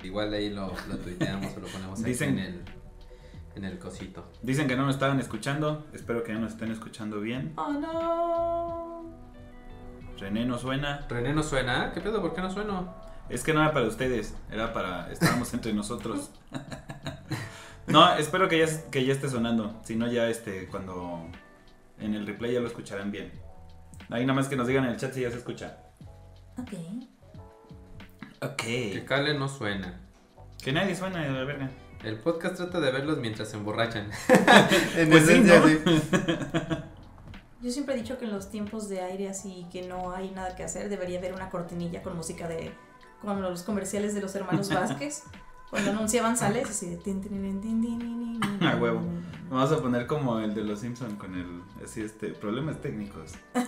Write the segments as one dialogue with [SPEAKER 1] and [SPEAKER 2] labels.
[SPEAKER 1] Igual ahí lo tuiteamos o lo ponemos ahí en el cosito.
[SPEAKER 2] Dicen que no nos estaban escuchando. Espero que ya nos estén escuchando bien.
[SPEAKER 3] Oh no.
[SPEAKER 2] René no suena.
[SPEAKER 1] René no suena. ¿Qué pedo? ¿Por qué no sueno?
[SPEAKER 2] Es que no era para ustedes, era para... Estábamos entre nosotros. No, espero que ya esté sonando. Si no, ya cuando en el replay ya lo escucharán bien. Ahí nada más que nos digan en el chat si ya se escucha. Ok.
[SPEAKER 1] Que Cale no suena.
[SPEAKER 2] Que nadie suena de la verga.
[SPEAKER 1] El podcast trata de verlos mientras se emborrachan.
[SPEAKER 2] Pues sí, ¿no?
[SPEAKER 3] Yo siempre he dicho que en los tiempos de aire así que no hay nada que hacer, debería haber una cortinilla con música de... como los comerciales de los hermanos Vázquez. Cuando anunciaban sales, así de...
[SPEAKER 2] A huevo. Vamos a poner como el de los Simpson con problemas técnicos.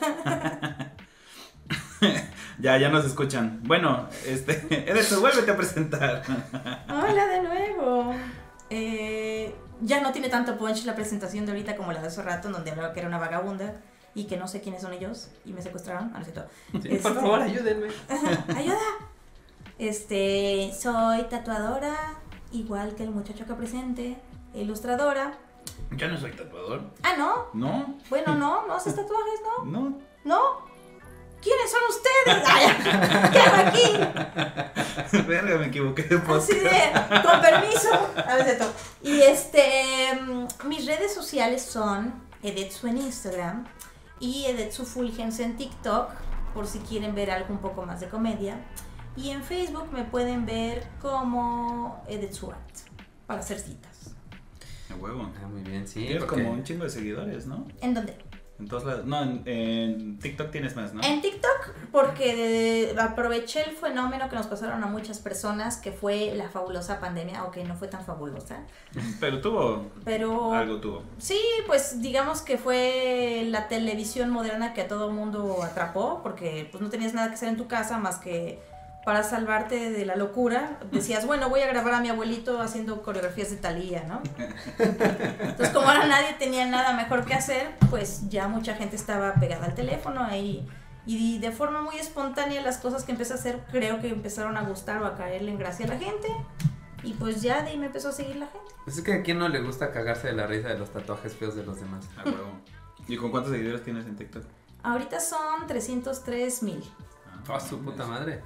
[SPEAKER 2] Ya nos escuchan. Bueno, Ederson, vuélvete a presentar.
[SPEAKER 3] Hola de nuevo. Ya no tiene tanto punch la presentación de ahorita como la de hace rato, en donde hablaba que era una vagabunda y que no sé quiénes son ellos y me secuestraron. No sé todo.
[SPEAKER 1] Sí, por favor, ayúdenme.
[SPEAKER 3] ¡Ayuda! Soy tatuadora, igual que el muchacho que presente, ilustradora.
[SPEAKER 2] Yo no soy tatuador.
[SPEAKER 3] Ah, ¿no?
[SPEAKER 2] No.
[SPEAKER 3] Bueno, no haces tatuajes, ¿no?
[SPEAKER 2] No.
[SPEAKER 3] ¿No? ¿Quiénes son ustedes? Ay, ¿qué hago aquí?
[SPEAKER 2] Verga, me equivoqué de podcast.
[SPEAKER 3] Así de, con permiso. A ver, todo. Y mis redes sociales son Edetsu en Instagram y Edetsu Fulgens en TikTok, por si quieren ver algo un poco más de comedia. Y en Facebook me pueden ver como Edetsu Art, para hacer citas.
[SPEAKER 2] A huevo.
[SPEAKER 1] Ah, muy bien, sí.
[SPEAKER 2] Tienes como un chingo de seguidores, ¿no?
[SPEAKER 3] ¿En dónde?
[SPEAKER 2] En todos lados. No, en TikTok tienes más, ¿no?
[SPEAKER 3] En TikTok, porque aproveché el fenómeno que nos pasaron a muchas personas, que fue la fabulosa pandemia, aunque no fue tan fabulosa.
[SPEAKER 2] Pero algo tuvo.
[SPEAKER 3] Sí, pues digamos que fue la televisión moderna que a todo el mundo atrapó, porque pues no tenías nada que hacer en tu casa más que para salvarte de la locura. Decías, bueno, voy a grabar a mi abuelito haciendo coreografías de Thalía, ¿no? Entonces, como ahora nadie tenía nada mejor que hacer, pues ya mucha gente estaba pegada al teléfono ahí. Y de forma muy espontánea las cosas que empecé a hacer creo que empezaron a gustar o a caerle en gracia a la gente. Y pues ya de ahí me empezó a seguir la gente.
[SPEAKER 1] Pues es que a quién no le gusta cagarse de la risa de los tatuajes feos de los demás.
[SPEAKER 2] A huevo. ¿Y con cuántos seguidores tienes en TikTok?
[SPEAKER 3] Ahorita son 303,000.
[SPEAKER 1] ¡Oh, su puta madre!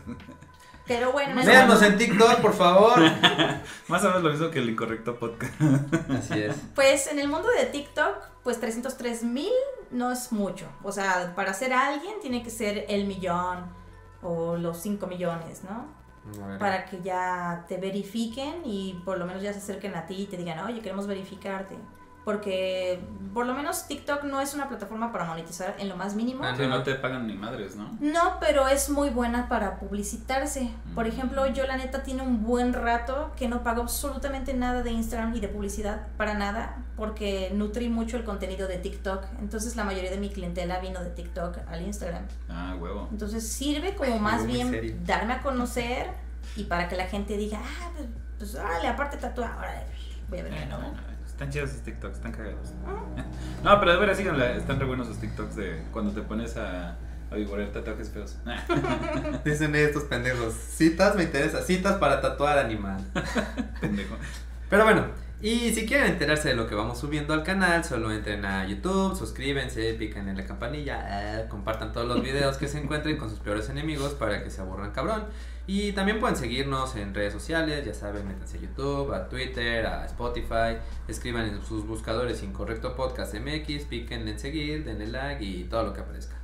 [SPEAKER 3] Pero bueno,
[SPEAKER 1] véanos en TikTok, por favor.
[SPEAKER 2] Más o menos lo mismo que el Incorrecto Podcast.
[SPEAKER 1] Así es.
[SPEAKER 3] Pues en el mundo de TikTok, pues 303,000 no es mucho. O sea, para ser alguien tiene que ser el 1,000,000 o los 5 millones, ¿no? Para que ya te verifiquen y por lo menos ya se acerquen a ti y te digan, oye, queremos verificarte. Porque por lo menos TikTok no es una plataforma para monetizar en lo más mínimo.
[SPEAKER 2] Ah, no te pagan ni madres, ¿no?
[SPEAKER 3] No, pero es muy buena para publicitarse. Por ejemplo, yo la neta tiene un buen rato que no pago absolutamente nada de Instagram y de publicidad, para nada, porque nutrí mucho el contenido de TikTok. Entonces la mayoría de mi clientela vino de TikTok al Instagram.
[SPEAKER 2] Ah, huevo.
[SPEAKER 3] Entonces sirve como más bien darme a conocer y para que la gente diga, pues órale, aparte tatúa, órale, voy a ver.
[SPEAKER 2] Están chidos sus TikToks, están cagados. No, pero de veras síganla, están re buenos sus TikToks de cuando te pones a vivorear tatuajes feos.
[SPEAKER 1] Dicen estos pendejos, citas me interesa, citas para tatuar animal.
[SPEAKER 2] Pendejo.
[SPEAKER 1] Pero bueno, y si quieren enterarse de lo que vamos subiendo al canal, solo entren a YouTube, suscríbanse, pican en la campanilla, compartan todos los videos que se encuentren con sus peores enemigos para que se aburran cabrón. Y también pueden seguirnos en redes sociales, ya saben, métanse a YouTube, a Twitter, a Spotify, escriban en sus buscadores Incorrecto Podcast MX, píquenle en seguir, denle like y todo lo que aparezca.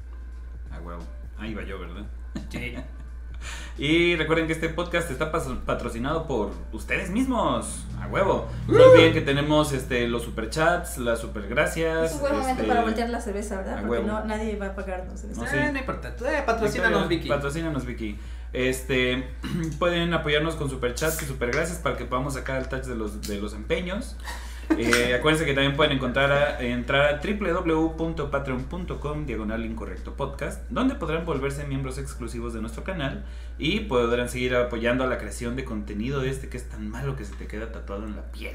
[SPEAKER 2] A huevo, ahí va yo, ¿verdad? Sí. Y recuerden que este podcast está patrocinado por ustedes mismos, a huevo. No olviden que tenemos los superchats, las supergracias.
[SPEAKER 3] Es un buen momento para voltear la cerveza, ¿verdad? Porque
[SPEAKER 2] huevo.
[SPEAKER 3] nadie va a pagarnos.
[SPEAKER 2] No, sí.
[SPEAKER 1] No importa, patrocínanos, Vicky.
[SPEAKER 2] Patrocínanos, Vicky. Pueden apoyarnos con superchats y supergracias para que podamos sacar el touch de los empeños. Acuérdense que también pueden entrar a www.patreon.com/incorrectopodcast, donde podrán volverse miembros exclusivos de nuestro canal y podrán seguir apoyando a la creación de contenido que es tan malo que se te queda tatuado en la piel.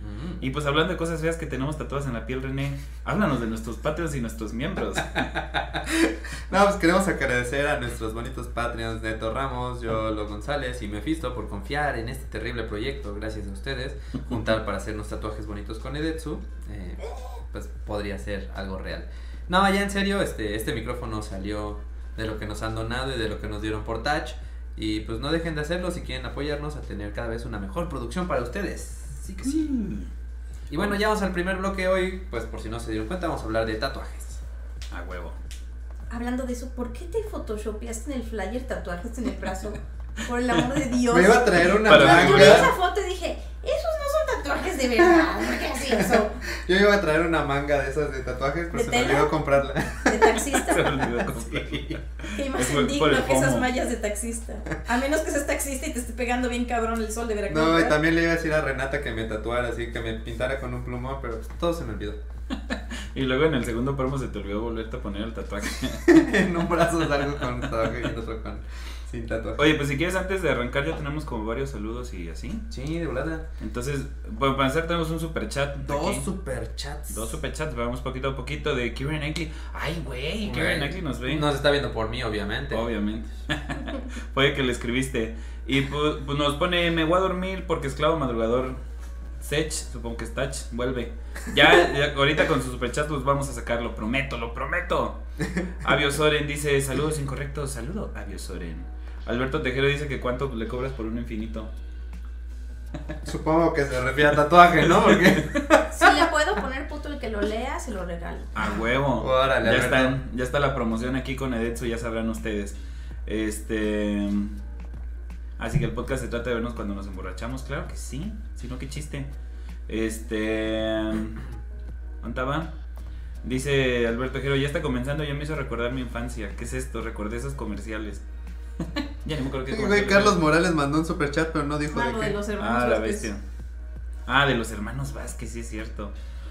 [SPEAKER 2] Y pues hablando de cosas feas que tenemos tatuadas en la piel, René, háblanos de nuestros Patreons y nuestros miembros.
[SPEAKER 1] No, pues queremos agradecer a nuestros bonitos Patreons Neto Ramos, Yolo González y Mephisto por confiar en este terrible proyecto. Gracias a ustedes. Juntar para hacernos tatuajes bonitos con Edetsu, pues podría ser algo real. No, ya en serio, este micrófono salió de lo que nos han donado y de lo que nos dieron por Touch. Y pues no dejen de hacerlo si quieren apoyarnos a tener cada vez una mejor producción para ustedes. Sí que sí. Y bueno, ya vamos al primer bloque hoy, pues por si no se dieron cuenta, vamos a hablar de tatuajes.
[SPEAKER 2] A huevo.
[SPEAKER 3] Hablando de eso, ¿por qué te photoshopeaste en el flyer tatuajes en el brazo? Por el amor de Dios.
[SPEAKER 1] Me iba a traer una
[SPEAKER 2] Para
[SPEAKER 1] manga.
[SPEAKER 3] Yo vi esa foto y dije, esos no son tatuajes de verdad. ¿Por qué así eso?
[SPEAKER 1] Yo iba a traer una manga de esas de tatuajes, pero
[SPEAKER 3] ¿De
[SPEAKER 1] se me
[SPEAKER 3] tela?
[SPEAKER 1] olvidó comprarla.
[SPEAKER 3] De taxista.
[SPEAKER 2] Se me olvidó comprar.
[SPEAKER 3] Qué más
[SPEAKER 2] Fue por
[SPEAKER 3] indigno
[SPEAKER 2] el
[SPEAKER 3] que esas
[SPEAKER 2] FOMO.
[SPEAKER 3] mallas de taxista. A menos que seas taxista y te esté pegando bien cabrón el sol de Veracruz.
[SPEAKER 1] No, y
[SPEAKER 3] ¿verdad?
[SPEAKER 1] también le iba a decir a Renata que me tatuara, así que me pintara con un plumón, pero pues, todo se me olvidó.
[SPEAKER 2] Y luego en el segundo promo se te olvidó volverte a poner el tatuaje.
[SPEAKER 1] En un brazo salgo con tatuaje y en otro sin tatuaje.
[SPEAKER 2] Oye, pues si quieres antes de arrancar ya tenemos como varios saludos y así.
[SPEAKER 1] Sí, de volada.
[SPEAKER 2] Entonces, bueno, para empezar tenemos un superchat.
[SPEAKER 1] Dos superchats.
[SPEAKER 2] Dos superchats, vamos poquito a poquito de Kieran Knightley. Ay, güey, Kieran Knightley nos ve.
[SPEAKER 1] Nos está viendo por mí, obviamente.
[SPEAKER 2] Obviamente. Puede que le escribiste. Y pues nos pone, me voy a dormir porque esclavo madrugador. Sech, supongo que es Touch, vuelve. Ya ahorita con su superchat pues vamos a sacar, lo prometo, lo prometo. Avio Soren dice, saludos incorrectos, saludo Avio Soren. Alberto Tejero dice que cuánto le cobras por un infinito.
[SPEAKER 1] Supongo que se refiere a tatuaje, ¿no? Porque
[SPEAKER 3] Si le puedo poner puto el que lo lea, se lo regalo.
[SPEAKER 2] A huevo.
[SPEAKER 1] Órale, Alberto.
[SPEAKER 2] Ya está la promoción aquí con Edetsu, ya sabrán ustedes. Así que el podcast se trata de vernos cuando nos emborrachamos, claro que sí, si no, qué chiste. ¿Dónde va? Dice Alberto Tejero, ya está comenzando, ya me hizo recordar mi infancia. ¿Qué es esto? Recordé esos comerciales. Ya no me acuerdo qué
[SPEAKER 1] Sí,
[SPEAKER 2] comerciales
[SPEAKER 1] güey, Carlos
[SPEAKER 2] eran.
[SPEAKER 1] Morales mandó un superchat, pero no dijo
[SPEAKER 3] Ah,
[SPEAKER 1] de
[SPEAKER 3] lo
[SPEAKER 1] qué.
[SPEAKER 3] de los hermanos
[SPEAKER 2] Ah, la
[SPEAKER 3] Vázquez.
[SPEAKER 2] bestia. Ah, de los hermanos Vázquez, sí es cierto.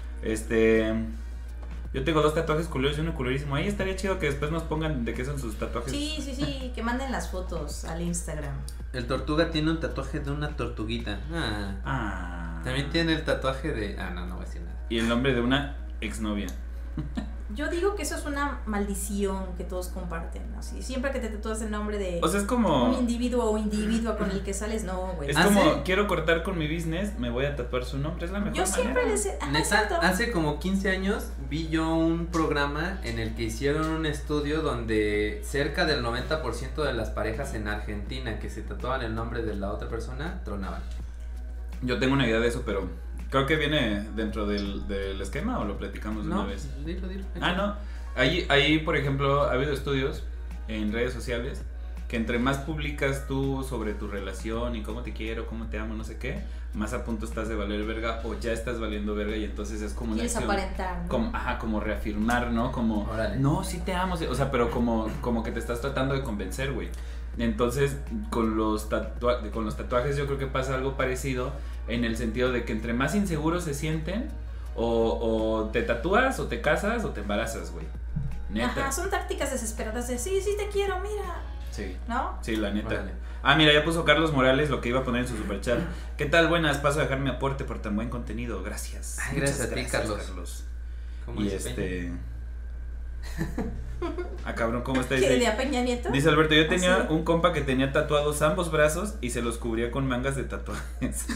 [SPEAKER 2] Yo tengo dos tatuajes culeros y uno culerísimo. Ahí estaría chido que después nos pongan de qué son sus tatuajes.
[SPEAKER 3] Sí, que manden las fotos al Instagram.
[SPEAKER 1] El Tortuga tiene un tatuaje de una tortuguita.
[SPEAKER 2] Ah.
[SPEAKER 1] También tiene el tatuaje de... no voy a decir nada.
[SPEAKER 2] Y el nombre de una exnovia.
[SPEAKER 3] Yo digo que eso es una maldición que todos comparten, así. Siempre que te tatúas el nombre de
[SPEAKER 2] O sea, es como...
[SPEAKER 3] un individuo o individua con el que sales, no, güey.
[SPEAKER 2] Es
[SPEAKER 1] ¿Ah,
[SPEAKER 2] como,
[SPEAKER 1] sí?
[SPEAKER 2] quiero cortar con mi business, me voy a tatuar su nombre, es la mejor
[SPEAKER 3] Yo siempre
[SPEAKER 2] manera.
[SPEAKER 3] les...
[SPEAKER 1] Neta,
[SPEAKER 3] exacto.
[SPEAKER 1] hace como 15 años vi yo un programa en el que hicieron un estudio donde cerca del 90% de las parejas en Argentina que se tatuaban el nombre de la otra persona, tronaban.
[SPEAKER 2] Yo tengo una idea de eso, pero creo que viene dentro del esquema o lo platicamos de
[SPEAKER 1] No,
[SPEAKER 2] una vez.
[SPEAKER 1] dilo.
[SPEAKER 2] Ah, no. Ahí, por ejemplo, ha habido estudios en redes sociales que entre más publicas tú sobre tu relación y cómo te quiero, cómo te amo, no sé qué, más a punto estás de valer verga o ya estás valiendo verga y entonces es como una
[SPEAKER 3] Quieres
[SPEAKER 2] acción.
[SPEAKER 3] aparentar, ¿no?
[SPEAKER 2] Como reafirmar, ¿no? Como,
[SPEAKER 1] Órale.
[SPEAKER 2] no, sí te amo, sí, o sea, pero como que te estás tratando de convencer, güey. Entonces, con los tatuajes yo creo que pasa algo parecido en el sentido de que entre más inseguros se sienten, o te tatúas, o te casas, o te embarazas, güey. Neta.
[SPEAKER 3] Ajá, son tácticas desesperadas de sí te quiero, mira,
[SPEAKER 2] Sí,
[SPEAKER 3] ¿no?
[SPEAKER 2] sí, la neta.
[SPEAKER 1] Órale.
[SPEAKER 2] Ah, mira, ya puso Carlos Morales lo que iba a poner en su superchat. ¿Qué tal? Buenas, paso a dejar mi aporte por tan buen contenido. Gracias.
[SPEAKER 1] Ay, gracias
[SPEAKER 2] Muchas
[SPEAKER 1] a ti, Carlos. ¿Cómo
[SPEAKER 2] Y
[SPEAKER 1] dice Peña?
[SPEAKER 2] cabrón, ¿cómo está?
[SPEAKER 3] ¿Qué,
[SPEAKER 2] Dice,
[SPEAKER 3] de a Peña Nieto?
[SPEAKER 2] dice Alberto, yo tenía
[SPEAKER 3] ¿Ah, sí?
[SPEAKER 2] un compa que tenía tatuados ambos brazos y se los cubría con mangas de tatuajes.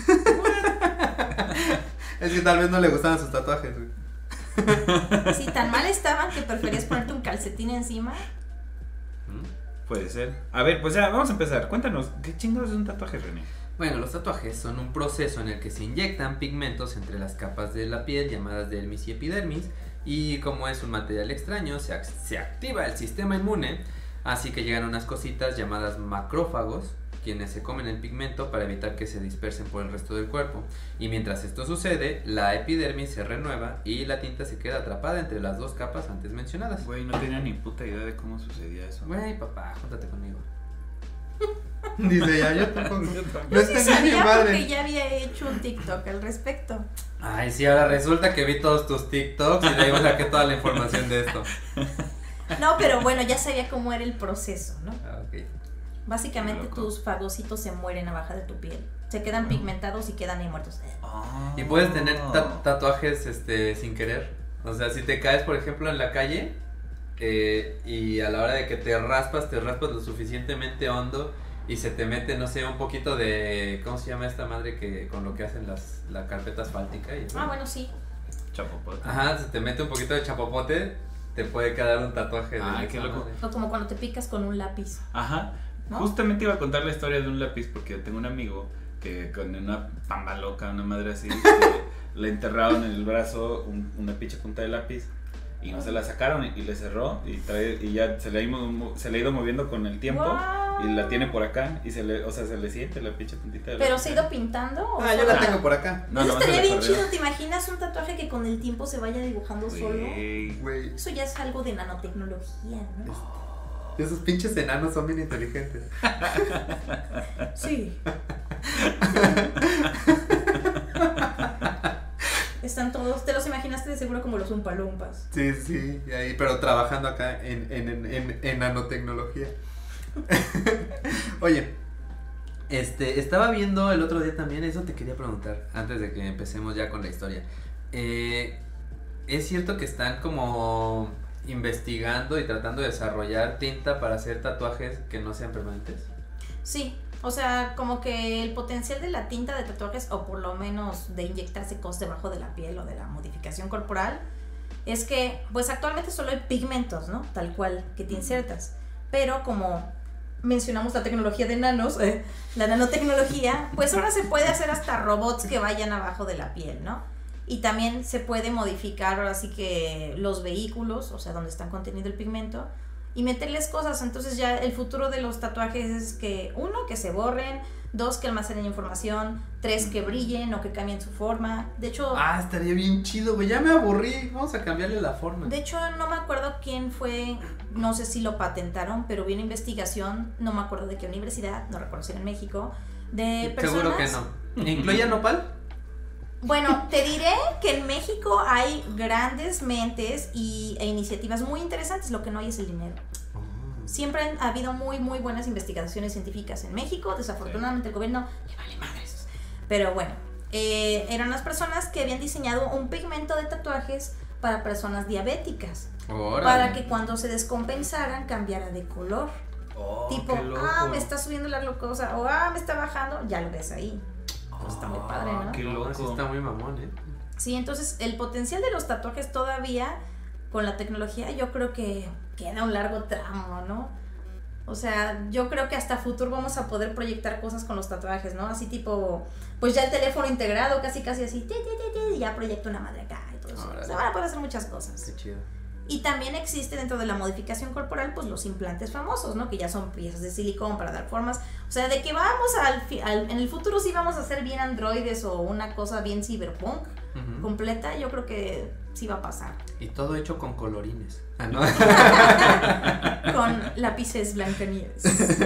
[SPEAKER 1] Es que tal vez no le gustaban sus tatuajes, güey.
[SPEAKER 3] Si tan mal estaban que preferías ponerte un calcetín encima.
[SPEAKER 2] Puede ser. A ver, pues ya, vamos a empezar. Cuéntanos, ¿qué chingados es un tatuaje, René?
[SPEAKER 1] Bueno, los tatuajes son un proceso en el que se inyectan pigmentos entre las capas de la piel llamadas dermis y epidermis, y como es un material extraño se activa el sistema inmune, así que llegan unas cositas llamadas macrófagos, quienes se comen el pigmento para evitar que se dispersen por el resto del cuerpo, y mientras esto sucede, la epidermis se renueva y la tinta se queda atrapada entre las dos capas antes mencionadas.
[SPEAKER 2] Güey, no tenía ni puta idea de cómo sucedía eso.
[SPEAKER 1] Güey, papá, júntate conmigo. Dice ya, yo tampoco.
[SPEAKER 3] Yo sí sabía porque ya había hecho un TikTok al respecto.
[SPEAKER 1] Ay, sí, ahora resulta que vi todos tus TikToks y de ahí saqué toda la información de esto.
[SPEAKER 3] No, pero bueno, ya sabía cómo era el proceso, ¿no?
[SPEAKER 1] Ah, ok.
[SPEAKER 3] Básicamente
[SPEAKER 2] Qué loco.
[SPEAKER 3] tus fagocitos se mueren abajo de tu piel Se quedan pigmentados y quedan ahí muertos.
[SPEAKER 1] Y puedes tener tatuajes sin querer. O sea, si te caes, por ejemplo, en la calle y a la hora de que te raspas lo suficientemente hondo y se te mete, no sé, un poquito de... ¿Cómo se llama esta madre que con lo que hacen la carpeta asfáltica?
[SPEAKER 3] Bueno, sí.
[SPEAKER 2] Chapopote.
[SPEAKER 1] Ajá, se te mete un poquito de chapopote, te puede quedar un tatuaje.
[SPEAKER 2] Ay, qué loco.
[SPEAKER 3] O como cuando te picas con un lápiz.
[SPEAKER 2] Ajá.
[SPEAKER 3] ¿No?
[SPEAKER 2] Justamente iba a contar la historia de un lápiz porque tengo un amigo que con una pamba loca, una madre así, le enterraron en el brazo una pinche punta de lápiz y no se la sacaron y le cerró y ya se le ha ido moviendo con el tiempo.
[SPEAKER 3] Wow.
[SPEAKER 2] Y la tiene por acá y se le siente la pinche puntita de lápiz.
[SPEAKER 3] ¿Pero se ha ido pintando?
[SPEAKER 1] Yo la tengo por acá.
[SPEAKER 2] No,
[SPEAKER 3] Eso
[SPEAKER 2] no,
[SPEAKER 3] estaría bien chido. ¿Te imaginas un tatuaje que con el tiempo se vaya dibujando solo?
[SPEAKER 1] Güey.
[SPEAKER 3] Eso ya es algo de nanotecnología, ¿no?
[SPEAKER 1] Esos pinches enanos son bien inteligentes.
[SPEAKER 3] Sí. Están todos, te los imaginaste de seguro como los umpalumpas.
[SPEAKER 1] Sí, ahí, pero trabajando acá en nanotecnología. Oye, estaba viendo el otro día también, eso te quería preguntar, antes de que empecemos ya con la historia. ¿Es cierto que están como investigando y tratando de desarrollar tinta para hacer tatuajes que no sean permanentes?
[SPEAKER 3] Sí, o sea, como que el potencial de la tinta de tatuajes, o por lo menos de inyectarse cosas debajo de la piel o de la modificación corporal, es que pues actualmente solo hay pigmentos, ¿no? Tal cual, que te insertas. Pero como mencionamos la tecnología de nanos, la nanotecnología, pues ahora se puede hacer hasta robots que vayan abajo de la piel, ¿no? Y también se puede modificar ahora sí que los vehículos, o sea, donde está contenido el pigmento, y meterles cosas. Entonces ya el futuro de los tatuajes es que, 1, que se borren, 2, que almacenen información, 3, que brillen o que cambien su forma. De hecho...
[SPEAKER 1] estaría bien chido, güey, ya me aburrí, vamos a cambiarle la forma.
[SPEAKER 3] De hecho, no me acuerdo quién fue, no sé si lo patentaron, pero vi una investigación, no me acuerdo de qué universidad, no recuerdo si era en México, de personas...
[SPEAKER 1] Seguro que no. ¿Incluye a Nopal?
[SPEAKER 3] Bueno, te diré que en México hay grandes mentes e iniciativas muy interesantes, lo que no hay es el dinero. Siempre ha habido muy buenas investigaciones científicas en México, desafortunadamente el gobierno le vale madres. Pero bueno, eran las personas que habían diseñado un pigmento de tatuajes para personas diabéticas.
[SPEAKER 1] Órale.
[SPEAKER 3] Para que cuando se descompensaran cambiara de color. Tipo,
[SPEAKER 2] qué loco.
[SPEAKER 3] me está subiendo la glucosa o me está bajando, ya lo ves ahí. Pues está muy padre, ¿no?
[SPEAKER 2] Qué loco.
[SPEAKER 1] Sí, está muy mamón,
[SPEAKER 3] Sí, entonces el potencial de los tatuajes todavía con la tecnología yo creo que queda un largo tramo, ¿no? O sea, yo creo que hasta futuro vamos a poder proyectar cosas con los tatuajes, ¿no? Así tipo, pues ya el teléfono integrado, casi así, y ya proyecto una madre acá y todo eso. O sea, van a poder hacer muchas cosas.
[SPEAKER 1] Qué chido.
[SPEAKER 3] Y también existe dentro de la modificación corporal, pues los implantes famosos, ¿no? Que ya son piezas de silicón para dar formas. O sea, de que vamos en el futuro sí vamos a hacer bien androides o una cosa bien cyberpunk completa, yo creo que sí va a pasar.
[SPEAKER 1] Y todo hecho con colorines. ¿No?
[SPEAKER 3] Con lápices Blancanieves.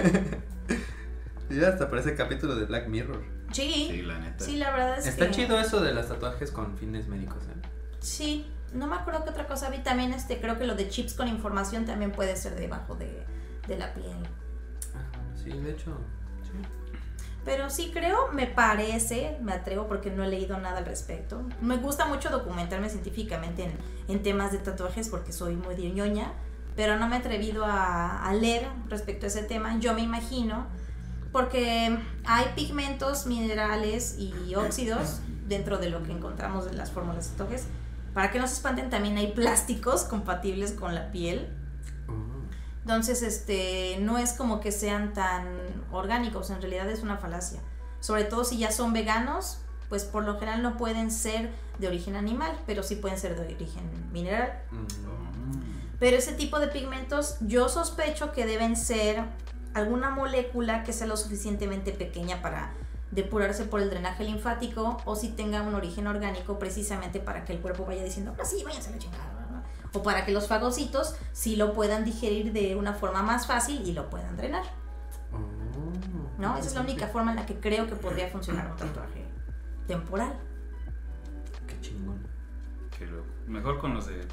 [SPEAKER 1] Ya hasta parece capítulo de Black Mirror.
[SPEAKER 3] Sí,
[SPEAKER 2] la neta.
[SPEAKER 3] sí, la verdad es
[SPEAKER 1] Está
[SPEAKER 3] que...
[SPEAKER 1] chido eso de los tatuajes con fines médicos,
[SPEAKER 3] Sí, no me acuerdo qué otra cosa vi también, creo que lo de chips con información también puede ser debajo de la piel.
[SPEAKER 1] Sí, de hecho, sí.
[SPEAKER 3] Pero sí creo, me parece, me atrevo porque no he leído nada al respecto. Me gusta mucho documentarme científicamente en temas de tatuajes porque soy muy de ñoña, pero no me he atrevido a leer respecto a ese tema. Yo me imagino, porque hay pigmentos, minerales y óxidos dentro de lo que encontramos en las fórmulas de tatuajes. Para que no se espanten, también hay plásticos compatibles con la piel. Entonces, no es como que sean tan orgánicos, en realidad es una falacia. Sobre todo si ya son veganos, pues por lo general no pueden ser de origen animal, pero sí pueden ser de origen mineral. Pero ese tipo de pigmentos yo sospecho que deben ser alguna molécula que sea lo suficientemente pequeña para depurarse por el drenaje linfático, o si tenga un origen orgánico precisamente para que el cuerpo vaya diciendo, sí, váyanse a la chingada, ¿no? O para que los fagocitos sí lo puedan digerir de una forma más fácil y lo puedan drenar. ¿No? Esa es la única forma en la que creo que podría funcionar un tatuaje temporal.
[SPEAKER 1] Qué chingón.
[SPEAKER 2] Qué loco. Mejor con los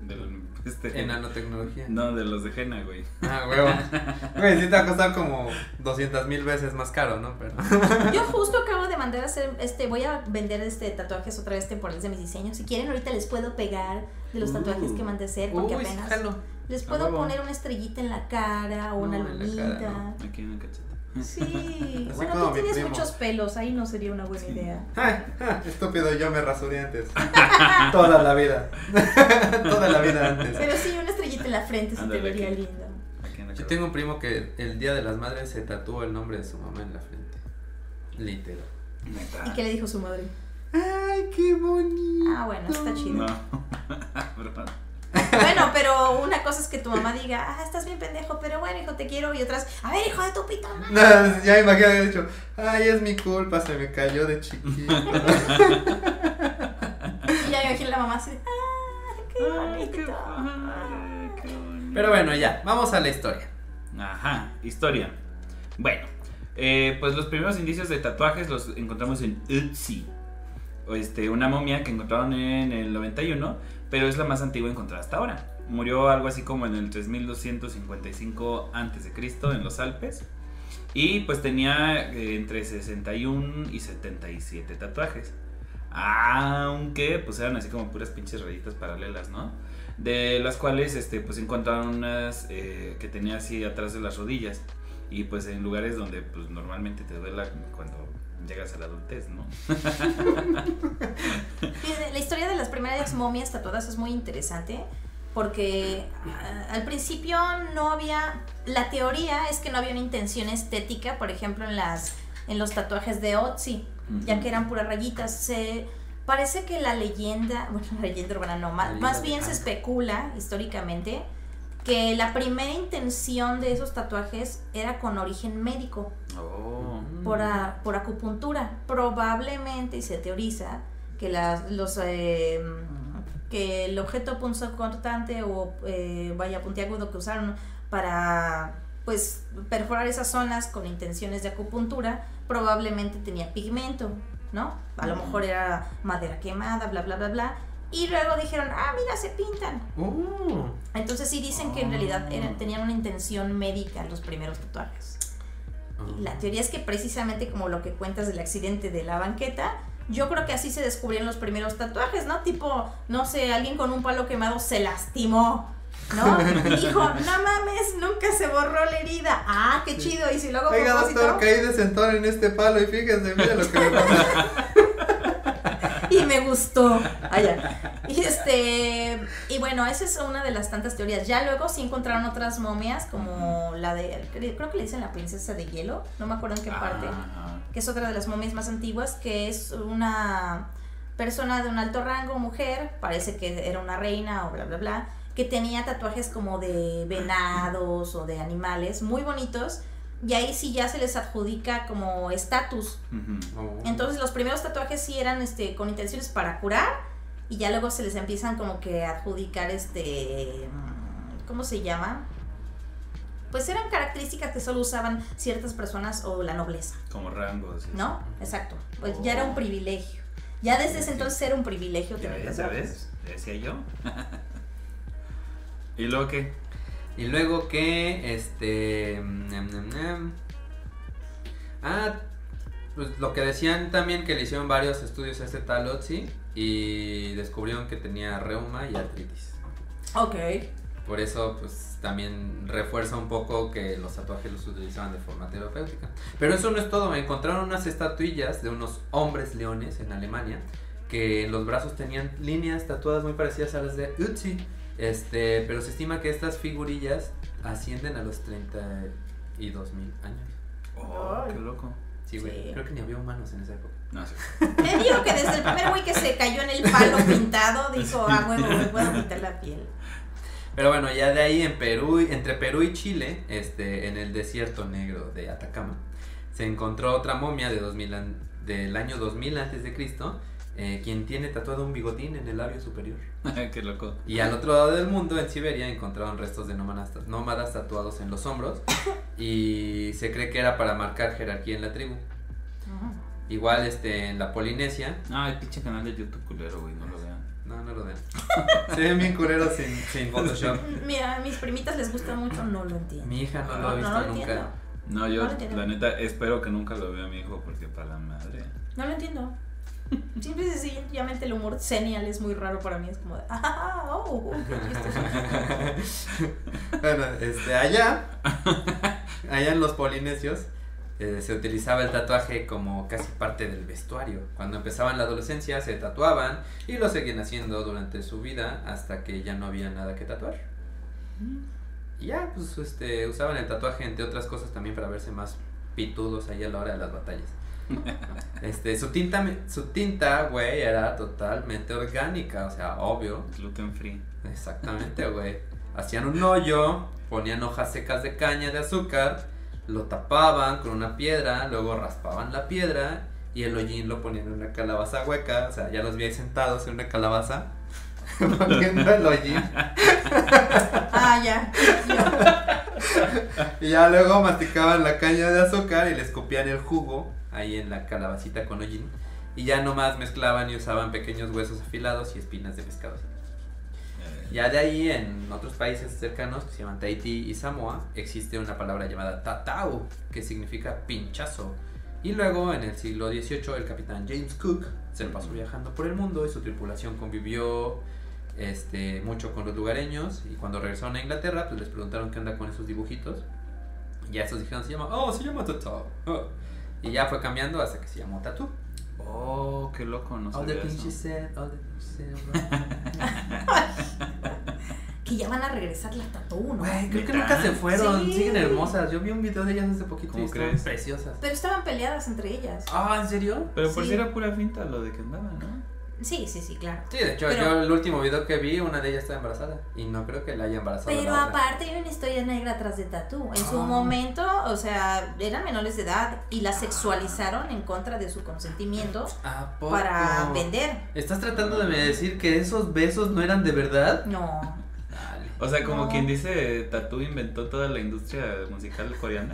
[SPEAKER 2] En
[SPEAKER 1] nanotecnología.
[SPEAKER 2] No, de los de henna, güey.
[SPEAKER 1] Ah, huevo. Güey, sí te va a costar como 200,000 veces más caro, ¿no? Pero...
[SPEAKER 3] Yo justo acabo de mandar a hacer, voy a vender tatuajes otra vez temporales de mis diseños. Si quieren ahorita les puedo pegar de los tatuajes que mandé a hacer, porque apenas les puedo poner una estrellita en la cara o una lunita.
[SPEAKER 2] Aquí en el cachete.
[SPEAKER 3] Sí,
[SPEAKER 1] Así
[SPEAKER 3] bueno,
[SPEAKER 1] como
[SPEAKER 3] tú
[SPEAKER 1] mi
[SPEAKER 3] tienes
[SPEAKER 1] primo.
[SPEAKER 3] muchos pelos, ahí no sería una buena idea.
[SPEAKER 1] Ay, estúpido, yo me rasuré antes. Toda la vida. Toda la vida antes.
[SPEAKER 3] Pero sí, una estrellita en la frente se te
[SPEAKER 2] Ándale,
[SPEAKER 3] vería
[SPEAKER 2] aquí.
[SPEAKER 3] lindo.
[SPEAKER 2] Aquí en la
[SPEAKER 1] Yo
[SPEAKER 2] cabeza.
[SPEAKER 1] tengo un primo que el día de las madres se tatuó el nombre de su mamá en la frente. Literal.
[SPEAKER 2] Neta.
[SPEAKER 3] ¿Y qué le dijo su madre?
[SPEAKER 1] Ay, qué bonito.
[SPEAKER 3] Ah, bueno, está chido.
[SPEAKER 2] No. Bro.
[SPEAKER 3] Bueno, pero una cosa es que tu mamá diga, estás bien pendejo, pero bueno, hijo, te quiero. Y otras, a ver, hijo de tu pita madre.
[SPEAKER 1] No, ya me imagino haber dicho, ay, es mi culpa, se me cayó de chiquito.
[SPEAKER 3] Y ya me imagino la mamá así, qué bonito.
[SPEAKER 1] Pero bueno, ya, vamos a la historia.
[SPEAKER 2] Ajá, historia. Bueno, pues los primeros indicios de tatuajes los encontramos en Ötzi. Una momia que encontraron en el 91, pero es la más antigua encontrada hasta ahora. Murió algo así como en el 3255 a.C. en los Alpes. Y pues tenía entre 61 y 77 tatuajes. Aunque pues eran así como puras pinches rayitas paralelas, ¿no? De las cuales pues encontraron unas que tenía así atrás de las rodillas. Y pues en lugares donde pues normalmente te duela cuando llegas a la adultez, ¿no?
[SPEAKER 3] Fíjate, la historia de las primeras momias tatuadas es muy interesante porque al principio no había, la teoría es que no había una intención estética, por ejemplo en los tatuajes de Ötzi, ya que eran puras rayitas. Parece que la leyenda, bueno, la leyenda urbana no, más bien se especula históricamente que la primera intención de esos tatuajes era con origen médico.
[SPEAKER 2] Oh.
[SPEAKER 3] Por acupuntura. Probablemente, y se teoriza, que que el objeto punzocortante o puntiagudo que usaron para pues perforar esas zonas con intenciones de acupuntura probablemente tenía pigmento, ¿no? A lo mejor era madera quemada, bla bla bla bla. Y luego dijeron, mira, se pintan. Entonces sí dicen que en realidad tenían una intención médica los primeros tatuajes. Y la teoría es que precisamente como lo que cuentas del accidente de la banqueta, yo creo que así se descubrieron los primeros tatuajes, ¿no? Tipo, no sé, alguien con un palo quemado se lastimó, ¿no? Y dijo, no mames, nunca se borró la herida. Qué chido. Y si luego
[SPEAKER 1] oiga, doctor, caí de sentón en este palo y fíjese, mira lo que me pasa.
[SPEAKER 3] Y me gustó. Y bueno, esa es una de las tantas teorías. Ya luego sí encontraron otras momias, como la de, creo que le dicen la princesa de hielo, no me acuerdo en qué parte, que es otra de las momias más antiguas, que es una persona de un alto rango, mujer, parece que era una reina o bla bla bla, que tenía tatuajes como de venados o de animales muy bonitos. Y ahí sí ya se les adjudica como estatus. Entonces los primeros tatuajes sí eran con intenciones para curar. Y ya luego se les empiezan como que a adjudicar ¿cómo se llama? Pues eran características que solo usaban ciertas personas o la nobleza.
[SPEAKER 2] Como rangos.
[SPEAKER 3] ¿No? Exacto. Pues ya era un privilegio. Ya desde ese entonces era un privilegio tener tatuajes.
[SPEAKER 2] ¿Ya ves? Decía yo. ¿Y luego qué?
[SPEAKER 1] Y luego que, pues lo que decían también que le hicieron varios estudios a este tal Ötzi y descubrieron que tenía reuma y artritis.
[SPEAKER 3] Ok.
[SPEAKER 1] Por eso, pues también refuerza un poco que los tatuajes los utilizaban de forma terapéutica. Pero eso no es todo, me encontraron unas estatuillas de unos hombres leones en Alemania que en los brazos tenían líneas tatuadas muy parecidas a las de Ötzi. Pero se estima que estas figurillas ascienden a los 32,000 años.
[SPEAKER 2] Qué loco.
[SPEAKER 1] Sí, güey. Sí. Creo que ni había humanos en esa época.
[SPEAKER 2] No sé.
[SPEAKER 3] Te digo que desde el primer güey que se cayó en el palo pintado dijo, bueno, me puedo pintar la piel.
[SPEAKER 1] Pero bueno, ya de ahí entre Perú y Chile, en el desierto negro de Atacama, se encontró otra momia del año 2000 a.C., quien tiene tatuado un bigotín en el labio superior.
[SPEAKER 2] Qué loco.
[SPEAKER 1] Y al otro lado del mundo, en Siberia, encontraron restos de nómadas tatuados en los hombros. Y se cree que era para marcar jerarquía en la tribu. Igual en la Polinesia.
[SPEAKER 2] El pinche canal de YouTube culero, güey, no lo vean.
[SPEAKER 1] No lo vean. Se ven bien culeros sin Photoshop.
[SPEAKER 3] Mira, a mis primitas les gusta mucho, no lo entiendo.
[SPEAKER 1] Mi hija no lo ha visto
[SPEAKER 3] lo
[SPEAKER 1] nunca.
[SPEAKER 3] entiendo.
[SPEAKER 2] No, yo
[SPEAKER 3] No lo entiendo.
[SPEAKER 2] la neta espero que nunca lo vea mi hijo porque para la madre.
[SPEAKER 3] No lo entiendo. Simple y sencillamente el humor senial es muy raro para mí. Es como de, qué chistoso.
[SPEAKER 1] Bueno, allá en los polinesios se utilizaba el tatuaje como casi parte del vestuario. Cuando empezaban la adolescencia se tatuaban y lo seguían haciendo durante su vida hasta que ya no había nada que tatuar. Y ya, pues usaban el tatuaje entre otras cosas también para verse más pitudos ahí a la hora de las batallas. Su tinta, güey, era totalmente orgánica, o sea, obvio.
[SPEAKER 2] Gluten free.
[SPEAKER 1] Exactamente, güey. Hacían un hoyo, ponían hojas secas de caña de azúcar, lo tapaban con una piedra, luego raspaban la piedra y el hollín lo ponían en una calabaza hueca, o sea, ya los vi ahí sentados en una calabaza poniendo el hollín.
[SPEAKER 3] Ya.
[SPEAKER 1] Y ya luego masticaban la caña de azúcar y le escupían el jugo ahí en la calabacita con hollín. Y ya nomás mezclaban y usaban pequeños huesos afilados y espinas de pescado. Ya de ahí, en otros países cercanos que se llaman Tahití y Samoa, existe una palabra llamada tatau, que significa pinchazo. Y luego, en el siglo XVIII, el capitán James Cook se pasó viajando por el mundo y su tripulación convivió mucho con los lugareños. Y cuando regresaron a Inglaterra, pues les preguntaron qué onda con esos dibujitos. Y ya esos dijeron, se llama tatau. Y ya fue cambiando hasta que se llamó tatú.
[SPEAKER 2] Oh, qué loco, no sabía eso.
[SPEAKER 3] Que ya van a regresar las tatú, ¿no?
[SPEAKER 1] Güey, creo que
[SPEAKER 2] ¿Neta?
[SPEAKER 1] nunca se fueron,
[SPEAKER 3] Sí.
[SPEAKER 1] siguen hermosas. Yo vi un video de ellas hace poquito y
[SPEAKER 2] ¿Cómo
[SPEAKER 1] estaban
[SPEAKER 2] crees?
[SPEAKER 1] preciosas.
[SPEAKER 3] Pero estaban peleadas entre ellas.
[SPEAKER 1] Ah, ¿en serio?
[SPEAKER 2] Pero por
[SPEAKER 3] Sí.
[SPEAKER 2] si era pura finta lo de que andaban, ¿no?
[SPEAKER 3] Sí, claro.
[SPEAKER 1] Sí, de hecho,
[SPEAKER 3] Pero-
[SPEAKER 1] yo el último video que vi, una de ellas estaba embarazada. Y no creo que la haya embarazado.
[SPEAKER 3] Pero
[SPEAKER 1] la otra.
[SPEAKER 3] aparte hay una historia negra atrás de Tatú. En su
[SPEAKER 1] Ah.
[SPEAKER 3] momento, o sea, eran menores de edad y las sexualizaron en contra de su consentimiento
[SPEAKER 1] ¿A poco?
[SPEAKER 3] para vender.
[SPEAKER 1] ¿Estás tratando de decir que esos besos no eran de verdad?
[SPEAKER 3] No.
[SPEAKER 1] Dale.
[SPEAKER 2] O sea, como
[SPEAKER 3] No.
[SPEAKER 2] quien dice, Tatú inventó toda la industria musical coreana.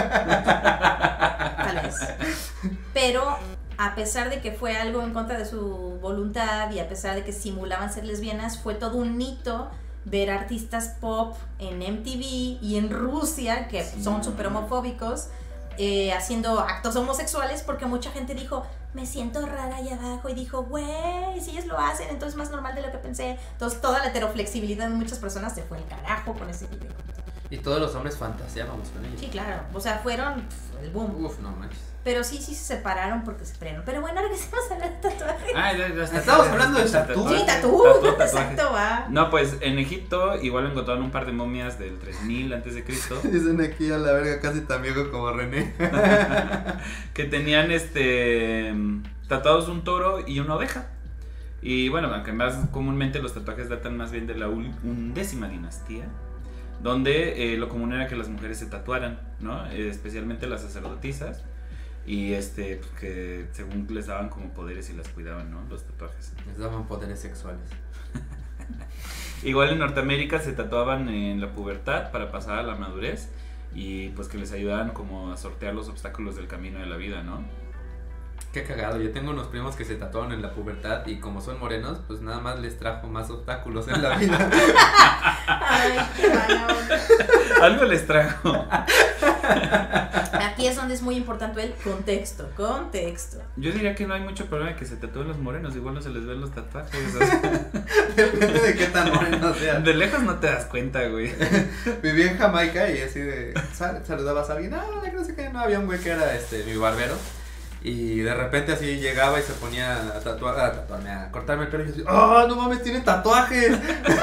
[SPEAKER 3] Tal vez. Pero a pesar de que fue algo en contra de su voluntad y a pesar de que simulaban ser lesbianas, fue todo un mito ver artistas pop en MTV y en Rusia, que
[SPEAKER 2] Sí.
[SPEAKER 3] son súper homofóbicos, haciendo actos homosexuales, porque mucha gente dijo, me siento rara allá abajo, y dijo, güey, si ellos lo hacen, entonces es más normal de lo que pensé. Entonces toda la heteroflexibilidad de muchas personas se fue al carajo con ese video.
[SPEAKER 1] Y todos los hombres fantaseábamos con ellos.
[SPEAKER 3] Sí, claro, o sea, fueron el boom.
[SPEAKER 1] Uf, no manches.
[SPEAKER 3] Pero sí se separaron porque se pelearon. Pero bueno, regresemos a hablar de tatuaje.
[SPEAKER 1] Estamos hablando de tatú.
[SPEAKER 3] Sí, tatú.
[SPEAKER 2] Tatuaje.
[SPEAKER 3] Exacto, va.
[SPEAKER 2] No, pues en Egipto igual encontraron un par de momias del 3000 antes de Cristo
[SPEAKER 1] Dicen aquí a la verga casi tan viejo como René.
[SPEAKER 2] que tenían tatuados un toro y una oveja. Y bueno, aunque más comúnmente los tatuajes datan más bien de la 11ª dinastía, donde lo común era que las mujeres se tatuaran, ¿no? Especialmente las sacerdotisas. Y que según les daban como poderes y las cuidaban, ¿no? Los tatuajes.
[SPEAKER 1] Les daban poderes sexuales.
[SPEAKER 2] Igual en Norteamérica se tatuaban en la pubertad para pasar a la madurez y pues que les ayudaban como a sortear los obstáculos del camino de la vida, ¿no?
[SPEAKER 1] Qué cagado, yo tengo unos primos que se tatuaron en la pubertad y como son morenos, pues nada más les trajo más obstáculos en la vida.
[SPEAKER 3] Ay, qué mala onda.
[SPEAKER 2] Algo les trajo.
[SPEAKER 3] Aquí es donde es muy importante el contexto.
[SPEAKER 2] Yo diría que no hay mucho problema de que se tatúen los morenos, igual no se les ven los tatuajes. O sea,
[SPEAKER 1] Depende de qué tan moreno sea.
[SPEAKER 2] de lejos no te das cuenta, güey.
[SPEAKER 1] Viví en Jamaica y así de saludabas a alguien, no sé qué, no había un güey que era mi barbero. Y de repente así llegaba y se ponía a tatuarme, a cortarme el pelo y yo así, ¡oh, no mames, tiene tatuajes!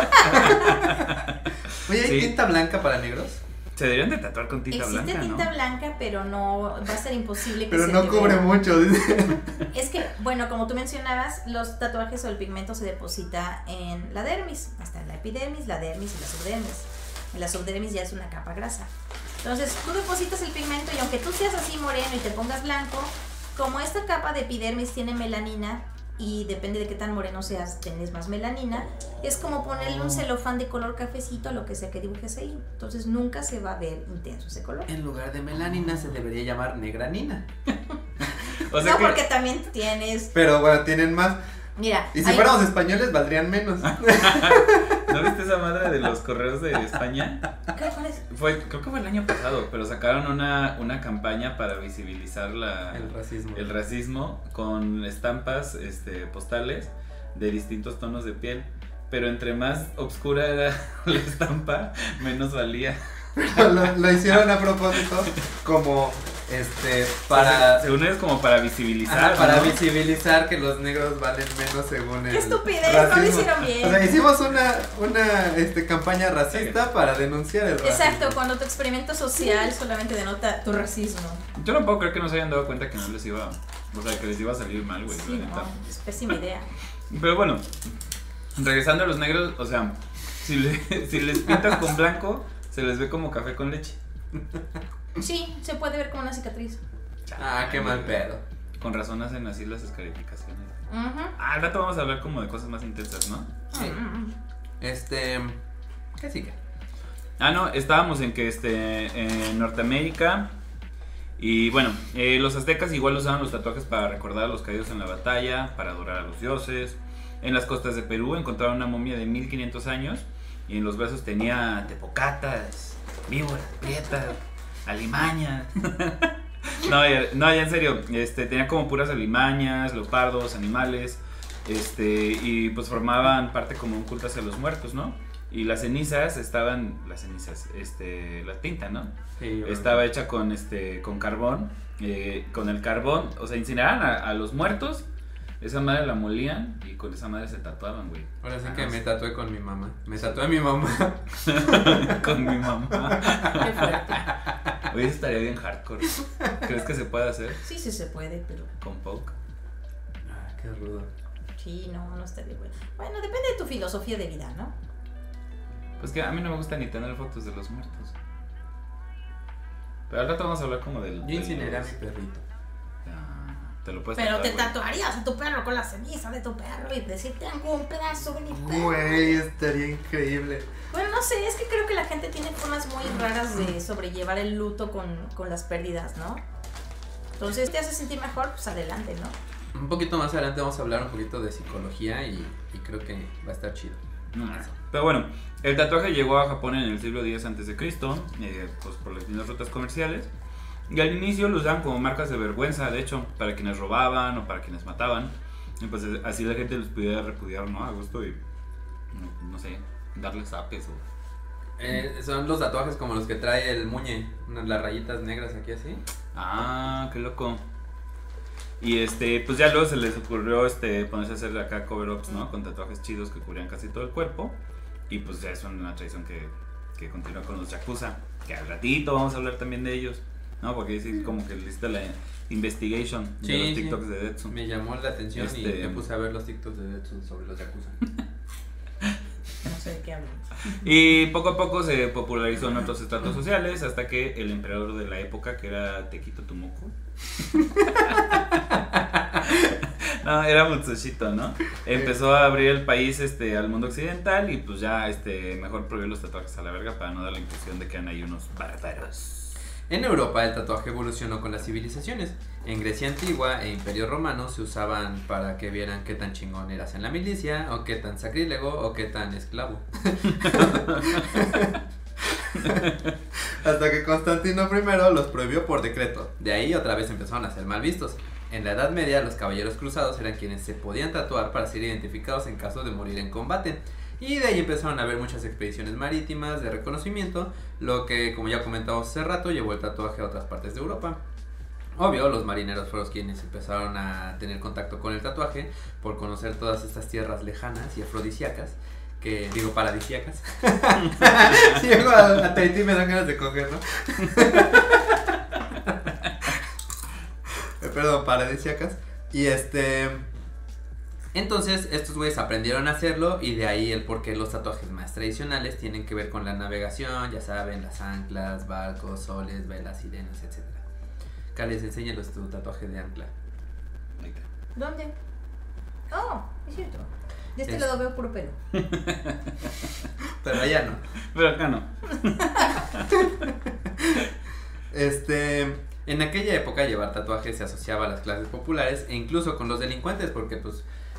[SPEAKER 1] Oye, ¿hay
[SPEAKER 2] Sí.
[SPEAKER 1] tinta blanca para negros?
[SPEAKER 2] Se deberían de tatuar con tinta
[SPEAKER 3] Existe
[SPEAKER 2] blanca,
[SPEAKER 3] tinta
[SPEAKER 2] ¿no?
[SPEAKER 3] blanca, pero no va a ser imposible que
[SPEAKER 1] Pero
[SPEAKER 3] se
[SPEAKER 1] no
[SPEAKER 3] te
[SPEAKER 1] cubre
[SPEAKER 3] vea.
[SPEAKER 1] mucho, dice.
[SPEAKER 3] Es que, bueno, como tú mencionabas, los tatuajes o el pigmento se deposita en la dermis. Hasta la epidermis, la dermis y la subdermis. En la subdermis ya es una capa grasa. Entonces, tú depositas el pigmento y aunque tú seas así moreno y te pongas blanco, como esta capa de epidermis tiene melanina y depende de qué tan moreno seas, tienes más melanina, es como ponerle un celofán de color cafecito a lo que sea que dibujes ahí. Entonces, nunca se va a ver intenso ese color.
[SPEAKER 1] En lugar de melanina se debería llamar negranina.
[SPEAKER 2] O sea
[SPEAKER 3] No,
[SPEAKER 2] que
[SPEAKER 3] porque también tienes...
[SPEAKER 1] Pero bueno, tienen más.
[SPEAKER 3] Mira.
[SPEAKER 1] Y si fuéramos españoles, valdrían menos.
[SPEAKER 2] ¿No viste esa madre de los correos de España?
[SPEAKER 3] ¿Cuál es?
[SPEAKER 2] Creo que fue el año pasado, pero sacaron una campaña para visibilizar
[SPEAKER 1] El
[SPEAKER 2] el racismo con estampas postales de distintos tonos de piel. Pero entre más oscura era la estampa, menos valía.
[SPEAKER 1] Lo hicieron a propósito como para
[SPEAKER 2] según es como para visibilizar,
[SPEAKER 1] para
[SPEAKER 2] ¿no?
[SPEAKER 1] visibilizar que los negros valen menos según el
[SPEAKER 3] ¡Qué estupidez!
[SPEAKER 1] racismo.
[SPEAKER 3] No lo hicieron bien.
[SPEAKER 1] O sea, hicimos una campaña racista para denunciar el racismo.
[SPEAKER 3] Exacto, cuando tu experimento social solamente denota tu racismo.
[SPEAKER 2] Yo no puedo creer que no se hayan dado cuenta que no les iba, o sea, que les iba a salir mal, güey,
[SPEAKER 3] Sí,
[SPEAKER 2] la neta.
[SPEAKER 3] no, es pésima idea.
[SPEAKER 2] Pero bueno, regresando a los negros, o sea, si les pintas con blanco, se les ve como café con leche.
[SPEAKER 3] Sí, se puede ver como una cicatriz.
[SPEAKER 1] Qué mal pedo.
[SPEAKER 2] Con razón hacen así las escarificaciones.
[SPEAKER 3] Ujú.
[SPEAKER 2] Al rato vamos a hablar como de cosas más intensas, ¿no?
[SPEAKER 1] Sí. ¿Qué sigue?
[SPEAKER 2] No, estábamos en que en Norteamérica. Y bueno, los aztecas igual usaban los tatuajes para recordar a los caídos en la batalla, para adorar a los dioses. En las costas de Perú encontraron una momia de 1500 años y en los brazos tenía tepocatas, víboras, prietas, alimañas. No, ya en serio, tenía como puras alimañas, leopardos, animales, y pues formaban parte como un culto hacia los muertos, ¿no? Y las cenizas la tinta, ¿no?
[SPEAKER 1] Sí,
[SPEAKER 2] Estaba hecha con carbón, con el carbón, o sea, incineraban a los muertos, esa madre la molían y con esa madre se tatuaban, güey.
[SPEAKER 1] Ahora sí que me tatué con mi mamá. Me tatué a mi mamá.
[SPEAKER 2] Con mi mamá.
[SPEAKER 3] Qué fuerte.
[SPEAKER 2] Oye, estaría bien hardcore. ¿Crees que se puede hacer
[SPEAKER 3] Sí, se puede, pero
[SPEAKER 2] con poke?
[SPEAKER 1] Qué rudo.
[SPEAKER 3] sí, no estaría bueno. Bueno, depende de tu filosofía de vida, ¿no?
[SPEAKER 2] Pues que a mí no me gusta ni tener fotos de los muertos. Pero al rato vamos a hablar como del...
[SPEAKER 1] Yo incineré a mi perrito.
[SPEAKER 2] Te lo puedes
[SPEAKER 3] Pero
[SPEAKER 2] tatuar,
[SPEAKER 3] te
[SPEAKER 2] güey.
[SPEAKER 3] tatuarías a tu perro con la ceniza de tu perro y decir, tengo un pedazo de mi perro.
[SPEAKER 1] Güey, estaría increíble.
[SPEAKER 3] Bueno, no sé, es que creo que la gente tiene formas muy raras de sobrellevar el luto con las pérdidas, ¿no? Entonces, ¿te hace sentir mejor? Pues adelante, ¿no?
[SPEAKER 1] Un poquito más adelante vamos a hablar un poquito de psicología y creo que va a estar chido.
[SPEAKER 2] Pero bueno, el tatuaje llegó a Japón en el siglo X a.C., pues por las mismas rutas comerciales. Y al inicio lo usaban como marcas de vergüenza, de hecho, para quienes robaban o para quienes mataban. Y pues así la gente los pudiera repudiar, ¿no? A gusto y, no sé, darles zapes o...
[SPEAKER 1] Son los tatuajes como los que trae el Muñe, las rayitas negras aquí así.
[SPEAKER 2] Qué loco. Y pues ya luego se les ocurrió ponerse a hacer acá cover-ups, ¿no? Con tatuajes chidos que cubrían casi todo el cuerpo. Y pues ya es una tradición que continúa con los yakuza, que al ratito vamos a hablar también de ellos, ¿no? Porque sí, como que le hiciste la investigation de los TikToks de Detsu.
[SPEAKER 1] Me llamó la atención y me puse a ver los TikToks de Detsu sobre los yakuza.
[SPEAKER 3] No sé de qué hablan.
[SPEAKER 2] Y poco a poco se popularizó en otros estratos sociales hasta que el emperador de la época, que era Tekito Tumoku, no, era Mutsushito, ¿no? Empezó a abrir el país al mundo occidental y pues ya mejor prohibió los tatuajes a la verga para no dar la impresión de que eran ahí unos bárbaros.
[SPEAKER 1] En Europa el tatuaje evolucionó con las civilizaciones. En Grecia antigua e Imperio Romano se usaban para que vieran qué tan chingón eras en la milicia, o qué tan sacrílego, o qué tan esclavo. Hasta que Constantino I los prohibió por decreto. De ahí otra vez empezaron a ser mal vistos. En la Edad Media los caballeros cruzados eran quienes se podían tatuar para ser identificados en caso de morir en combate. Y de ahí empezaron a haber muchas expediciones marítimas de reconocimiento, lo que, como ya comentamos hace rato, llevó el tatuaje a otras partes de Europa. Obvio, los marineros fueron quienes empezaron a tener contacto con el tatuaje por conocer todas estas tierras lejanas y afrodisíacas, paradisíacas. Si llego a Tahití me dan ganas de coger, ¿no? Perdón, paradisíacas. Y entonces estos güeyes aprendieron a hacerlo y de ahí el por qué los tatuajes más tradicionales tienen que ver con la navegación, ya saben, las anclas, barcos, soles, velas, sirenas, etc. Cales, enséñalos tu tatuaje de ancla.
[SPEAKER 3] ¿Dónde? Oh, es cierto. De este lado veo puro pelo.
[SPEAKER 1] Pero allá no.
[SPEAKER 2] Pero acá no.
[SPEAKER 1] En aquella época llevar tatuajes se asociaba a las clases populares e incluso con los delincuentes porque pues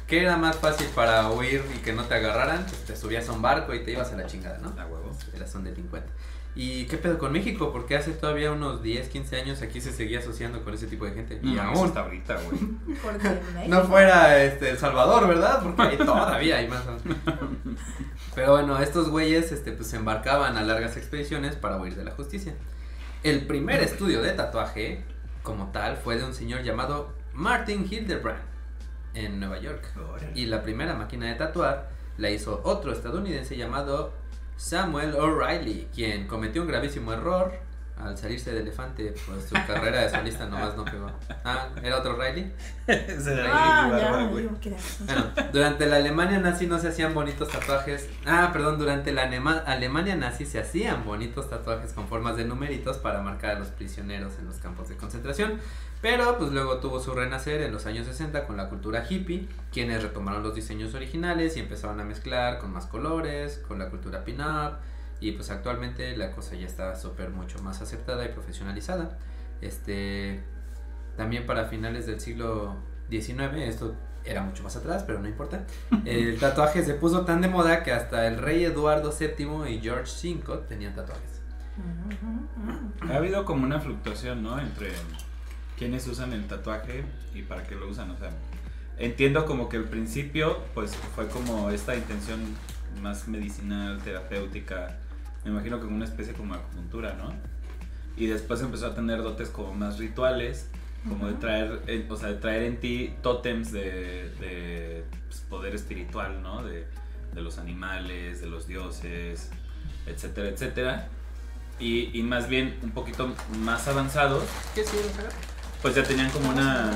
[SPEAKER 1] ¿Qué era más fácil para huir y que no te agarraran? Pues te subías a un barco y te ibas a la chingada, ¿no?
[SPEAKER 2] A huevo.
[SPEAKER 1] Eras un delincuente. ¿Y qué pedo con México? Porque hace todavía unos 10, 15 años aquí se seguía asociando con ese tipo de gente. Y
[SPEAKER 2] No,
[SPEAKER 1] aún
[SPEAKER 2] eso hasta ahorita, güey.
[SPEAKER 3] Porque México.
[SPEAKER 1] no fuera El Salvador, ¿verdad? Porque ahí todavía hay más. Pero bueno, estos güeyes pues se embarcaban a largas expediciones para huir de la justicia. El primer estudio de tatuaje como tal fue de un señor llamado Martin Hildebrand en Nueva York. Y la primera máquina de tatuar la hizo otro estadounidense llamado Samuel O'Reilly, quien cometió un gravísimo error al salirse de elefante, pues su carrera de solista nomás no pegó. Ah, ¿era otro O'Reilly?
[SPEAKER 2] Ese era Lady Barba, güey.
[SPEAKER 1] Bueno, durante la Alemania nazi no se hacían bonitos tatuajes. Durante la Alemania nazi se hacían bonitos tatuajes con formas de numeritos para marcar a los prisioneros en los campos de concentración. Pero pues luego tuvo su renacer en los años 60 con la cultura hippie, quienes retomaron los diseños originales y empezaron a mezclar con más colores, con la cultura pin-up, y pues actualmente la cosa ya está súper mucho más aceptada y profesionalizada. También para finales del siglo XIX, esto era mucho más atrás, pero no importa, el tatuaje se puso tan de moda que hasta el rey Eduardo VII y George V tenían tatuajes.
[SPEAKER 2] Ha habido como una fluctuación, ¿no? Entre quiénes usan el tatuaje y para qué lo usan, o sea, entiendo como que al principio pues fue como esta intención más medicinal, terapéutica, me imagino como una especie como de acupuntura, ¿no? Y después empezó a tener dotes como más rituales, como de traer, de traer en ti tótems de pues, poder espiritual, ¿no? De los animales, de los dioses, etcétera, etcétera. Y más bien un poquito más avanzados.
[SPEAKER 1] ¿Qué sí?
[SPEAKER 2] Pues ya tenían como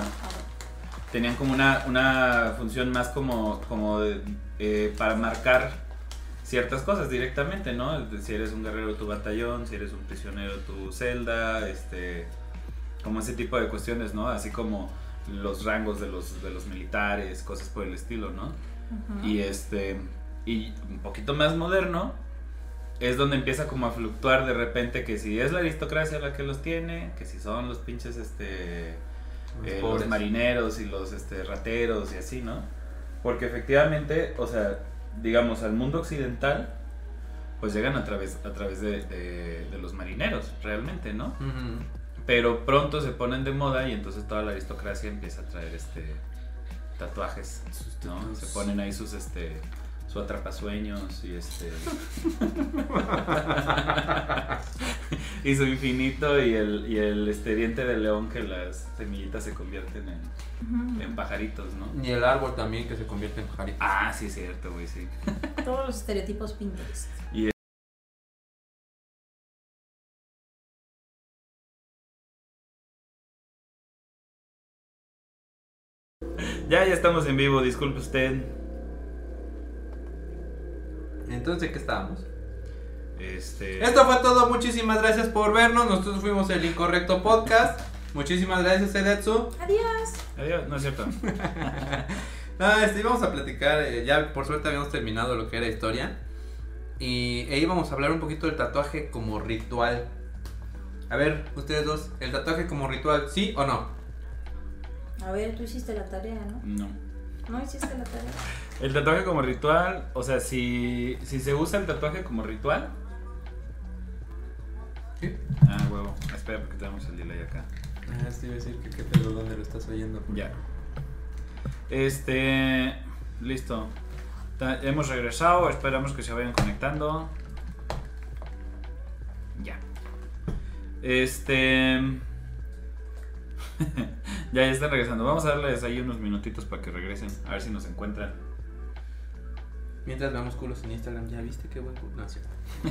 [SPEAKER 2] una función más como para marcar ciertas cosas directamente, ¿no? Si eres un guerrero tu batallón, si eres un prisionero tu celda, como ese tipo de cuestiones, ¿no? Así como los rangos de los militares, cosas por el estilo, ¿no? Uh-huh. Y un poquito más moderno es donde empieza como a fluctuar de repente que si es la aristocracia la que los tiene, que si son los pinches los marineros y los rateros y así, ¿no? Porque efectivamente, o sea, digamos al mundo occidental pues llegan a través de los marineros realmente, ¿no? Uh-huh. Pero pronto se ponen de moda y entonces toda la aristocracia empieza a traer tatuajes, ¿no? Se ponen ahí su atrapasueños y y su infinito y el diente de león que las semillitas se convierten en pajaritos, ¿no?
[SPEAKER 1] Y el árbol también que se convierte en pajarito.
[SPEAKER 2] Ah, sí, cierto, güey, sí.
[SPEAKER 3] Todos los estereotipos Pinterest.
[SPEAKER 2] Y ya estamos en vivo, disculpe usted.
[SPEAKER 1] Entonces, ¿qué estábamos? Esto fue todo, muchísimas gracias por vernos. Nosotros fuimos el Incorrecto Podcast. Muchísimas gracias, Edetsu.
[SPEAKER 3] Adiós,
[SPEAKER 2] no es cierto.
[SPEAKER 1] Íbamos a platicar, ya por suerte habíamos terminado lo que era historia. E íbamos a hablar un poquito del tatuaje como ritual. A ver, ustedes dos, ¿el tatuaje como ritual, sí o no?
[SPEAKER 3] A ver, tú hiciste la tarea, ¿no? ¿No hiciste la tarea?
[SPEAKER 2] El tatuaje como ritual, o sea, si se usa el tatuaje como ritual.
[SPEAKER 1] ¿Qué?
[SPEAKER 2] Ah, huevo. Espera porque tenemos el delay acá.
[SPEAKER 1] Sí, iba a decir que qué pedo, ¿dónde lo estás oyendo?
[SPEAKER 2] Ya. Listo. Hemos regresado, esperamos que se vayan conectando. Ya. Ya están regresando. Vamos a darles ahí unos minutitos para que regresen. A ver si nos encuentran.
[SPEAKER 1] Mientras veamos culos en Instagram. ¿Ya viste qué buen culo? No, es cierto.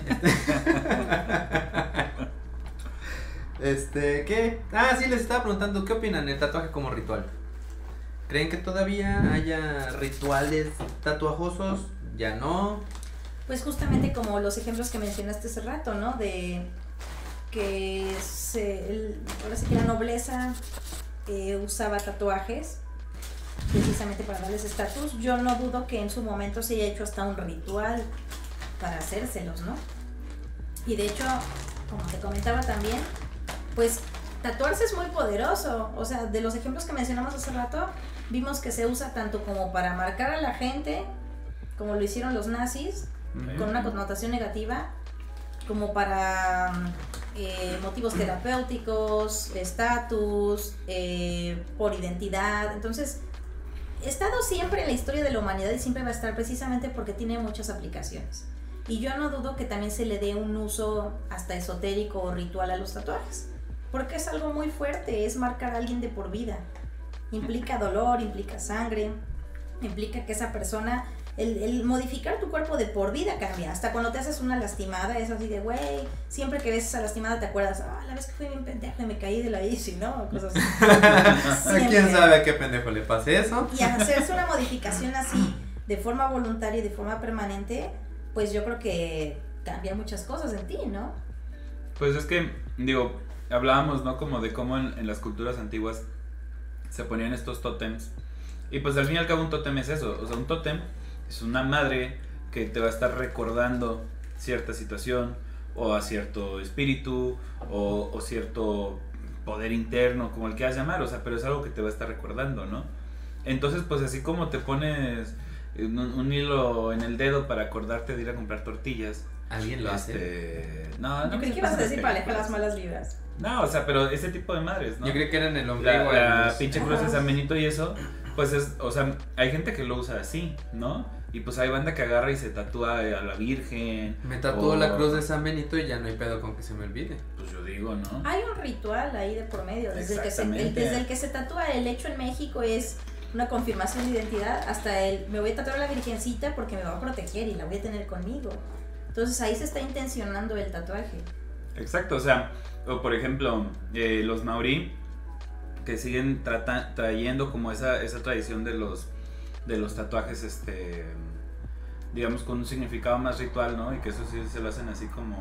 [SPEAKER 1] ¿Qué? Sí, les estaba preguntando, ¿qué opinan del tatuaje como ritual? ¿Creen que todavía haya rituales tatuajosos? ¿Ya no?
[SPEAKER 3] Pues justamente como los ejemplos que mencionaste hace rato, ¿no? De que ahora sí que la nobleza usaba tatuajes precisamente para darles estatus. Yo no dudo que en su momento se haya hecho hasta un ritual para hacérselos, ¿no? Y de hecho, como te comentaba también, pues tatuarse es muy poderoso. O sea, de los ejemplos que mencionamos hace rato, vimos que se usa tanto como para marcar a la gente, como lo hicieron los nazis, con una connotación negativa, como para motivos terapéuticos, estatus, por identidad. Entonces, ha estado siempre en la historia de la humanidad y siempre va a estar precisamente porque tiene muchas aplicaciones. Y yo no dudo que también se le dé un uso hasta esotérico o ritual a los tatuajes, porque es algo muy fuerte, es marcar a alguien de por vida. Implica dolor, implica sangre, implica que esa persona, el modificar tu cuerpo de por vida cambia. Hasta cuando te haces una lastimada, es así de, güey, siempre que ves esa lastimada te acuerdas, la vez que fui bien pendejo y me caí de la bici, ¿no? Cosas así.
[SPEAKER 1] ¿Quién sabe a qué pendejo le pase eso?
[SPEAKER 3] Y hacerse una modificación así, de forma voluntaria y de forma permanente, pues yo creo que cambia muchas cosas en ti, ¿no?
[SPEAKER 2] Pues es que, digo, hablábamos, ¿no? Como de cómo en las culturas antiguas se ponían estos tótems. Y pues al fin y al cabo un tótem es eso. O sea, un tótem es una madre que te va a estar recordando cierta situación, o a cierto espíritu, o cierto poder interno, como el quieras llamar. O sea, pero es algo que te va a estar recordando, ¿no? Entonces, pues así como te pones un hilo en el dedo para acordarte de ir a comprar tortillas.
[SPEAKER 1] ¿Alguien lo hace?
[SPEAKER 2] No,
[SPEAKER 3] yo creí que ibas a decir para alejar las malas vibras.
[SPEAKER 2] No, o sea, pero ese tipo de madres, ¿no?
[SPEAKER 1] Yo creí que era en el ombligo.
[SPEAKER 2] La pinche cruz de San Benito y eso, pues es, o sea, hay gente que lo usa así, ¿no? Y pues hay banda que agarra y se tatúa a la Virgen.
[SPEAKER 1] Me tatuó la cruz de San Benito y ya no hay pedo con que se me olvide.
[SPEAKER 2] Pues yo digo, ¿no?
[SPEAKER 3] Hay un ritual ahí de por medio. Desde el que se tatúa el hecho en México es una confirmación de identidad, hasta el me voy a tatuar a la Virgencita porque me va a proteger y la voy a tener conmigo. Entonces ahí se está intencionando el tatuaje.
[SPEAKER 2] Exacto, o sea, o por ejemplo, los maorí que siguen trayendo como esa tradición de los tatuajes, digamos, con un significado más ritual, ¿no? Y que eso sí se lo hacen así como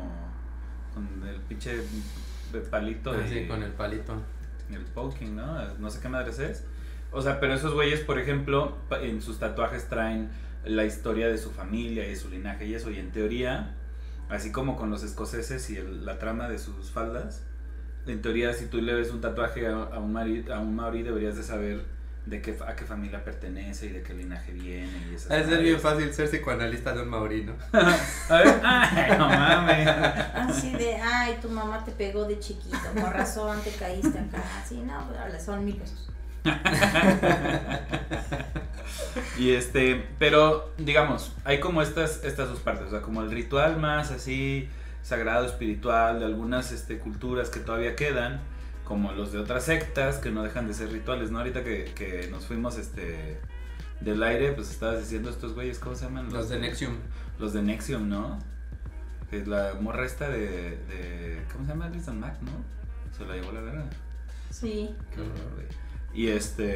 [SPEAKER 2] con el pinche palito.
[SPEAKER 1] Sí, con el palito.
[SPEAKER 2] El poking, ¿no? No sé qué madres es. O sea, pero esos güeyes, por ejemplo, en sus tatuajes traen la historia de su familia y de su linaje y eso, y en teoría, así como con los escoceses y la trama de sus faldas, en teoría si tú le ves un tatuaje a un maorí deberías de saber a qué familia pertenece y de qué linaje viene y esas
[SPEAKER 1] Es bien fácil ser psicoanalista de un maorí, ¿no?
[SPEAKER 2] A ver, ay, no mames.
[SPEAKER 3] Así de, ay, tu mamá te pegó de chiquito, por razón te caíste acá, así, no, pues son 1,000 pesos.
[SPEAKER 2] Y pero digamos, hay como estas dos partes, o sea, como el ritual más así sagrado, espiritual de algunas culturas que todavía quedan, como los de otras sectas que no dejan de ser rituales, ¿no? Ahorita que nos fuimos del aire, pues estabas diciendo estos güeyes, ¿cómo se llaman?
[SPEAKER 1] Los de Nexium.
[SPEAKER 2] Los de Nexium, ¿no? Que la morra esta de ¿cómo se llama? Alison Mack, ¿no? Se la llevó la verga.
[SPEAKER 3] Sí.
[SPEAKER 2] Qué horror, güey. Y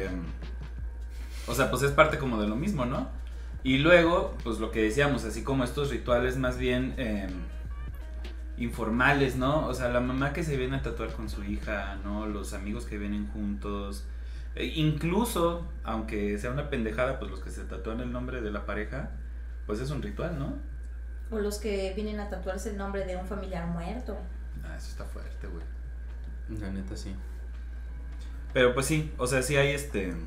[SPEAKER 2] o sea, pues es parte como de lo mismo, ¿no? Y luego, pues lo que decíamos, así como estos rituales más bien informales, ¿no? O sea, la mamá que se viene a tatuar con su hija, ¿no? Los amigos que vienen juntos. Incluso, aunque sea una pendejada, pues los que se tatúan el nombre de la pareja, pues es un ritual, ¿no?
[SPEAKER 3] O los que vienen a tatuarse el nombre de un familiar muerto.
[SPEAKER 2] Eso está fuerte, güey.
[SPEAKER 1] La neta, sí.
[SPEAKER 2] Pero pues sí, o sea, sí hay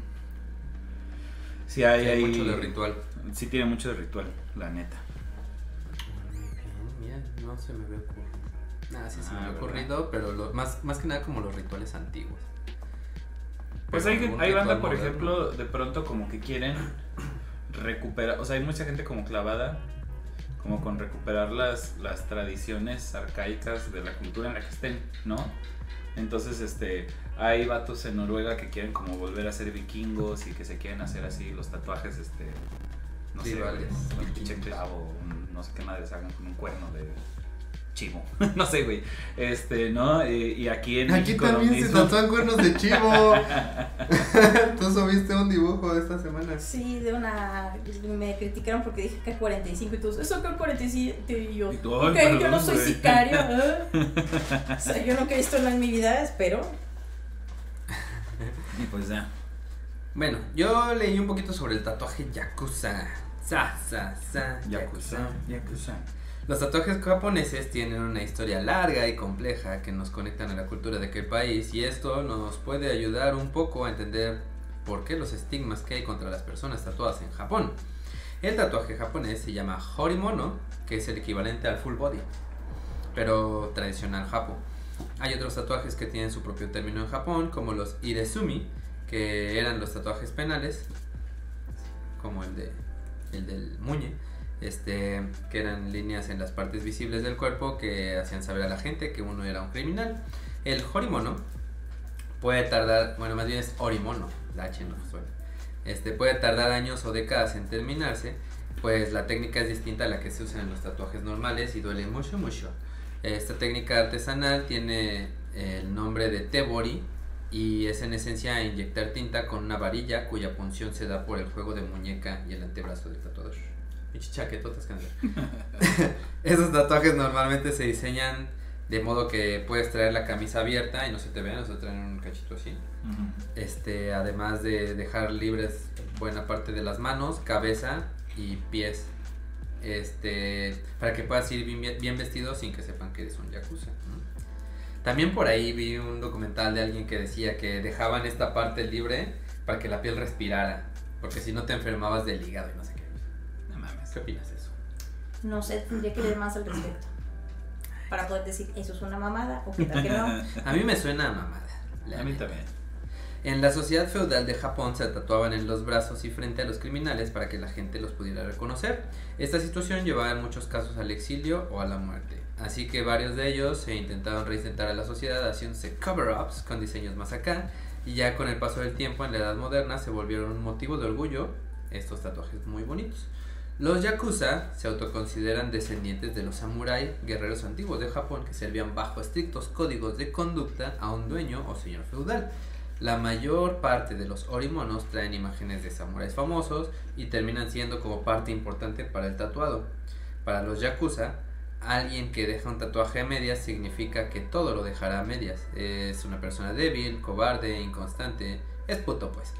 [SPEAKER 2] sí hay
[SPEAKER 1] mucho de ritual.
[SPEAKER 2] Sí tiene mucho de ritual, la neta.
[SPEAKER 1] Mira, no se me había ocurrido. Sí se me había ocurrido, pero más que nada como los rituales antiguos.
[SPEAKER 2] Pues hay banda, por ejemplo, de pronto como que quieren recuperar, o sea, hay mucha gente como clavada, como con recuperar las tradiciones arcaicas de la cultura en la que estén, ¿no? Entonces, hay vatos en Noruega que quieren como volver a ser vikingos y que se quieren hacer así los tatuajes, no sé, un pinche clavo, no sé qué madres hagan con un cuerno de chivo, no sé, güey, ¿no? Y aquí en México
[SPEAKER 1] también se tatúan cuernos de chivo. ¿Tú subiste un dibujo esta semana?
[SPEAKER 3] Sí, me criticaron porque dije que 45 y todos, eso que 47 y yo,
[SPEAKER 2] ok,
[SPEAKER 3] yo no soy sicario, o sea, yo nunca he visto nada en mi vida, espero.
[SPEAKER 2] Y pues ya.
[SPEAKER 1] Bueno, yo leí un poquito sobre el tatuaje Yakuza.
[SPEAKER 2] Yakuza.
[SPEAKER 1] Los tatuajes japoneses tienen una historia larga y compleja que nos conectan a la cultura de aquel país, y esto nos puede ayudar un poco a entender por qué los estigmas que hay contra las personas tatuadas en Japón. El tatuaje japonés se llama horimono, que es el equivalente al full body, pero tradicional japo. Hay otros tatuajes que tienen su propio término en Japón, como los irezumi, que eran los tatuajes penales, como el del muñe, que eran líneas en las partes visibles del cuerpo que hacían saber a la gente que uno era un criminal. El horimono puede tardar, bueno, más bien es horimono, la H no suena. Puede tardar años o décadas en terminarse, pues la técnica es distinta a la que se usa en los tatuajes normales y duele mucho, mucho. Esta técnica artesanal tiene el nombre de tebori y es en esencia inyectar tinta con una varilla cuya punción se da por el juego de muñeca y el antebrazo del tatuador. Pinche chaquetotas que andan. Esos tatuajes normalmente se diseñan de modo que puedes traer la camisa abierta y no se te ve, no se traen un cachito así. Además de dejar libres buena parte de las manos, cabeza y pies. Para que puedas ir bien vestido sin que sepan que eres un yakuza, ¿no? También por ahí vi un documental de alguien que decía que dejaban esta parte libre para que la piel respirara, porque si no te enfermabas del hígado y no sé qué. No mames, ¿qué opinas de eso?
[SPEAKER 3] No sé, tendría que leer más al respecto para poder decir, ¿eso es una mamada o qué tal que no?
[SPEAKER 1] A mí me suena a mamada.
[SPEAKER 2] A mí también.
[SPEAKER 1] En la sociedad feudal de Japón se tatuaban en los brazos y frente a los criminales para que la gente los pudiera reconocer. Esta situación llevaba en muchos casos al exilio o a la muerte. Así que varios de ellos se intentaron reinsertar a la sociedad haciéndose cover-ups con diseños más acá. Y ya con el paso del tiempo en la edad moderna se volvieron un motivo de orgullo estos tatuajes muy bonitos. Los yakuza se autoconsideran descendientes de los samurái, guerreros antiguos de Japón que servían bajo estrictos códigos de conducta a un dueño o señor feudal. La mayor parte de los horimonos traen imágenes de samuráis famosos y terminan siendo como parte importante para el tatuado. Para los yakuza, alguien que deja un tatuaje a medias significa que todo lo dejará a medias. Es una persona débil, cobarde, inconstante. Es puto, pues.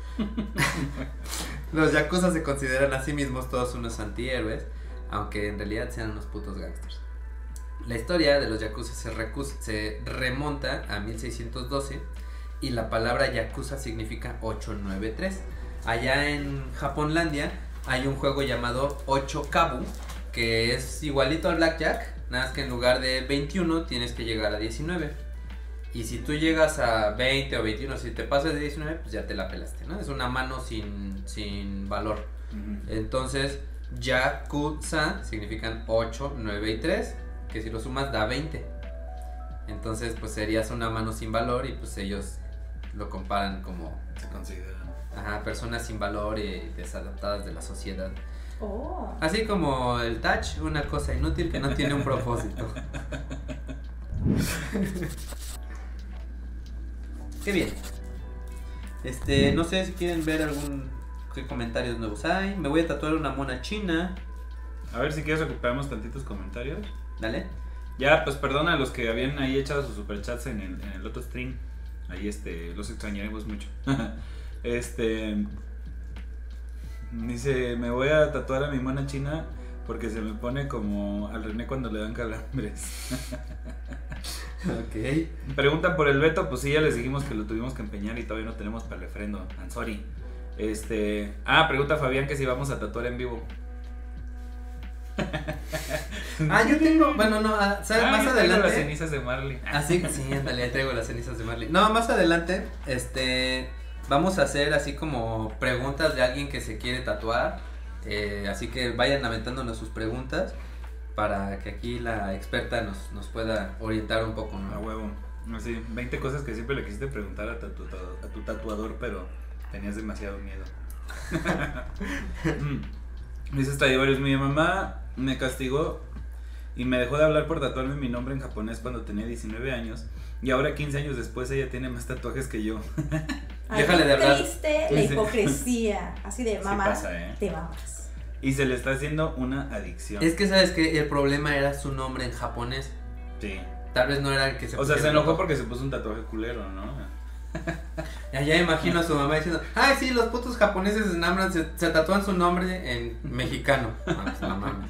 [SPEAKER 1] Los yakuza se consideran a sí mismos todos unos antihéroes, aunque en realidad sean unos putos gangsters. La historia de los yakuza se remonta a 1612 y la palabra yakuza significa 893. Allá en Japonlandia hay un juego llamado 8 Kabu, que es igualito al Blackjack, nada más que en lugar de 21 tienes que llegar a 19. Y si tú llegas a 20 o 21, si te pasas de 19, pues ya te la pelaste, ¿no? Es una mano sin valor. Entonces, yakuza significan 8, 9 y 3, que si lo sumas da 20. Entonces, pues serías una mano sin valor y pues ellos lo comparan como...
[SPEAKER 2] Se consideran.
[SPEAKER 1] Ajá, personas sin valor y desadaptadas de la sociedad.
[SPEAKER 3] Oh.
[SPEAKER 1] Así como el touch, una cosa inútil que no tiene un propósito. Qué bien. No sé si quieren ver qué comentarios nuevos hay. Me voy a tatuar una mona china.
[SPEAKER 2] A ver si quieres recuperamos tantitos comentarios.
[SPEAKER 1] Dale.
[SPEAKER 2] Ya, pues perdona a los que habían ahí echado sus superchats en el otro stream. Ahí los extrañaremos mucho. Dice, me voy a tatuar a mi mona china porque se me pone como al René cuando le dan calambres.
[SPEAKER 1] Ok.
[SPEAKER 2] Preguntan por el veto, pues sí, ya les dijimos que lo tuvimos que empeñar y todavía no tenemos para el refrendo. I'm sorry. Pregunta Fabián que si vamos a tatuar en vivo.
[SPEAKER 1] Yo tengo, bueno, no, ¿sabes? Más
[SPEAKER 2] yo
[SPEAKER 1] adelante.
[SPEAKER 2] tengo las cenizas de Marley.
[SPEAKER 1] Así, sí, ándale, ahí traigo las cenizas de Marley. No, más adelante, vamos a hacer así como preguntas de alguien que se quiere tatuar. Así que vayan aventándonos sus preguntas para que aquí la experta nos pueda orientar un poco, ¿no?
[SPEAKER 2] A huevo. Así, 20 cosas que siempre le quisiste preguntar a tu tatuador, pero tenías demasiado miedo. Dice Stradivarius, mi mamá me castigó y me dejó de hablar por tatuarme mi nombre en japonés cuando tenía 19 años. Y ahora 15 años después ella tiene más tatuajes que yo.
[SPEAKER 1] Déjale de hablar.
[SPEAKER 3] Triste la hipocresía. Así de mamá,
[SPEAKER 2] sí pasa,
[SPEAKER 3] te mamas.
[SPEAKER 2] Y se le está haciendo una adicción.
[SPEAKER 1] Es que sabes que el problema era su nombre en japonés.
[SPEAKER 2] Sí.
[SPEAKER 1] Tal vez no era el que se
[SPEAKER 2] O sea, se enojó porque se puso un tatuaje culero, ¿no?
[SPEAKER 1] Ya imagino a su mamá diciendo, ay sí, los putos japoneses se tatúan su nombre en mexicano. Pues, mamá.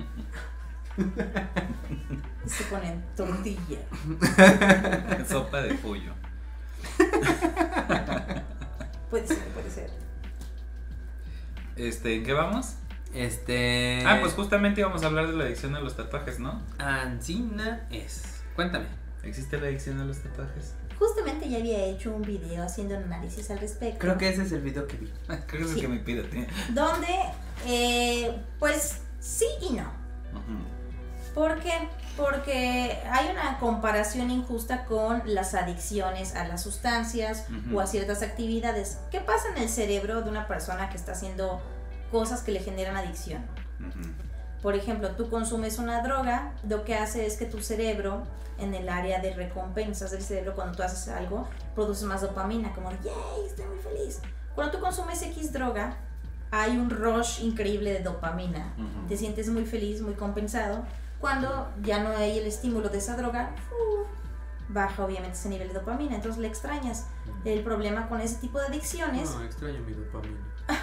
[SPEAKER 3] Y se ponen tortilla.
[SPEAKER 2] Sopa de pollo.
[SPEAKER 3] Puede ser, puede ser.
[SPEAKER 2] ¿En qué vamos? Pues justamente íbamos a hablar de la adicción a los tatuajes, ¿no?
[SPEAKER 1] Ancina es. Cuéntame.
[SPEAKER 2] ¿Existe la adicción a los tatuajes?
[SPEAKER 3] Justamente ya había hecho un video haciendo un análisis al respecto.
[SPEAKER 1] Creo que ese es el video que vi.
[SPEAKER 2] Creo que es el que me pide, tío.
[SPEAKER 3] Donde, pues, sí y no. ¿Por qué? Porque hay una comparación injusta con las adicciones a las sustancias o a ciertas actividades. ¿Qué pasa en el cerebro de una persona que está haciendo cosas que le generan adicción? Por ejemplo, tú consumes una droga, lo que hace es que tu cerebro, en el área de recompensas del cerebro, cuando tú haces algo, produces más dopamina, como de, ¡yay! Estoy muy feliz. Cuando tú consumes X droga, hay un rush increíble de dopamina. Te sientes muy feliz, muy compensado. Cuando ya no hay el estímulo de esa droga, baja obviamente ese nivel de dopamina, entonces le extrañas. El problema con ese tipo de adicciones...
[SPEAKER 1] No, extraño mi dopamina.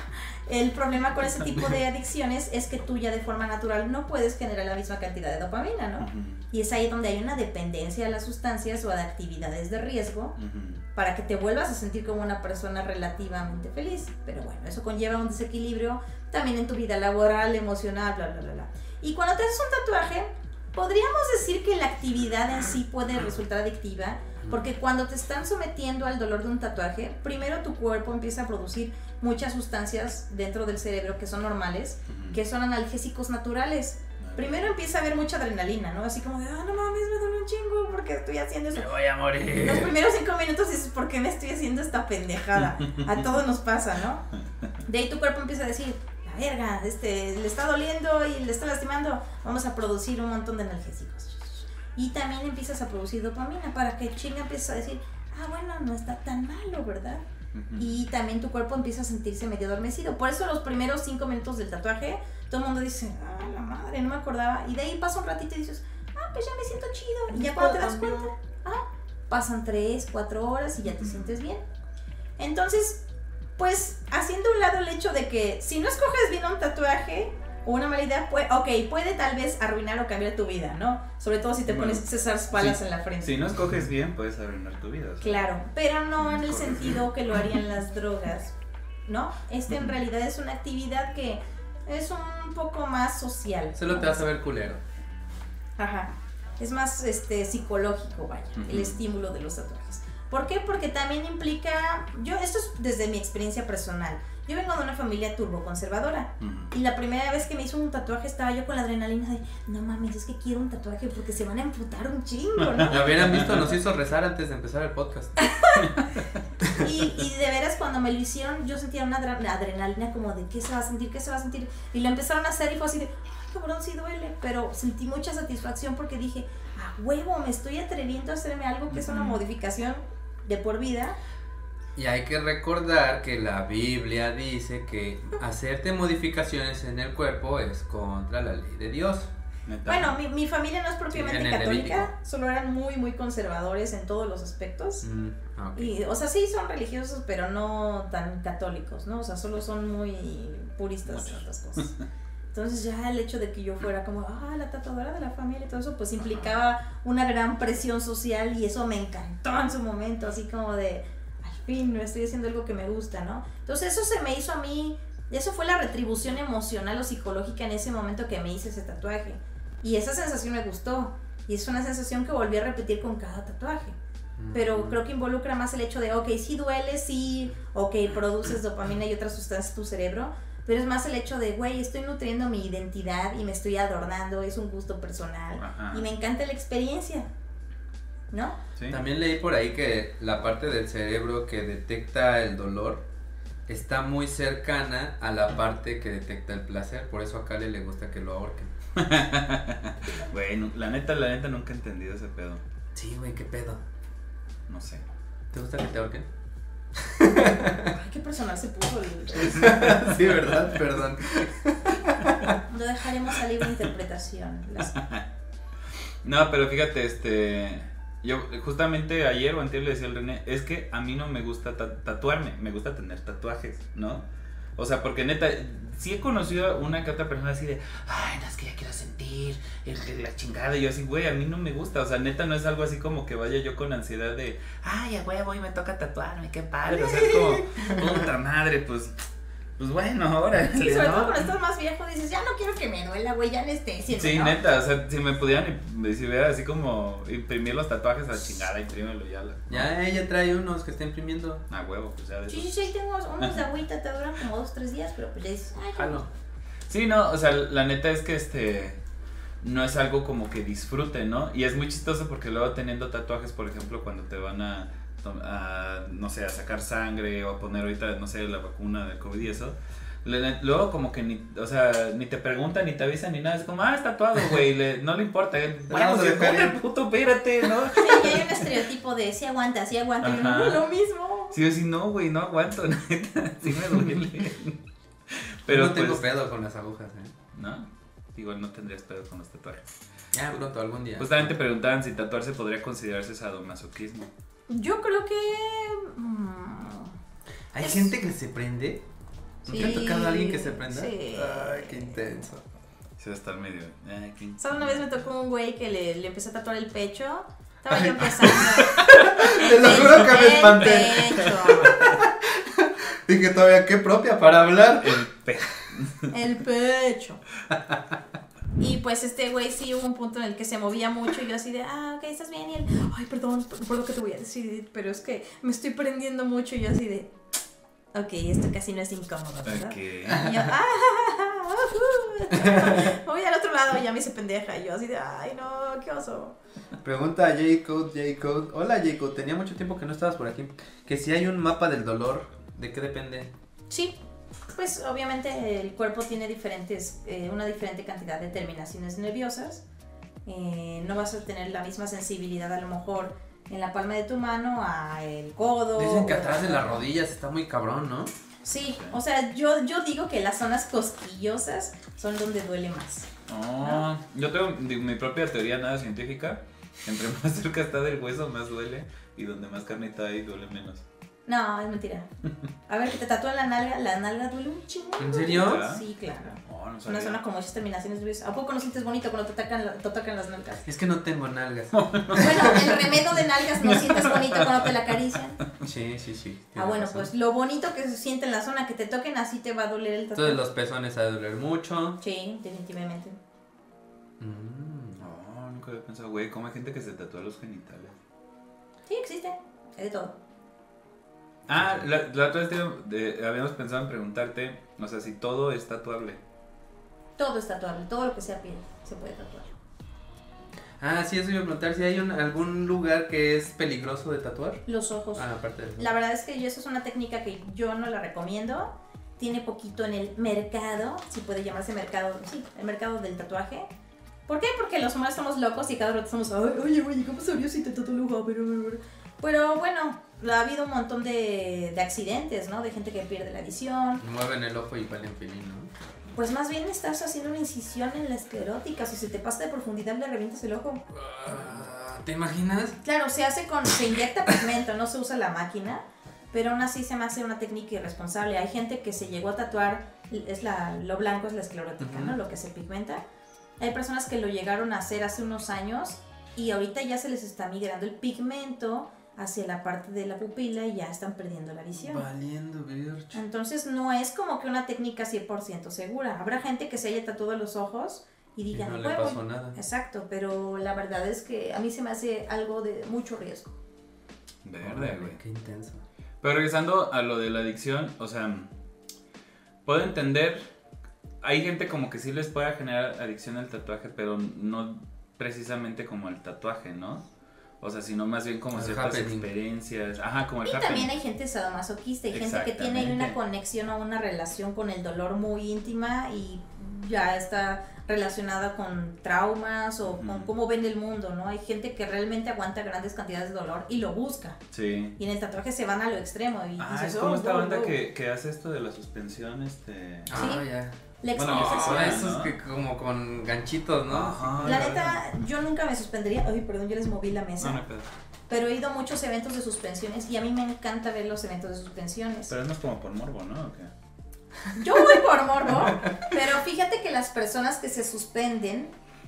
[SPEAKER 3] El problema con ese tipo de adicciones es que tú ya de forma natural no puedes generar la misma cantidad de dopamina, ¿no? Y es ahí donde hay una dependencia a las sustancias o a actividades de riesgo para que te vuelvas a sentir como una persona relativamente feliz. Pero bueno, eso conlleva un desequilibrio también en tu vida laboral, emocional, bla, bla, bla, bla. Y cuando te haces un tatuaje, podríamos decir que la actividad en sí puede resultar adictiva, porque cuando te están sometiendo al dolor de un tatuaje, primero tu cuerpo empieza a producir muchas sustancias dentro del cerebro que son normales, que son analgésicos naturales. Primero empieza a haber mucha adrenalina, ¿no? Así como de, no mames, me duele un chingo porque estoy haciendo eso.
[SPEAKER 1] Me voy a morir.
[SPEAKER 3] Los primeros 5 minutos dices, ¿por qué me estoy haciendo esta pendejada? A todos nos pasa, ¿no? De ahí tu cuerpo empieza a decir, la verga, le está doliendo y le está lastimando, vamos a producir un montón de analgésicos. Y también empiezas a producir dopamina para que chinga empieces a decir, bueno, no está tan malo, ¿verdad? Y también tu cuerpo empieza a sentirse medio adormecido. Por eso los primeros 5 minutos del tatuaje, todo el mundo dice, la madre, no me acordaba. Y de ahí pasa un ratito y dices, pues ya me siento chido. Y ya cuando te das cuenta, pasan 3, 4 horas y ya te sientes bien. Entonces, pues, haciendo a un lado el hecho de que si no escoges bien un tatuaje o una mala idea, puede tal vez arruinar o cambiar tu vida, ¿no? Sobre todo si te pones César Palas en la frente.
[SPEAKER 2] Si no escoges bien, puedes arruinar tu vida. O sea,
[SPEAKER 3] claro, pero no en el sentido que lo harían las drogas, ¿no? En realidad es una actividad que es un poco más social.
[SPEAKER 1] Solo te vas a ver culero.
[SPEAKER 3] Ajá. Es más psicológico, vaya, el estímulo de los tatuajes. ¿Por qué? Porque también implica, esto es desde mi experiencia personal. Yo vengo de una familia turboconservadora y la primera vez que me hizo un tatuaje estaba yo con la adrenalina de, no mames, es que quiero un tatuaje porque se van a emputar un chingo, ¿no?
[SPEAKER 1] Lo hubieran visto, nos hizo rezar antes de empezar el podcast.
[SPEAKER 3] y de veras cuando me lo hicieron yo sentía una adrenalina como de, ¿qué se va a sentir? ¿Qué se va a sentir? Y lo empezaron a hacer y fue así de, cabrón, sí duele, pero sentí mucha satisfacción porque dije, huevo, me estoy atreviendo a hacerme algo que es una modificación de por vida.
[SPEAKER 1] Y hay que recordar que la Biblia dice que hacerte modificaciones en el cuerpo es contra la ley de Dios.
[SPEAKER 3] Bueno, mi familia no es propiamente católica, solo eran muy, muy conservadores en todos los aspectos.
[SPEAKER 1] Okay.
[SPEAKER 3] Y, o sea, sí son religiosos, pero no tan católicos, ¿no? O sea, solo son muy puristas en otras cosas. Entonces ya el hecho de que yo fuera como, la tatuadora de la familia y todo eso, pues implicaba una gran presión social y eso me encantó en su momento, así como de, al fin, no estoy haciendo algo que me gusta, ¿no? Entonces eso se me hizo a mí, eso fue la retribución emocional o psicológica en ese momento que me hice ese tatuaje. Y esa sensación me gustó y es una sensación que volví a repetir con cada tatuaje. Pero creo que involucra más el hecho de, sí duele, sí, produces dopamina y otras sustancias en tu cerebro, pero es más el hecho de, estoy nutriendo mi identidad y me estoy adornando, es un gusto personal. Ajá. Y me encanta la experiencia, ¿no?
[SPEAKER 1] ¿Sí? También leí por ahí que la parte del cerebro que detecta el dolor está muy cercana a la parte que detecta el placer, por eso a Kale le gusta que lo ahorquen.
[SPEAKER 2] Bueno, la neta nunca he entendido ese pedo.
[SPEAKER 1] Sí, güey, ¿qué pedo?
[SPEAKER 2] No sé.
[SPEAKER 1] ¿Te gusta que te ahorquen?
[SPEAKER 3] Ay, qué personal se puso el...
[SPEAKER 1] Sí, ¿verdad? Perdón.
[SPEAKER 3] Lo dejaremos a libre interpretación.
[SPEAKER 2] No, pero fíjate, yo justamente ayer o antes le decía al René, es que a mí no me gusta tatuarme, me gusta tener tatuajes, ¿no? O sea, porque neta, sí he conocido a una que otra persona así de, ay, no, es que ya quiero sentir la chingada. Y yo así, güey, a mí no me gusta. O sea, neta, no es algo así como que vaya yo con ansiedad de, ay, a huevo, y me toca tatuarme, qué padre. O sea, es como, puta madre, pues bueno, ahora.
[SPEAKER 3] Sí, sobre todo cuando estás más viejo dices, ya no quiero que me duela, güey, ya anestesia.
[SPEAKER 2] Sí,
[SPEAKER 3] ¿no?
[SPEAKER 2] neta, o sea, si me pudieran, si hubiera así como imprimir los tatuajes a la chingada, imprímelo ya.
[SPEAKER 1] Ya ella trae unos que está imprimiendo.
[SPEAKER 2] A huevo, pues ya de
[SPEAKER 3] Sí, tengo unos de agüita, te duran como 2-3 días, pero pues ya dices, ay,
[SPEAKER 1] Jalo.
[SPEAKER 2] Sí, no, o sea, la neta es que no es algo como que disfrute, ¿no? Y es muy chistoso porque luego teniendo tatuajes, por ejemplo, cuando te van a no sé, a sacar sangre o a poner ahorita, no sé, la vacuna del COVID y eso, luego como que ni te preguntan, ni te avisan, ni nada, es como, es tatuado, güey, no le importa, bueno, se pone puto, espérate, ¿no?
[SPEAKER 3] Sí, y hay un estereotipo de sí aguanta, y yo no, lo mismo.
[SPEAKER 2] Sí, yo sí, no, güey, no aguanto, neta, sí me duele.
[SPEAKER 1] Pero no tengo pedo con las agujas,
[SPEAKER 2] ¿No? Igual no tendrías pedo con los tatuajes.
[SPEAKER 1] Ya, pronto, algún día.
[SPEAKER 2] Justamente preguntaban si tatuarse podría considerarse sadomasoquismo.
[SPEAKER 3] Yo creo que...
[SPEAKER 1] ¿Hay gente que se prende? ¿Nunca
[SPEAKER 3] Sí,
[SPEAKER 1] ha tocado a alguien que se prenda?
[SPEAKER 3] Sí.
[SPEAKER 1] Ay, qué intenso.
[SPEAKER 2] Sí, va a estar medio...
[SPEAKER 3] Solo una vez me tocó un güey que le empecé a tatuar el pecho. Estaba yo empezando.
[SPEAKER 1] Te lo juro que me espanté.
[SPEAKER 3] El pecho.
[SPEAKER 1] Dije todavía, qué propia para hablar.
[SPEAKER 3] El pecho. Y pues este güey sí hubo un punto en el que se movía mucho y yo así de, ok, ¿estás bien? Y él, ay, perdón por lo que te voy a decir, pero es que me estoy prendiendo mucho y yo así de, ok, esto casi no es incómodo, ¿verdad?
[SPEAKER 2] Okay.
[SPEAKER 3] Y yo, voy al otro lado y ya me hice pendeja y yo así de, ay, no, qué oso.
[SPEAKER 1] Pregunta a J-Code. Hola J-Code, tenía mucho tiempo que no estabas por aquí. Que si hay un mapa del dolor, ¿de qué depende?
[SPEAKER 3] Sí. Pues obviamente el cuerpo tiene una diferente cantidad de terminaciones nerviosas. No vas a tener la misma sensibilidad a lo mejor en la palma de tu mano a el codo.
[SPEAKER 1] Dicen que atrás de las rodillas está muy cabrón, ¿no?
[SPEAKER 3] Sí, o sea, yo digo que las zonas cosquillosas son donde duele más.
[SPEAKER 2] ¿No? Yo tengo mi propia teoría nada científica. Entre más cerca está del hueso, más duele. Y donde más carnita hay, duele menos.
[SPEAKER 3] No, es mentira. A ver, que te tatúan la nalga duele un chingo.
[SPEAKER 1] ¿En serio?
[SPEAKER 3] Sí, claro.
[SPEAKER 2] No sabía.
[SPEAKER 3] Una zona como esas terminaciones nerviosas. ¿A poco no sientes bonito cuando te tocan las nalgas?
[SPEAKER 1] Es que no tengo nalgas.
[SPEAKER 3] Bueno, el remedio de nalgas no sientes bonito cuando te la acarician.
[SPEAKER 1] Sí.
[SPEAKER 3] Bueno,
[SPEAKER 1] razón.
[SPEAKER 3] pues lo bonito que se siente en la zona que te toquen, así te va a doler el tatuaje.
[SPEAKER 1] Entonces los pezones ha de doler mucho.
[SPEAKER 3] Sí, definitivamente.
[SPEAKER 2] No, nunca había pensado, güey, ¿cómo hay gente que se tatúa los genitales?
[SPEAKER 3] Sí, existe. Hay de todo.
[SPEAKER 2] La otra vez habíamos pensado en preguntarte, o sea, si todo es tatuable.
[SPEAKER 3] Todo es tatuable, todo lo que sea piel se puede tatuar.
[SPEAKER 1] Sí, eso iba a preguntar si hay algún lugar que es peligroso de tatuar.
[SPEAKER 3] Los ojos.
[SPEAKER 1] Aparte de eso.
[SPEAKER 3] La verdad es que eso es una técnica que yo no la recomiendo. Tiene poquito en el mercado, si puede llamarse mercado, sí, el mercado del tatuaje. ¿Por qué? Porque los humanos estamos locos y cada rato estamos, oye, ¿cómo sabría si te tatúo el ojo? Pero bueno, ha habido un montón de accidentes, ¿no? De gente que pierde la visión.
[SPEAKER 1] Mueven el ojo y valen pelín, ¿no?
[SPEAKER 3] Pues más bien estás haciendo una incisión en la esclerótica. Si se te pasa de profundidad, le revientas el ojo.
[SPEAKER 1] ¿Te imaginas?
[SPEAKER 3] Claro, se inyecta pigmento, no se usa la máquina. Pero aún así se me hace una técnica irresponsable. Hay gente que se llegó a tatuar, lo blanco es la esclerótica, ¿no? Lo que se pigmenta. Hay personas que lo llegaron a hacer hace unos años y ahorita ya se les está migrando el pigmento hacia la parte de la pupila y ya están perdiendo la visión.
[SPEAKER 1] Valiendo, virch.
[SPEAKER 3] Entonces no es como que una técnica 100% segura. Habrá gente que se haya tatuado los ojos y diga,
[SPEAKER 1] no le pasó nada.
[SPEAKER 3] Exacto, pero la verdad es que a mí se me hace algo de mucho riesgo.
[SPEAKER 2] Verde, güey.
[SPEAKER 1] Qué intenso.
[SPEAKER 2] Pero regresando a lo de la adicción, o sea, puedo entender, hay gente como que sí les puede generar adicción al tatuaje, pero no precisamente como el tatuaje, ¿no? O sea, sino más bien como
[SPEAKER 1] el
[SPEAKER 2] ciertas
[SPEAKER 1] happening.
[SPEAKER 2] Experiencias. Como el
[SPEAKER 3] y
[SPEAKER 2] happening.
[SPEAKER 3] también hay gente sadomasoquista, hay gente que tiene ahí una conexión o una relación con el dolor muy íntima y ya está relacionada con traumas o con cómo ven el mundo, ¿no? Hay gente que realmente aguanta grandes cantidades de dolor y lo busca.
[SPEAKER 2] Sí.
[SPEAKER 3] Y en el tatuaje se van a lo extremo y dices,
[SPEAKER 2] es como esta banda que hace esto de la suspensión,
[SPEAKER 1] ya.
[SPEAKER 3] Esos
[SPEAKER 1] que como con ganchitos, ¿no?
[SPEAKER 3] La neta, yo nunca me suspendería. Ay, perdón, yo les moví la mesa.
[SPEAKER 2] No,
[SPEAKER 3] pero he ido a muchos eventos de suspensiones y a mí me encanta ver los eventos de suspensiones.
[SPEAKER 2] Pero es más como por morbo, ¿no? ¿O qué?
[SPEAKER 3] Yo voy por morbo, pero fíjate que las personas que se suspenden,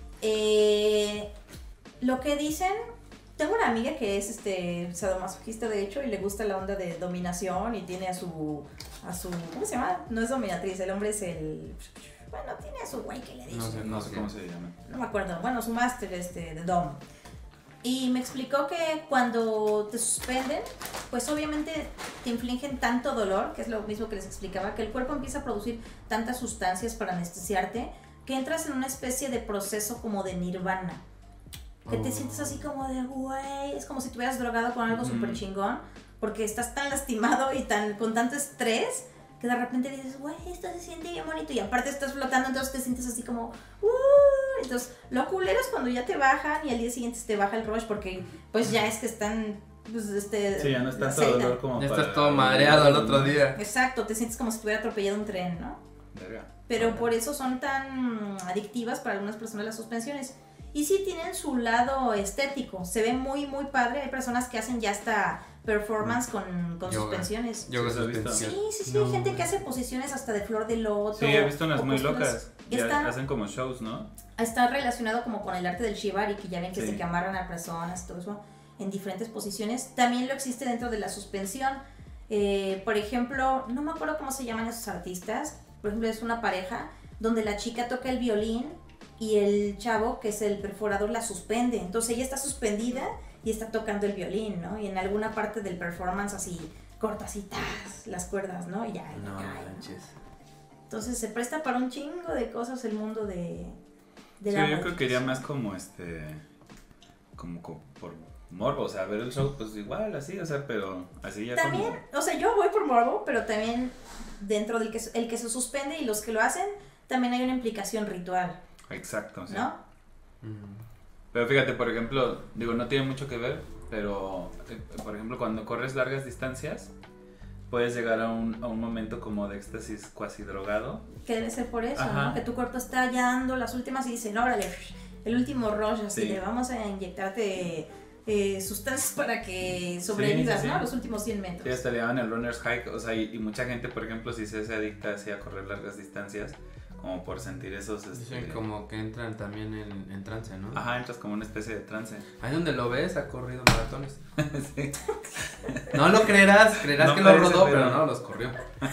[SPEAKER 3] lo que dicen, tengo una amiga que es sadomasoquista de hecho y le gusta la onda de dominación y tiene a su, ¿cómo se llama? No es dominatriz, el hombre es bueno, tiene a su güey que le dice.
[SPEAKER 2] No sé cómo se llama.
[SPEAKER 3] No me acuerdo, bueno, su máster de Dom. Y me explicó que cuando te suspenden, pues obviamente te infligen tanto dolor, que es lo mismo que les explicaba, que el cuerpo empieza a producir tantas sustancias para anestesiarte, que entras en una especie de proceso como de nirvana. Que te sientes así como de, güey, es como si te hubieras drogado con algo súper chingón, porque estás tan lastimado y con tanto estrés, que de repente dices, güey, esto se siente bien bonito, y aparte estás flotando, entonces te sientes así como, entonces lo culero es cuando ya te bajan y al día siguiente te baja el rush, porque pues ya es que están, pues
[SPEAKER 2] sí, ya no es tanto dolor como
[SPEAKER 1] ya estás todo madreado al otro día.
[SPEAKER 3] Exacto, te sientes como si te hubiera atropellado un tren, ¿no?
[SPEAKER 2] Verga.
[SPEAKER 3] Pero por eso son tan adictivas para algunas personas las suspensiones. Y sí tienen su lado estético, se ve muy muy padre, hay personas que hacen ya hasta performance con suspensiones.
[SPEAKER 1] Yoga
[SPEAKER 2] ¿Sí has visto?
[SPEAKER 3] Sí, hay gente que hace posiciones hasta de flor de loto.
[SPEAKER 2] Sí, he visto unas muy
[SPEAKER 3] posturas.
[SPEAKER 2] locas. Ya hacen como shows, ¿no?
[SPEAKER 3] Está relacionado como con el arte del shibari, que ya ven que
[SPEAKER 2] Sí.
[SPEAKER 3] se que amarran a personas, todo eso, en diferentes posiciones. También lo existe dentro de la suspensión. Por ejemplo, no me acuerdo cómo se llaman esos artistas. Por ejemplo, es una pareja donde la chica toca el violín y el chavo, que es el perforador, la suspende. Entonces ella está suspendida y está tocando el violín, ¿no? Y en alguna parte del performance así corta así las cuerdas, ¿no? Y ya.
[SPEAKER 1] No
[SPEAKER 3] cae,
[SPEAKER 1] manches.
[SPEAKER 3] Entonces se presta para un chingo de cosas el mundo de
[SPEAKER 2] Sí,
[SPEAKER 3] la
[SPEAKER 2] yo creo que iría más como como por morbo, o sea, ver el show pues igual, así, o sea, pero así ya
[SPEAKER 3] también,
[SPEAKER 2] como...
[SPEAKER 3] o sea, yo voy por morbo, pero también dentro del el que se suspende y los que lo hacen, también hay una implicación ritual,
[SPEAKER 2] Exacto, sí.
[SPEAKER 3] ¿no?
[SPEAKER 2] Pero fíjate, por ejemplo, digo, no tiene mucho que ver, pero, por ejemplo, cuando corres largas distancias, puedes llegar a un momento como de éxtasis cuasi drogado.
[SPEAKER 3] Que debe ser por eso,
[SPEAKER 2] Ajá.
[SPEAKER 3] ¿no? Que tu cuerpo está ya dando las últimas y dicen, órale, el último rush, así
[SPEAKER 2] Sí.
[SPEAKER 3] de vamos a inyectarte sustancias para que sobrevivas,
[SPEAKER 2] Sí.
[SPEAKER 3] ¿no? Los últimos 100 metros.
[SPEAKER 2] Sí, hasta le llaman el runner's hike, o sea, y mucha gente, por ejemplo, si se hace adicta así a correr largas distancias, como por sentir esos...
[SPEAKER 1] Dicen como que entran también en trance, ¿no?
[SPEAKER 2] Ajá, entras como una especie de trance.
[SPEAKER 1] Ahí donde lo ves, ha corrido maratones.
[SPEAKER 2] Sí.
[SPEAKER 1] No lo creerás
[SPEAKER 2] No
[SPEAKER 1] que lo
[SPEAKER 2] parece,
[SPEAKER 1] rodó,
[SPEAKER 2] pero
[SPEAKER 1] pero
[SPEAKER 2] no.
[SPEAKER 1] no, los corrió.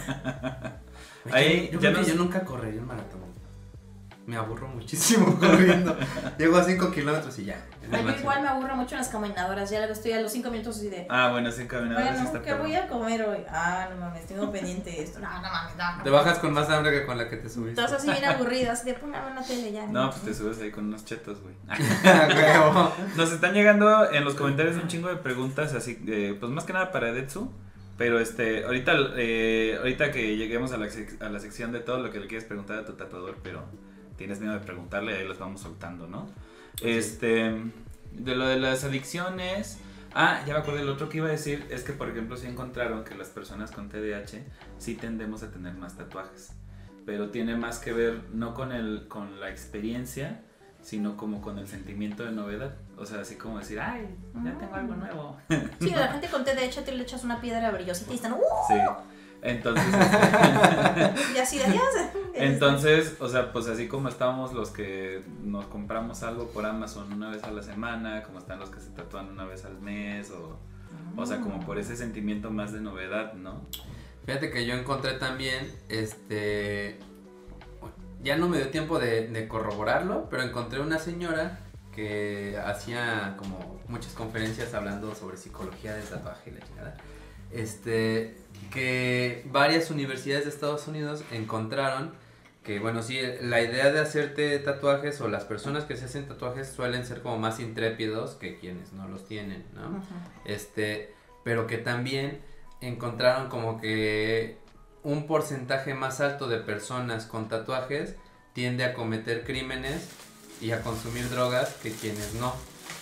[SPEAKER 2] Ahí
[SPEAKER 1] yo
[SPEAKER 2] ya
[SPEAKER 1] creo que
[SPEAKER 2] nos-
[SPEAKER 1] yo nunca correría un maratón. Me aburro muchísimo corriendo. Llego a 5 kilómetros y ya. es mi
[SPEAKER 3] Ay, yo
[SPEAKER 1] máximo.
[SPEAKER 3] igual me aburro mucho en las caminadoras, ya luego estoy a los 5 minutos así de...
[SPEAKER 2] Bueno, sí, caminadores sí
[SPEAKER 3] Bueno,
[SPEAKER 2] está
[SPEAKER 3] ¿qué
[SPEAKER 2] perro.
[SPEAKER 3] voy a comer hoy? No mames, tengo pendiente esto. No mames, no.
[SPEAKER 1] Te bajas con más hambre que con la que te subiste.
[SPEAKER 3] Estás así bien aburrido, así de póngame una tele ya.
[SPEAKER 2] No, pues te subes ahí con unos chetos, güey.
[SPEAKER 1] Huevo.
[SPEAKER 2] Nos están llegando en los comentarios un chingo de preguntas, así, pues más que nada para Detsu. Pero ahorita que lleguemos a la sección de todo lo que le quieres preguntar a tu tatuador, pero tienes miedo de preguntarle, ahí los vamos soltando, ¿no? De lo de las adicciones. Ya me acuerdo, el otro que iba a decir es que, por ejemplo, sí encontraron que las personas con TDAH sí tendemos a tener más tatuajes. Pero tiene más que ver no con la experiencia, sino como con el sentimiento de novedad. O sea, así como decir, ay, ya tengo algo nuevo.
[SPEAKER 3] Sí, la gente con TDAH te le echas una piedra brillosita y están,
[SPEAKER 2] Sí. Entonces,
[SPEAKER 3] y así de Dios.
[SPEAKER 2] entonces, o sea, pues así como estamos los que nos compramos algo por Amazon una vez a la semana, como están los que se tatúan una vez al mes, o sea, como por ese sentimiento más de novedad, ¿no?
[SPEAKER 1] Fíjate que yo encontré también, ya no me dio tiempo de corroborarlo, pero encontré una señora que hacía como muchas conferencias hablando sobre psicología del tatuaje y la chingada. Que varias universidades de Estados Unidos encontraron que, bueno, sí, la idea de hacerte tatuajes o las personas que se hacen tatuajes suelen ser como más intrépidos que quienes no los tienen, ¿no?
[SPEAKER 3] Ajá.
[SPEAKER 1] Pero que también encontraron como que un porcentaje más alto de personas con tatuajes tiende a cometer crímenes y a consumir drogas que quienes no.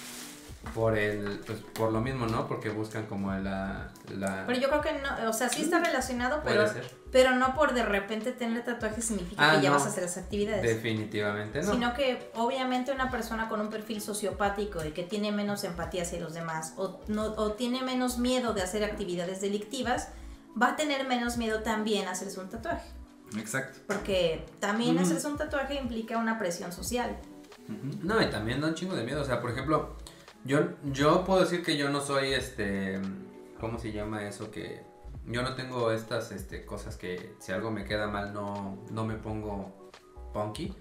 [SPEAKER 1] Por lo mismo, ¿no? Porque buscan como la...
[SPEAKER 3] Pero yo creo que no, o sea, sí está relacionado,
[SPEAKER 1] Puede ser.
[SPEAKER 3] pero no por de repente tener tatuajes significa que ya
[SPEAKER 1] no.
[SPEAKER 3] vas a hacer las actividades.
[SPEAKER 1] Definitivamente no.
[SPEAKER 3] Sino que obviamente una persona con un perfil sociopático y que tiene menos empatía hacia los demás o tiene menos miedo de hacer actividades delictivas, va a tener menos miedo también a hacerse un tatuaje.
[SPEAKER 2] Exacto.
[SPEAKER 3] Porque también hacerse un tatuaje implica una presión social.
[SPEAKER 1] No, y también da un chingo de miedo. O sea, por ejemplo, yo puedo decir que yo no soy ¿cómo se llama eso? Que yo no tengo estas cosas que si algo me queda mal no me pongo punky.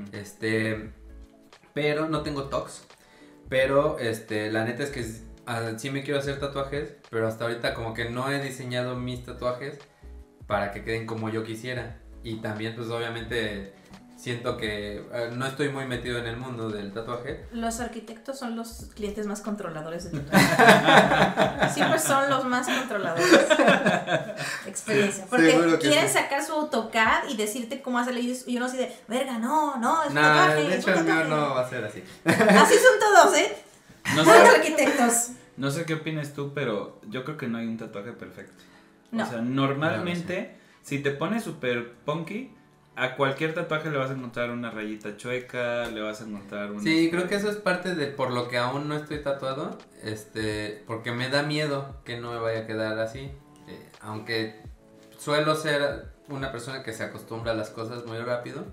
[SPEAKER 1] Pero no tengo tox. Pero la neta es que sí me quiero hacer tatuajes, pero hasta ahorita como que no he diseñado mis tatuajes para que queden como yo quisiera. Y también pues obviamente siento que no estoy muy metido en el mundo del tatuaje.
[SPEAKER 3] Los arquitectos son los clientes más controladores de tatuajes. Siempre son los más controladores. Experiencia. Porque quieren sacar su AutoCAD y decirte cómo hacerlo. Y uno así de, verga, no, es un tatuaje.
[SPEAKER 1] De hecho el mío no va a ser así.
[SPEAKER 3] Así son todos,
[SPEAKER 2] No
[SPEAKER 3] son
[SPEAKER 2] sé,
[SPEAKER 3] los arquitectos.
[SPEAKER 2] no sé qué opinas tú, pero yo creo que no hay un tatuaje perfecto.
[SPEAKER 3] No.
[SPEAKER 2] O sea, normalmente, si te pones súper punky, a cualquier tatuaje le vas a encontrar una rayita chueca, le vas a encontrar una...
[SPEAKER 1] Sí, creo que eso es parte de por lo que aún no estoy tatuado, porque me da miedo que no me vaya a quedar así, aunque suelo ser una persona que se acostumbra a las cosas muy rápido,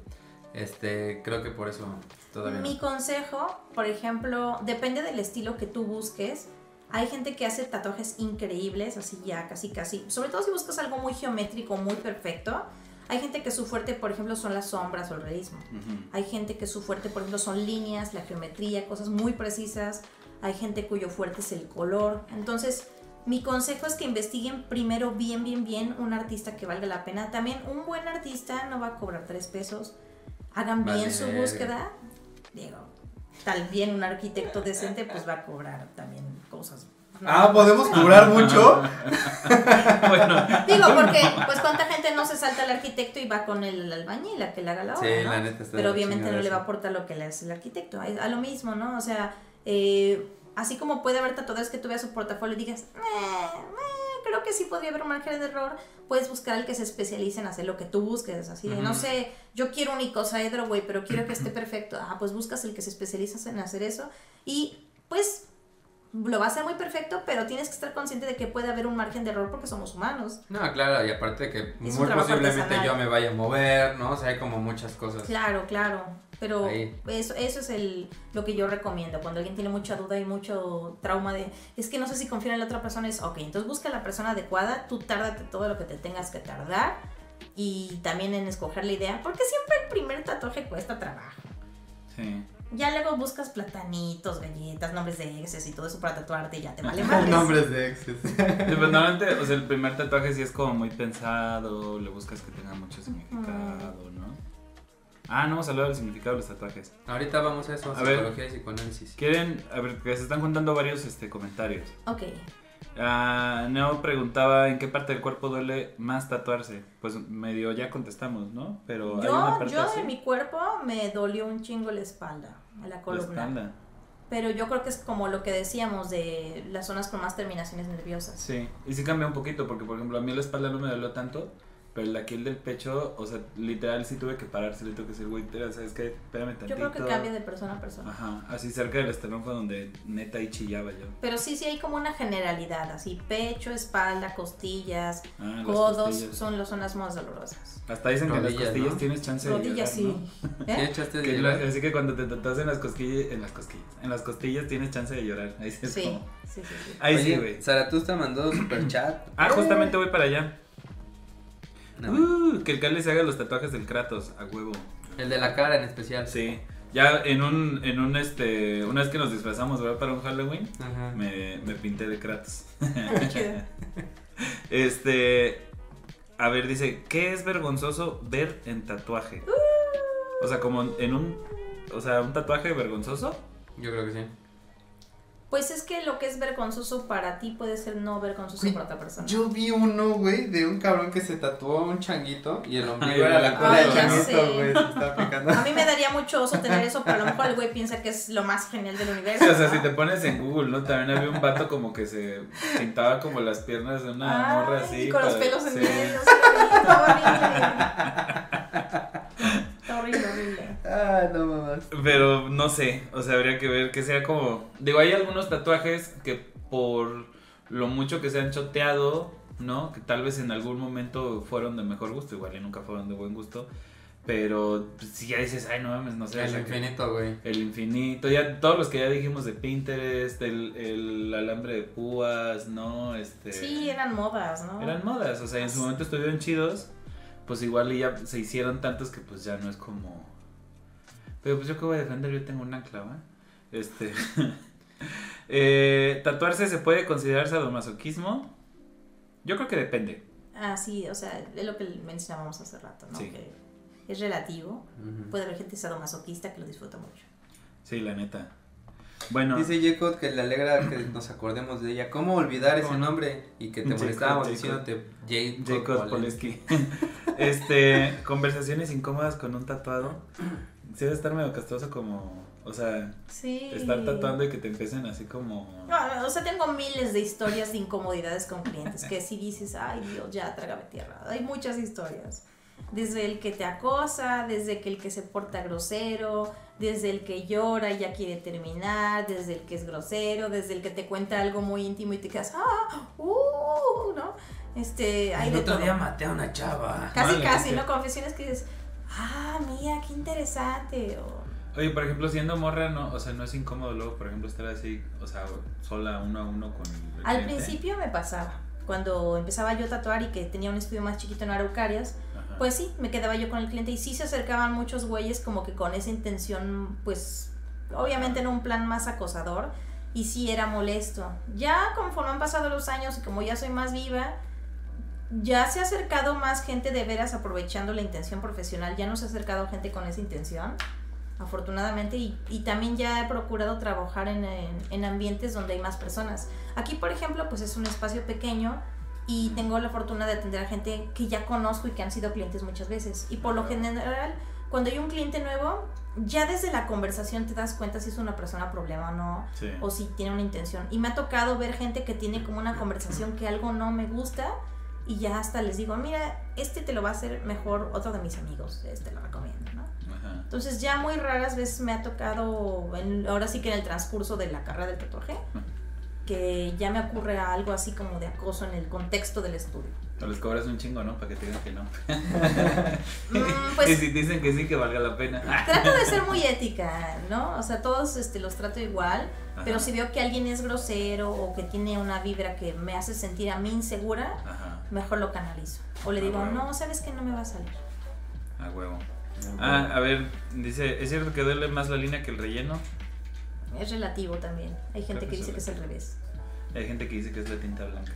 [SPEAKER 1] creo que por eso todavía
[SPEAKER 3] Mi consejo, por ejemplo, depende del estilo que tú busques. Hay gente que hace tatuajes increíbles, así ya casi, sobre todo si buscas algo muy geométrico, muy perfecto. Hay gente que su fuerte, por ejemplo, son las sombras o el realismo. Hay gente que su fuerte, por ejemplo, son líneas, la geometría, cosas muy precisas. Hay gente cuyo fuerte es el color. Entonces, mi consejo es que investiguen primero bien un artista que valga la pena. También un buen artista no va a cobrar 3 pesos. Hagan bien su búsqueda. Digo, tal bien un arquitecto decente pues va a cobrar también cosas.
[SPEAKER 1] ¿no? ¿Podemos cobrar mucho?
[SPEAKER 2] Bueno.
[SPEAKER 3] Digo, porque pues cuánta gente no se salta al arquitecto y va con el albañil a que le haga la obra,
[SPEAKER 1] sí,
[SPEAKER 3] ¿no?
[SPEAKER 1] La neta está
[SPEAKER 3] pero obviamente no
[SPEAKER 1] eso.
[SPEAKER 3] le va a aportar lo que le hace el arquitecto. A lo mismo, ¿no? O sea, así como puede haber tatuadores que tú veas su portafolio y digas, creo que sí podría haber un margen de error, puedes buscar al que se especialice en hacer lo que tú busques, así de, no sé, yo quiero un icosaedro, güey, pero quiero que esté perfecto, pues buscas el que se especializa en hacer eso y pues lo va a hacer muy perfecto, pero tienes que estar consciente de que puede haber un margen de error porque somos humanos.
[SPEAKER 1] No, claro, y aparte de que
[SPEAKER 3] Es
[SPEAKER 1] muy
[SPEAKER 3] un trabajo
[SPEAKER 1] posiblemente
[SPEAKER 3] artesanal.
[SPEAKER 1] yo me vaya a mover, ¿no? O sea, hay como muchas cosas.
[SPEAKER 3] Claro, pero
[SPEAKER 1] Ahí.
[SPEAKER 3] eso es lo que yo recomiendo. Cuando alguien tiene mucha duda y mucho trauma de, es que no sé si confío en la otra persona, es ok, entonces busca a la persona adecuada, tú tárdate todo lo que te tengas que tardar y también en escoger la idea, porque siempre el primer tatuaje cuesta trabajo.
[SPEAKER 2] Sí.
[SPEAKER 3] Ya luego buscas platanitos, galletas, nombres de exes y todo eso para tatuarte y ya te vale más.
[SPEAKER 1] Nombres de exes.
[SPEAKER 2] Sí, pues normalmente, o sea, el primer tatuaje sí es como muy pensado, le buscas que tenga mucho significado, ¿no? No vamos a hablar del significado de los tatuajes.
[SPEAKER 1] Ahorita vamos a eso,
[SPEAKER 2] A ver.
[SPEAKER 1] psicología y psicoanálisis.
[SPEAKER 2] Quieren, a ver, que se están juntando varios comentarios.
[SPEAKER 3] Ok.
[SPEAKER 2] Neo preguntaba en qué parte del cuerpo duele más tatuarse. Pues medio ya contestamos, ¿no? Pero hay una parte
[SPEAKER 3] Yo
[SPEAKER 2] así.
[SPEAKER 3] de mi cuerpo me dolió un chingo la espalda, la
[SPEAKER 2] La
[SPEAKER 3] columna.
[SPEAKER 2] espalda.
[SPEAKER 3] Pero yo creo que es como lo que decíamos de las zonas con más terminaciones nerviosas.
[SPEAKER 2] Sí, y sí cambia un poquito porque, por ejemplo, a mí la espalda no me dolió tanto, pero aquí el del pecho, o sea, literal sí tuve que pararse, le tuve que decir, güey, ¿sabes qué? Espérame tantito.
[SPEAKER 3] Yo creo que cambia de persona a persona.
[SPEAKER 2] Ajá, así cerca del esternón fue donde neta ahí chillaba yo.
[SPEAKER 3] Pero sí hay como una generalidad, así pecho, espalda, costillas,
[SPEAKER 2] Las
[SPEAKER 3] codos
[SPEAKER 2] costillas.
[SPEAKER 3] son las zonas más dolorosas.
[SPEAKER 2] Hasta dicen que en las
[SPEAKER 1] Rodillas,
[SPEAKER 2] costillas
[SPEAKER 1] ¿no?
[SPEAKER 2] tienes chance de
[SPEAKER 3] Rodillas
[SPEAKER 2] llorar,
[SPEAKER 3] sí.
[SPEAKER 2] ¿no?
[SPEAKER 1] ¿Sí echaste
[SPEAKER 2] Que
[SPEAKER 1] de
[SPEAKER 2] la-
[SPEAKER 1] llorar?
[SPEAKER 2] así que cuando te tatuas en las costillas tienes chance de llorar. Ahí sí es
[SPEAKER 3] Sí,
[SPEAKER 2] como...
[SPEAKER 3] sí.
[SPEAKER 2] Ahí sí,
[SPEAKER 1] Oye,
[SPEAKER 2] güey.
[SPEAKER 1] Zaratusta mandó super chat.
[SPEAKER 2] Justamente voy para allá.
[SPEAKER 1] No,
[SPEAKER 2] Que el Cali se haga los tatuajes del Kratos, a huevo.
[SPEAKER 1] el de la cara en especial.
[SPEAKER 2] Sí. Ya una vez que nos disfrazamos, ¿verdad? Para un Halloween,
[SPEAKER 1] Ajá.
[SPEAKER 2] me pinté de Kratos.
[SPEAKER 3] Qué chido.
[SPEAKER 2] A ver, dice, ¿qué es vergonzoso ver en tatuaje? O sea, como un tatuaje vergonzoso.
[SPEAKER 1] Yo creo que sí.
[SPEAKER 3] Pues es que lo que es vergonzoso para ti puede ser no vergonzoso
[SPEAKER 1] Güey,
[SPEAKER 3] para otra persona.
[SPEAKER 1] Yo vi uno, güey, de un cabrón que se tatuó un changuito y el ombligo
[SPEAKER 2] Ay,
[SPEAKER 1] era la cola del
[SPEAKER 3] ya
[SPEAKER 1] changuito,
[SPEAKER 3] sé.
[SPEAKER 1] güey. Se estaba picando.
[SPEAKER 3] A mí me daría mucho oso tener eso, pero a lo mejor el güey piensa que es lo más genial del universo.
[SPEAKER 2] O sea, si te pones en Google, ¿no? También había un vato como que se pintaba como las piernas de una morra así.
[SPEAKER 3] Y con los
[SPEAKER 2] para-
[SPEAKER 3] pelos en
[SPEAKER 2] sí.
[SPEAKER 3] medio. Sí, está horrible. Está horrible.
[SPEAKER 1] No mamás.
[SPEAKER 2] Pero no sé, o sea, habría que ver que sea como... Digo, hay algunos tatuajes que por lo mucho que se han choteado, ¿no? Que tal vez en algún momento fueron de mejor gusto, igual y nunca fueron de buen gusto. Pero pues, si ya dices, ay, no mames, no sé.
[SPEAKER 1] El infinito, güey.
[SPEAKER 2] El infinito, ya todos los que ya dijimos de Pinterest, el alambre de púas, ¿no?
[SPEAKER 3] Sí, eran modas, ¿no?
[SPEAKER 2] Eran modas, o sea, en su momento estuvieron chidos, pues igual y ya se hicieron tantos que pues ya no es como... Pero pues yo que voy a defender, yo tengo un ancla, ¿va? ¿Tatuarse se puede considerar sadomasoquismo? Yo creo que depende.
[SPEAKER 3] Ah, sí, o sea, es lo que mencionábamos hace rato, ¿no?
[SPEAKER 2] Sí.
[SPEAKER 3] Que es relativo. Puede haber gente sadomasoquista que lo disfruta mucho.
[SPEAKER 2] Sí, la neta. Bueno.
[SPEAKER 1] Dice Jacob que le alegra que nos acordemos de ella. ¿Cómo olvidar ese nombre? Y que te molestábamos diciéndote
[SPEAKER 2] Jacob Poleski. Conversaciones incómodas con un tatuado. Sí, debe estar medio castroso como... O sea,
[SPEAKER 3] sí.
[SPEAKER 2] Estar tatuando y que te empiecen así como...
[SPEAKER 3] No, o sea, tengo miles de historias de incomodidades con clientes que si dices, ay Dios, ya trágame tierra. Hay muchas historias. Desde el que te acosa, desde que el que se porta grosero, desde el que llora y ya quiere terminar, desde el que es grosero, desde el que te cuenta algo muy íntimo y te quedas, ¿no? Hay
[SPEAKER 1] el
[SPEAKER 3] de
[SPEAKER 1] otro
[SPEAKER 3] todo.
[SPEAKER 1] día maté a una chava.
[SPEAKER 3] Casi, ¿no? Confesiones que dices, mira, qué interesante.
[SPEAKER 2] Oye, por ejemplo, siendo morra, no, o sea, no es incómodo luego, por ejemplo, estar así, o sea, sola, uno a uno con el
[SPEAKER 3] Al
[SPEAKER 2] cliente.
[SPEAKER 3] principio me pasaba, cuando empezaba yo a tatuar y que tenía un estudio más chiquito en Araucarias, pues sí, me quedaba yo con el cliente y sí se acercaban muchos güeyes como que con esa intención, pues, obviamente en un plan más acosador y sí era molesto. Ya conforme han pasado los años y como ya soy más viva, ya se ha acercado más gente de veras aprovechando la intención profesional, ya no se ha acercado gente con esa intención, afortunadamente, y también ya he procurado trabajar en ambientes donde hay más personas. Aquí, por ejemplo, pues es un espacio pequeño y tengo la fortuna de atender a gente que ya conozco y que han sido clientes muchas veces. Y por lo general, cuando hay un cliente nuevo, ya desde la conversación te das cuenta si es una persona problema o no,
[SPEAKER 2] sí,
[SPEAKER 3] o si tiene una intención. Y me ha tocado ver gente que tiene como una conversación que algo no me gusta y ya hasta les digo, mira, te lo va a hacer mejor otro de mis amigos, lo recomiendo, ¿no?
[SPEAKER 2] Ajá.
[SPEAKER 3] Entonces ya muy raras veces me ha tocado, ahora sí que en el transcurso de la carrera del tatuaje, que ya me ocurre algo así como de acoso en el contexto del estudio.
[SPEAKER 2] O les cobras un chingo, ¿no? Para que te digan que no.
[SPEAKER 3] Pues,
[SPEAKER 2] y si dicen que sí, que valga la pena.
[SPEAKER 3] Trato de ser muy ética, ¿no? O sea, todos los trato igual,
[SPEAKER 2] Ajá.
[SPEAKER 3] pero si veo que alguien es grosero o que tiene una vibra que me hace sentir a mí insegura,
[SPEAKER 2] Ajá.
[SPEAKER 3] mejor lo canalizo. O le digo,
[SPEAKER 2] huevo.
[SPEAKER 3] no, ¿sabes qué? No me va a salir.
[SPEAKER 2] A huevo. A ver, dice, ¿es cierto que duele más la línea que el relleno?
[SPEAKER 3] Es relativo también. Hay gente
[SPEAKER 2] Creo
[SPEAKER 3] que
[SPEAKER 2] que
[SPEAKER 3] dice
[SPEAKER 2] es
[SPEAKER 3] que es al revés.
[SPEAKER 2] Hay gente que dice que es la tinta blanca.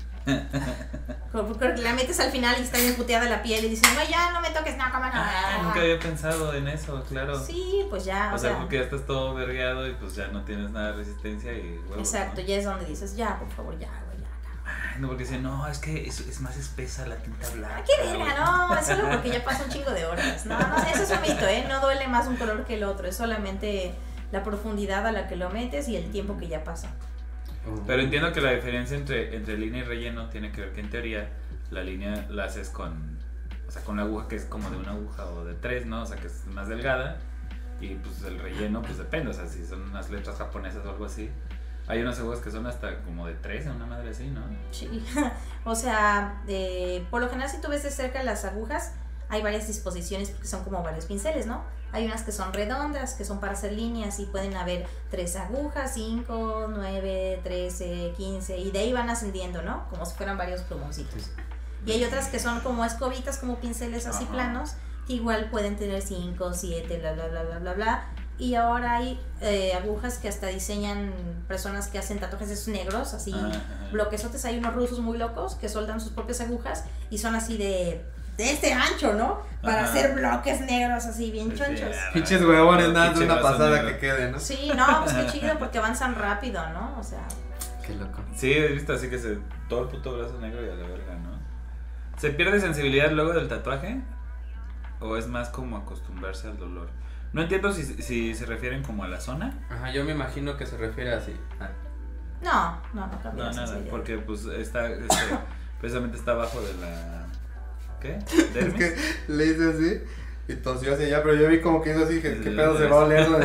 [SPEAKER 3] Porque la metes al final y está bien puteada la piel y dices, no, ya no me toques, no, cómo no.
[SPEAKER 2] Nunca había pensado en eso, claro.
[SPEAKER 3] Sí, pues ya,
[SPEAKER 2] O sea, porque ya estás todo vergueado y pues ya no tienes nada de resistencia y huevos,
[SPEAKER 3] exacto,
[SPEAKER 2] ¿no?
[SPEAKER 3] ya es donde dices, ya, por favor, ya, güey, ya.
[SPEAKER 2] Ay, no, porque dicen, no, es que es más espesa la tinta blanca.
[SPEAKER 3] ¡Qué verga! No, es solo porque ya pasa un chingo de horas. No, eso es un mito, ¿eh? No duele más un color que el otro, es solamente la profundidad a la que lo metes y el tiempo que ya pasa.
[SPEAKER 2] Pero entiendo que la diferencia entre línea y relleno tiene que ver que en teoría la línea la haces con la aguja que es como de una aguja o de 3, ¿no? O sea, que es más delgada. Y pues el relleno, pues depende, o sea, si son unas letras japonesas o algo así. Hay unas agujas que son hasta como de 3, una madre así, ¿no?
[SPEAKER 3] Sí, o sea, por lo general si tú ves de cerca las agujas, hay varias disposiciones porque son como varios pinceles, ¿no? Hay unas que son redondas, que son para hacer líneas y pueden haber 3 agujas, 5, 9, 13, 15 y de ahí van ascendiendo, ¿no? Como si fueran varios plumoncitos. Y hay otras que son como escobitas, como pinceles así planos, que igual pueden tener 5, 7, bla, bla, bla, bla, bla, bla. Y ahora hay agujas que hasta diseñan personas que hacen tatuajes esos negros, así bloquesotes. Hay unos rusos muy locos que soldan sus propias agujas y son así de este ancho, ¿no? Para hacer bloques negros así bien chonchos.
[SPEAKER 1] Pinches huevones, nada de
[SPEAKER 2] pinche
[SPEAKER 1] una
[SPEAKER 2] vaso
[SPEAKER 1] pasada
[SPEAKER 2] negro.
[SPEAKER 1] que quede, ¿no?
[SPEAKER 3] Sí, no, pues qué chido porque avanzan rápido, ¿no? O sea,
[SPEAKER 1] Qué loco.
[SPEAKER 2] Sí, he visto así que todo el puto brazo negro y a la verga, ¿no? ¿Se pierde sensibilidad luego del tatuaje? ¿O es más como acostumbrarse al dolor? No entiendo si se refieren como a la zona.
[SPEAKER 1] Ajá, yo me imagino que se refiere así.
[SPEAKER 3] no cambia
[SPEAKER 2] No,
[SPEAKER 3] la
[SPEAKER 2] nada,
[SPEAKER 3] sensibilidad.
[SPEAKER 2] porque pues está, precisamente está abajo de la... ¿Qué?
[SPEAKER 1] Es
[SPEAKER 2] ¿Dermis?
[SPEAKER 1] que le hice así y tosió hacia allá, pero yo vi como que hizo así, que qué pedo se
[SPEAKER 2] El-
[SPEAKER 1] va a oler, ¿no?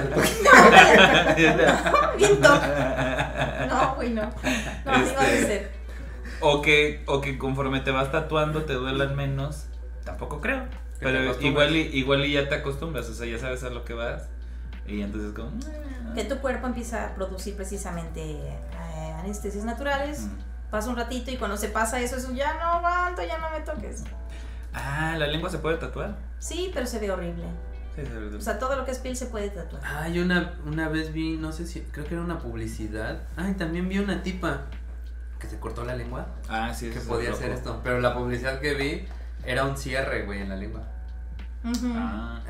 [SPEAKER 3] Bien top. No, güey, no. No, así va a ser.
[SPEAKER 2] O que conforme te vas tatuando te duelan menos. Tampoco creo. Pero igual y ya te acostumbras, o sea, ya sabes a lo que vas. Y entonces como...
[SPEAKER 3] Que tu cuerpo empieza a producir precisamente anestesias naturales. Pasa un ratito y cuando se pasa eso ya no aguanto, ya no me toques.
[SPEAKER 2] Ah, ¿la lengua se puede tatuar?
[SPEAKER 3] Sí, pero se ve horrible.
[SPEAKER 2] Sí, se ve horrible.
[SPEAKER 3] O sea, todo lo que es piel se puede tatuar.
[SPEAKER 1] Ah, yo una vez vi, no sé si, creo que era una publicidad. Ay, también vi una tipa que se cortó la lengua.
[SPEAKER 2] Ah, sí,
[SPEAKER 1] Que
[SPEAKER 2] eso
[SPEAKER 1] podía
[SPEAKER 2] es
[SPEAKER 1] hacer
[SPEAKER 2] loco.
[SPEAKER 1] esto. Pero la publicidad que vi era un cierre, güey, en la lengua.
[SPEAKER 2] Ah,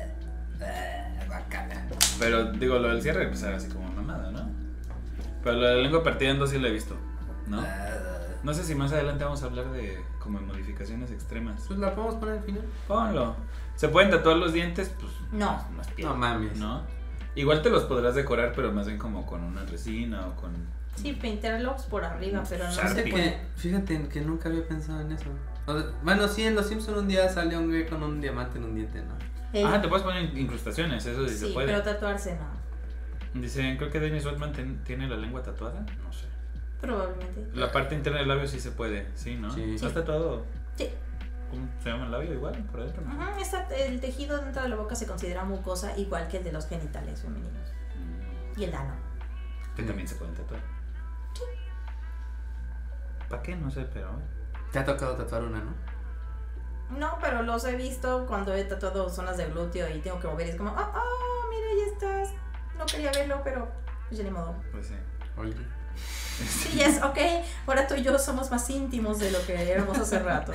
[SPEAKER 1] Bacana.
[SPEAKER 2] pero digo, lo del cierre pues era así como mamada, ¿no? Pero lo de la lengua partida en dos sí lo he visto, ¿no? No sé si más adelante vamos a hablar de como modificaciones extremas.
[SPEAKER 1] Pues la podemos poner al final.
[SPEAKER 2] Ponlo. ¿Se pueden tatuar los dientes? Pues
[SPEAKER 3] No.
[SPEAKER 2] más piel,
[SPEAKER 1] No mames.
[SPEAKER 2] ¿no? Igual te los podrás decorar, pero más bien como con una resina o con...
[SPEAKER 3] Sí, pintarlos por arriba, pero no se
[SPEAKER 2] Sharpie.
[SPEAKER 3] puede.
[SPEAKER 1] Fíjate que nunca había pensado en eso. O sea, bueno, sí, en Los Simpsons un día salió un güey con un diamante en un diente, ¿no?
[SPEAKER 2] Ah, te puedes poner incrustaciones, eso sí, se puede.
[SPEAKER 3] Pero tatuarse no.
[SPEAKER 2] Dicen, creo que Dennis Rodman tiene la lengua tatuada, no sé.
[SPEAKER 3] Probablemente.
[SPEAKER 2] La parte interna del labio sí se puede, sí, ¿no?
[SPEAKER 1] Sí.
[SPEAKER 2] ¿Estás tatuado?
[SPEAKER 3] Sí.
[SPEAKER 2] ¿Cómo se llama el labio igual? ¿Por adentro? ¿No?
[SPEAKER 3] El tejido dentro de la boca se considera mucosa igual que el de los genitales femeninos. Y el ano.
[SPEAKER 2] Que también se pueden tatuar.
[SPEAKER 3] Sí.
[SPEAKER 2] ¿Para qué? No sé, pero...
[SPEAKER 1] ¿Te ha tocado tatuar una, no?
[SPEAKER 3] No, pero los he visto cuando he tatuado zonas de glúteo y tengo que mover y es como, mira, ya estás. No quería verlo, pero pues ya ni modo.
[SPEAKER 2] Pues sí.
[SPEAKER 1] Oye.
[SPEAKER 3] Sí, ya es, ok, ahora tú y yo somos más íntimos de lo que éramos hace rato.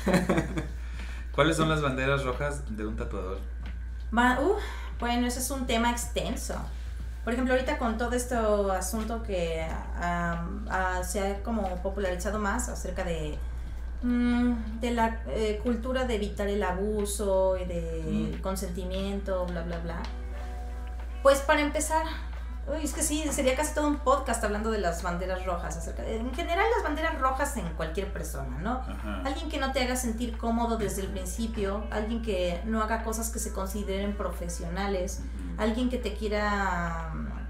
[SPEAKER 2] ¿Cuáles son las banderas rojas de un tatuador?
[SPEAKER 3] Bueno, ese es un tema extenso. Por ejemplo, ahorita con todo este asunto que se ha como popularizado más acerca de la cultura de evitar el abuso y de consentimiento, bla, bla, bla. Pues para empezar, es que sí, sería casi todo un podcast hablando de las banderas rojas. En general, las banderas rojas en cualquier persona, ¿no?
[SPEAKER 2] Ajá.
[SPEAKER 3] Alguien que no te haga sentir cómodo desde el principio, alguien que no haga cosas que se consideren profesionales, alguien que te quiera...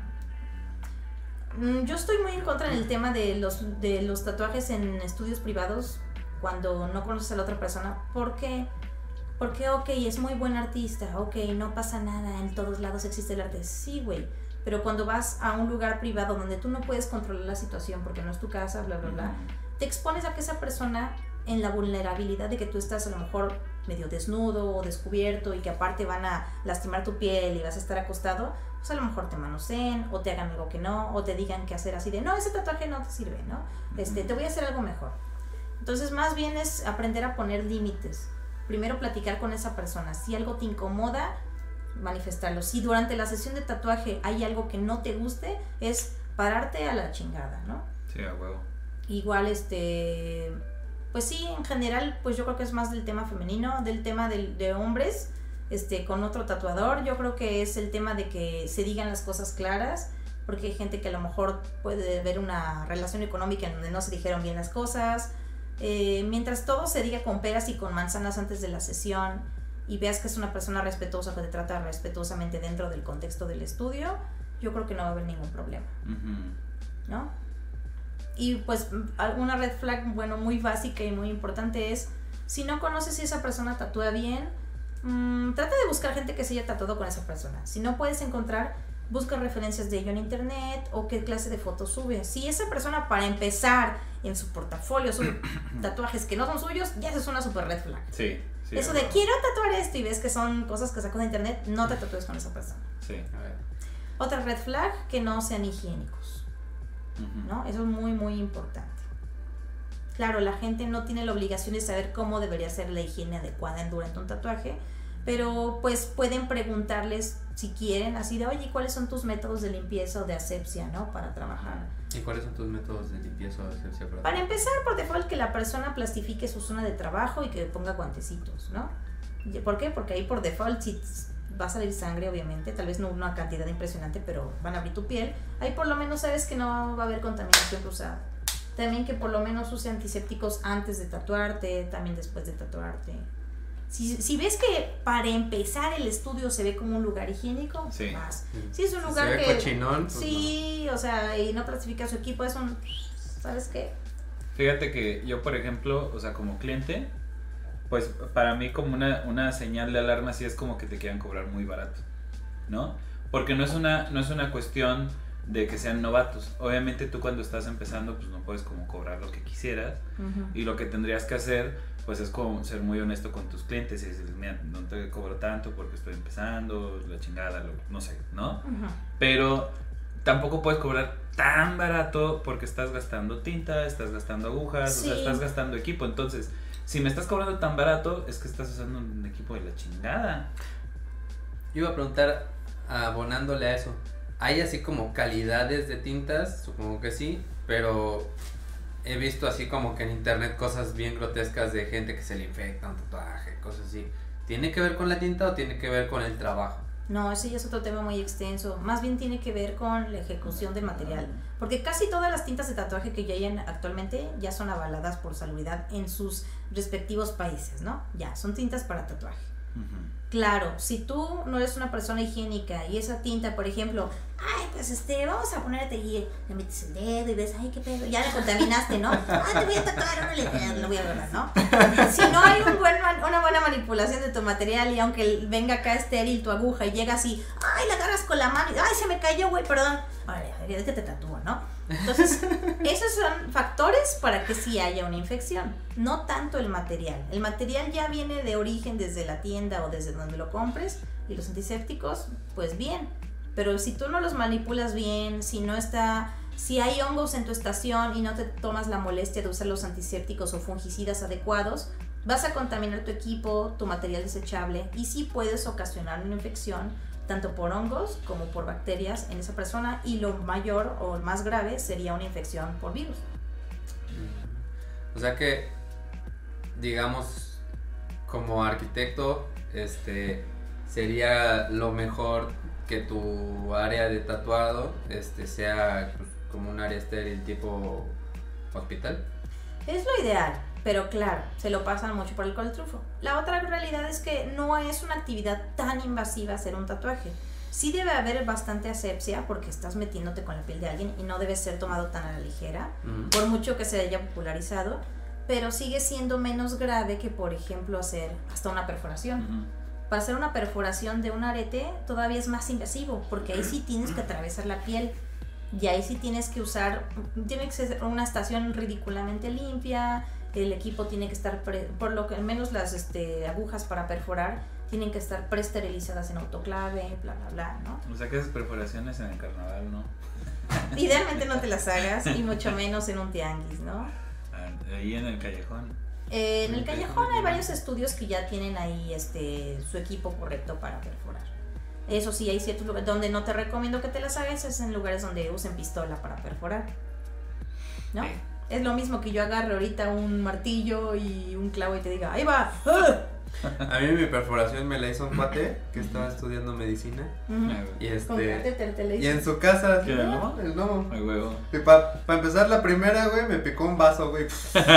[SPEAKER 3] Yo estoy muy en contra en el tema de los tatuajes en estudios privados cuando no conoces a la otra persona. ¿Por qué? Porque, ok, es muy buen artista, ok, no pasa nada, en todos lados existe el arte. Sí, güey, pero cuando vas a un lugar privado donde tú no puedes controlar la situación porque no es tu casa, bla, bla, bla, te expones a que esa persona, en la vulnerabilidad de que tú estás a lo mejor medio desnudo o descubierto y que aparte van a lastimar tu piel y vas a estar acostado, pues a lo mejor te manoseen o te hagan algo que no, o te digan qué hacer así de, no, ese tatuaje no te sirve, ¿no? Te voy a hacer algo mejor. Entonces más bien es aprender a poner límites. Primero platicar con esa persona. Si algo te incomoda, manifestarlo. Si durante la sesión de tatuaje hay algo que no te guste, es pararte a la chingada, ¿no?
[SPEAKER 2] Sí, a huevo.
[SPEAKER 3] Igual, pues sí, en general, pues yo creo que es más del tema femenino, del tema de hombres, con otro tatuador. Yo creo que es el tema de que se digan las cosas claras, porque hay gente que a lo mejor puede ver una relación económica en donde no se dijeron bien las cosas. Mientras todo se diga con peras y con manzanas antes de la sesión y veas que es una persona respetuosa, que te trata respetuosamente dentro del contexto del estudio, yo creo que no va a haber ningún problema, ¿no? Y pues una red flag, bueno, muy básica y muy importante es, si no conoces si esa persona tatúa bien, trata de buscar gente que se haya tatuado con esa persona. Si no puedes encontrar, busca referencias de ello en internet o qué clase de fotos sube. Si esa persona, para empezar, en su portafolio sube tatuajes que no son suyos, ya eso es una super red flag.
[SPEAKER 2] Sí, sí.
[SPEAKER 3] Eso de quiero tatuar esto y ves que son cosas que sacó de internet, no te tatúes con esa persona.
[SPEAKER 2] Sí.
[SPEAKER 1] A ver.
[SPEAKER 3] Otra red flag, que no sean higiénicos, ¿no? Eso es muy, muy importante. Claro, la gente no tiene la obligación de saber cómo debería ser la higiene adecuada durante un tatuaje, pero pues pueden preguntarles si quieren, así de, oye, ¿cuáles son tus métodos de limpieza o de asepsia, ¿no? Para trabajar.
[SPEAKER 1] ¿Y cuáles son tus métodos de limpieza o de asepsia?
[SPEAKER 3] Para empezar, por default, que la persona plastifique su zona de trabajo y que ponga guantecitos, ¿no? ¿Por qué? Porque ahí por default, si va a salir sangre, obviamente, tal vez no una cantidad impresionante, pero van a abrir tu piel, ahí por lo menos sabes que no va a haber contaminación cruzada. También que por lo menos use antisépticos antes de tatuarte, también después de tatuarte. Si ves que para empezar el estudio se ve como un lugar higiénico,
[SPEAKER 2] sí,
[SPEAKER 3] vas. Si es un lugar
[SPEAKER 1] se ve
[SPEAKER 3] que...
[SPEAKER 1] cochinón, pues
[SPEAKER 3] sí, no. O sea, y no plastifica su equipo, es un... ¿Sabes qué?
[SPEAKER 2] Fíjate que yo, por ejemplo, o sea, como cliente, pues para mí como una señal de alarma sí es como que te quieran cobrar muy barato, ¿no? Porque no es una cuestión de que sean novatos. Obviamente tú cuando estás empezando pues no puedes como cobrar lo que quisieras, y lo que tendrías que hacer pues es como ser muy honesto con tus clientes y decir, mira, no te cobro tanto porque estoy empezando, la chingada, no sé, ¿no? Pero tampoco puedes cobrar tan barato porque estás gastando tinta, estás gastando agujas,
[SPEAKER 3] Sí.
[SPEAKER 2] o sea, estás gastando equipo. Entonces, si me estás cobrando tan barato, es que estás usando un equipo de la chingada.
[SPEAKER 1] Yo iba a preguntar, abonándole a eso, ¿hay así como calidades de tintas? Supongo que sí, pero he visto así como que en internet cosas bien grotescas de gente que se le infecta un tatuaje, cosas así. ¿Tiene que ver con la tinta o tiene que ver con el trabajo?
[SPEAKER 3] No, ese ya es otro tema muy extenso. Más bien tiene que ver con la ejecución del material. Porque casi todas las tintas de tatuaje que ya hay actualmente ya son avaladas por Salubridad en sus respectivos países, ¿no? Ya, son tintas para tatuaje. Claro, si tú no eres una persona higiénica y esa tinta, por ejemplo, ay, pues vamos a ponerte y le metes el dedo y ves, ay, qué pedo, ya le contaminaste, ¿no? Ah, te voy a tatuar, órale, lo voy a agarrar, ¿no? Si no hay una buena manipulación de tu material y aunque venga acá estéril tu aguja y llegas y, ay, la agarras con la mano y, ay, se me cayó, güey, perdón, órale, es que te tatúa, ¿no? Entonces, esos son factores para que sí haya una infección, no tanto el material. El material ya viene de origen desde la tienda o desde donde lo compres, y los antisépticos, pues bien. Pero si tú no los manipulas bien, si hay hongos en tu estación y no te tomas la molestia de usar los antisépticos o fungicidas adecuados, vas a contaminar tu equipo, tu material desechable, y sí puedes ocasionar una infección tanto por hongos como por bacterias en esa persona, y lo mayor o más grave sería una infección por virus.
[SPEAKER 1] O sea que, digamos, como arquitecto, sería lo mejor que tu área de tatuado sea pues, como un área estéril tipo hospital.
[SPEAKER 3] Es lo ideal, pero claro, se lo pasan mucho por el coltrufo. La otra realidad es que no es una actividad tan invasiva hacer un tatuaje. Sí debe haber bastante asepsia porque estás metiéndote con la piel de alguien y no debe ser tomado tan a la ligera, por mucho que se haya popularizado, pero sigue siendo menos grave que, por ejemplo, hacer hasta una perforación. Para hacer una perforación de un arete todavía es más invasivo, porque ahí sí tienes que atravesar la piel. Y ahí sí tiene que ser una estación ridículamente limpia, el equipo tiene que estar, por lo que al menos las agujas para perforar tienen que estar preesterilizadas en autoclave, bla, bla, bla, ¿no?
[SPEAKER 2] O sea que esas perforaciones en el carnaval, ¿no?
[SPEAKER 3] Idealmente no te las hagas, y mucho menos en un tianguis, ¿no?
[SPEAKER 2] Ahí en el callejón.
[SPEAKER 3] En el callejón hay varios estudios que ya tienen ahí su equipo correcto para perforar. Eso sí, hay ciertos lugares donde no te recomiendo que te las hagas, es en lugares donde usen pistola para perforar, ¿no? Sí. Es lo mismo que yo agarre ahorita un martillo y un clavo y te diga, ¡ahí va!
[SPEAKER 1] A mí mi perforación me la hizo un cuate que estaba estudiando medicina. Y y en su casa,
[SPEAKER 2] ¿qué, el gnomo?
[SPEAKER 1] El gnomo.
[SPEAKER 2] Ay, huevo.
[SPEAKER 1] Y para empezar la primera, güey, me picó un vaso, güey.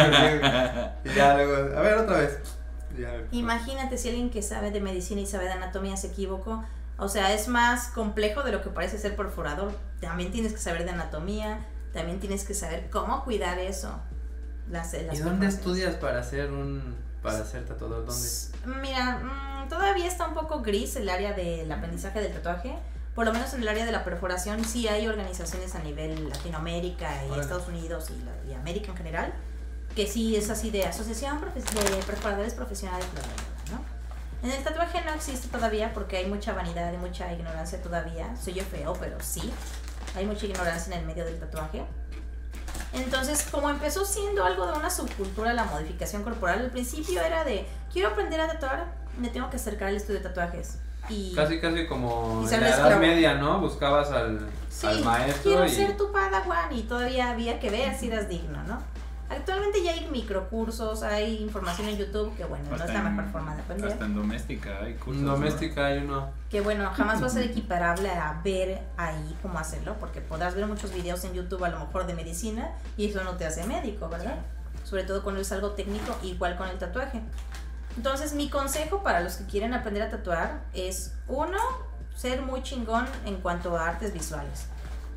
[SPEAKER 1] Y ya luego, a ver, otra vez.
[SPEAKER 3] Imagínate si alguien que sabe de medicina y sabe de anatomía se equivocó. O sea, es más complejo de lo que parece ser perforador. También tienes que saber de anatomía, también tienes que saber cómo cuidar eso.
[SPEAKER 1] ¿Y dónde estudias para ser tatuador? ¿Dónde?
[SPEAKER 3] Mira, todavía está un poco gris el área del aprendizaje del tatuaje. Por lo menos en el área de la perforación sí hay organizaciones a nivel Latinoamérica y Estados Unidos y América en general, que sí es así de asociación de perforadores profesionales, bla, bla, bla, ¿no? En el tatuaje no existe todavía porque hay mucha vanidad y mucha ignorancia todavía. Soy yo feo, pero sí, hay mucha ignorancia en el medio del tatuaje. Entonces, como empezó siendo algo de una subcultura la modificación corporal, al principio era de, quiero aprender a tatuar, me tengo que acercar al estudio de tatuajes. Y
[SPEAKER 1] casi como en la Edad Media, ¿no? Buscabas al maestro.
[SPEAKER 3] Quiero ser tu padawan, y todavía había que ver si eras digno, ¿no? Actualmente ya hay microcursos, hay información en YouTube que bueno, no es la mejor forma de aprender.
[SPEAKER 2] Hasta en doméstica hay cursos.
[SPEAKER 1] En doméstica hay uno.
[SPEAKER 3] Que bueno, jamás va a ser equiparable a ver ahí cómo hacerlo, porque podrás ver muchos videos en YouTube a lo mejor de medicina y eso no te hace médico, ¿verdad? Sobre todo cuando es algo técnico, igual con el tatuaje. Entonces mi consejo para los que quieren aprender a tatuar es, uno, ser muy chingón en cuanto a artes visuales.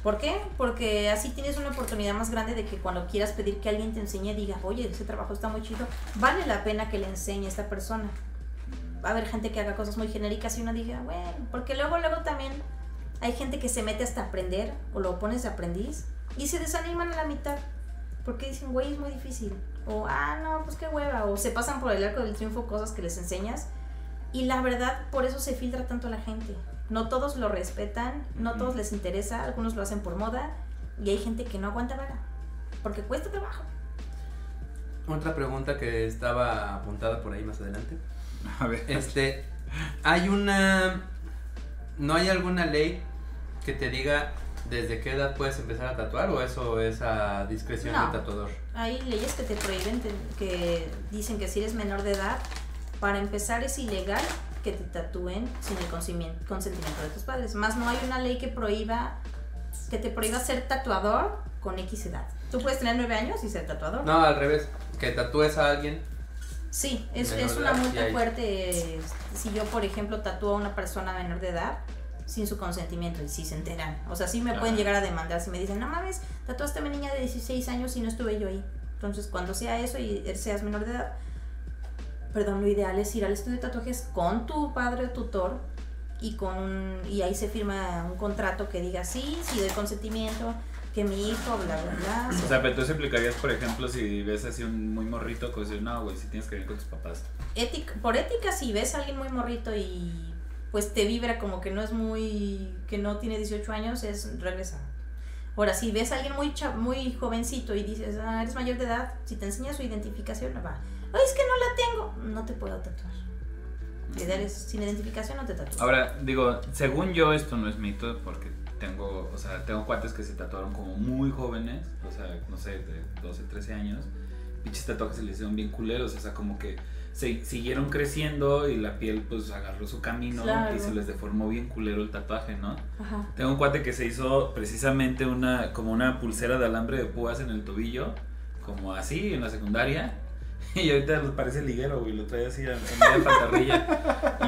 [SPEAKER 3] ¿Por qué? Porque así tienes una oportunidad más grande de que cuando quieras pedir que alguien te enseñe, diga, oye, ese trabajo está muy chido, vale la pena que le enseñe a esta persona. Va a haber gente que haga cosas muy genéricas y uno diga, bueno, porque luego también hay gente que se mete hasta aprender o lo pones de aprendiz y se desaniman a la mitad porque dicen, güey, es muy difícil, o no, pues qué hueva, o se pasan por el arco del triunfo cosas que les enseñas y la verdad por eso se filtra tanto a la gente. No todos lo respetan, no todos les interesa, algunos lo hacen por moda y hay gente que no aguanta vara porque cuesta trabajo.
[SPEAKER 1] Otra pregunta que estaba apuntada por ahí más adelante.
[SPEAKER 2] A ver.
[SPEAKER 1] ¿No hay alguna ley que te diga desde qué edad puedes empezar a tatuar o eso es a discreción del tatuador?
[SPEAKER 3] Hay leyes que te prohíben, que dicen que si eres menor de edad, para empezar es ilegal que te tatúen sin el consentimiento de tus padres. Más no hay una ley que te prohíba ser tatuador con X edad. Tú puedes tener 9 años y ser tatuador.
[SPEAKER 1] No, al revés, que tatúes a alguien.
[SPEAKER 3] Sí, es una multa fuerte si yo, por ejemplo, tatúo a una persona menor de edad sin su consentimiento y si se enteran. O sea, sí me pueden llegar a demandar si me dicen, no mames, tatuaste a mi niña de 16 años y no estuve yo ahí. Entonces, cuando sea eso y seas menor de edad, lo ideal es ir al estudio de tatuajes con tu padre o tutor y ahí se firma un contrato que diga, sí doy consentimiento, que mi hijo, bla, bla, bla.
[SPEAKER 2] O sea, pero tú explicarías, por ejemplo, si ves así un muy morrito, pues no, güey, si tienes que ir con tus papás.
[SPEAKER 3] Por ética, si ves a alguien muy morrito y pues te vibra como que que no tiene 18 años, es regresar. Ahora, si ves a alguien muy jovencito y dices, eres mayor de edad, si te enseña su identificación, va. Oye, es que no la tengo, no te puedo tatuar. Sin identificación no te tatúas.
[SPEAKER 2] Ahora, digo, según yo, esto no es mito, porque tengo cuates que se tatuaron como muy jóvenes, o sea, no sé, de 12, 13 años. Pinches tatuajes se les hicieron bien culeros, o sea, como que siguieron creciendo y la piel pues agarró su camino, claro, y se les deformó bien culero el tatuaje, ¿no? Ajá. Tengo un cuate que se hizo precisamente como una pulsera de alambre de púas en el tobillo, como así, en la secundaria. Y ahorita parece liguero, güey, lo trae así en media pantorrilla.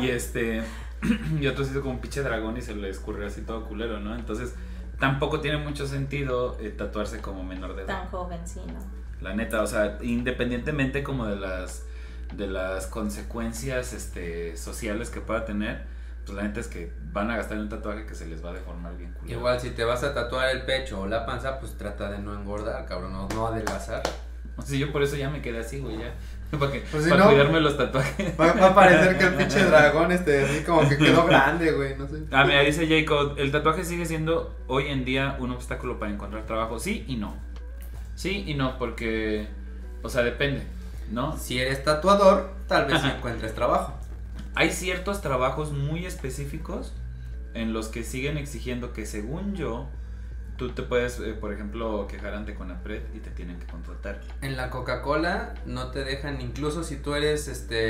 [SPEAKER 2] Y otro se hizo como un pinche dragón y se le escurrió así todo culero, ¿no? Entonces, tampoco tiene mucho sentido tatuarse como menor de edad.
[SPEAKER 3] Tan joven, sí, ¿no?
[SPEAKER 2] La neta, o sea, independientemente como de las consecuencias sociales que pueda tener, pues la neta es que van a gastar en un tatuaje que se les va a deformar bien culero.
[SPEAKER 1] Igual, si te vas a tatuar el pecho o la panza, pues trata de no engordar, cabrón, no adelgazar.
[SPEAKER 2] O sea, yo por eso ya me quedé así, güey, ya. Para
[SPEAKER 1] pues
[SPEAKER 2] si cuidarme los tatuajes.
[SPEAKER 1] Va a parecer que el pinche dragón así como que quedó grande, güey, no sé.
[SPEAKER 2] Mira, dice Jacob, el tatuaje sigue siendo hoy en día un obstáculo para encontrar trabajo. Sí y no. Sí y no, porque, o sea, depende, ¿no?
[SPEAKER 1] Si eres tatuador, tal vez sí encuentres trabajo.
[SPEAKER 2] Hay ciertos trabajos muy específicos en los que siguen exigiendo que, según yo, tú te puedes, por ejemplo, quejar ante Conapred y te tienen que contratar.
[SPEAKER 1] En la Coca-Cola no te dejan, incluso si tú eres,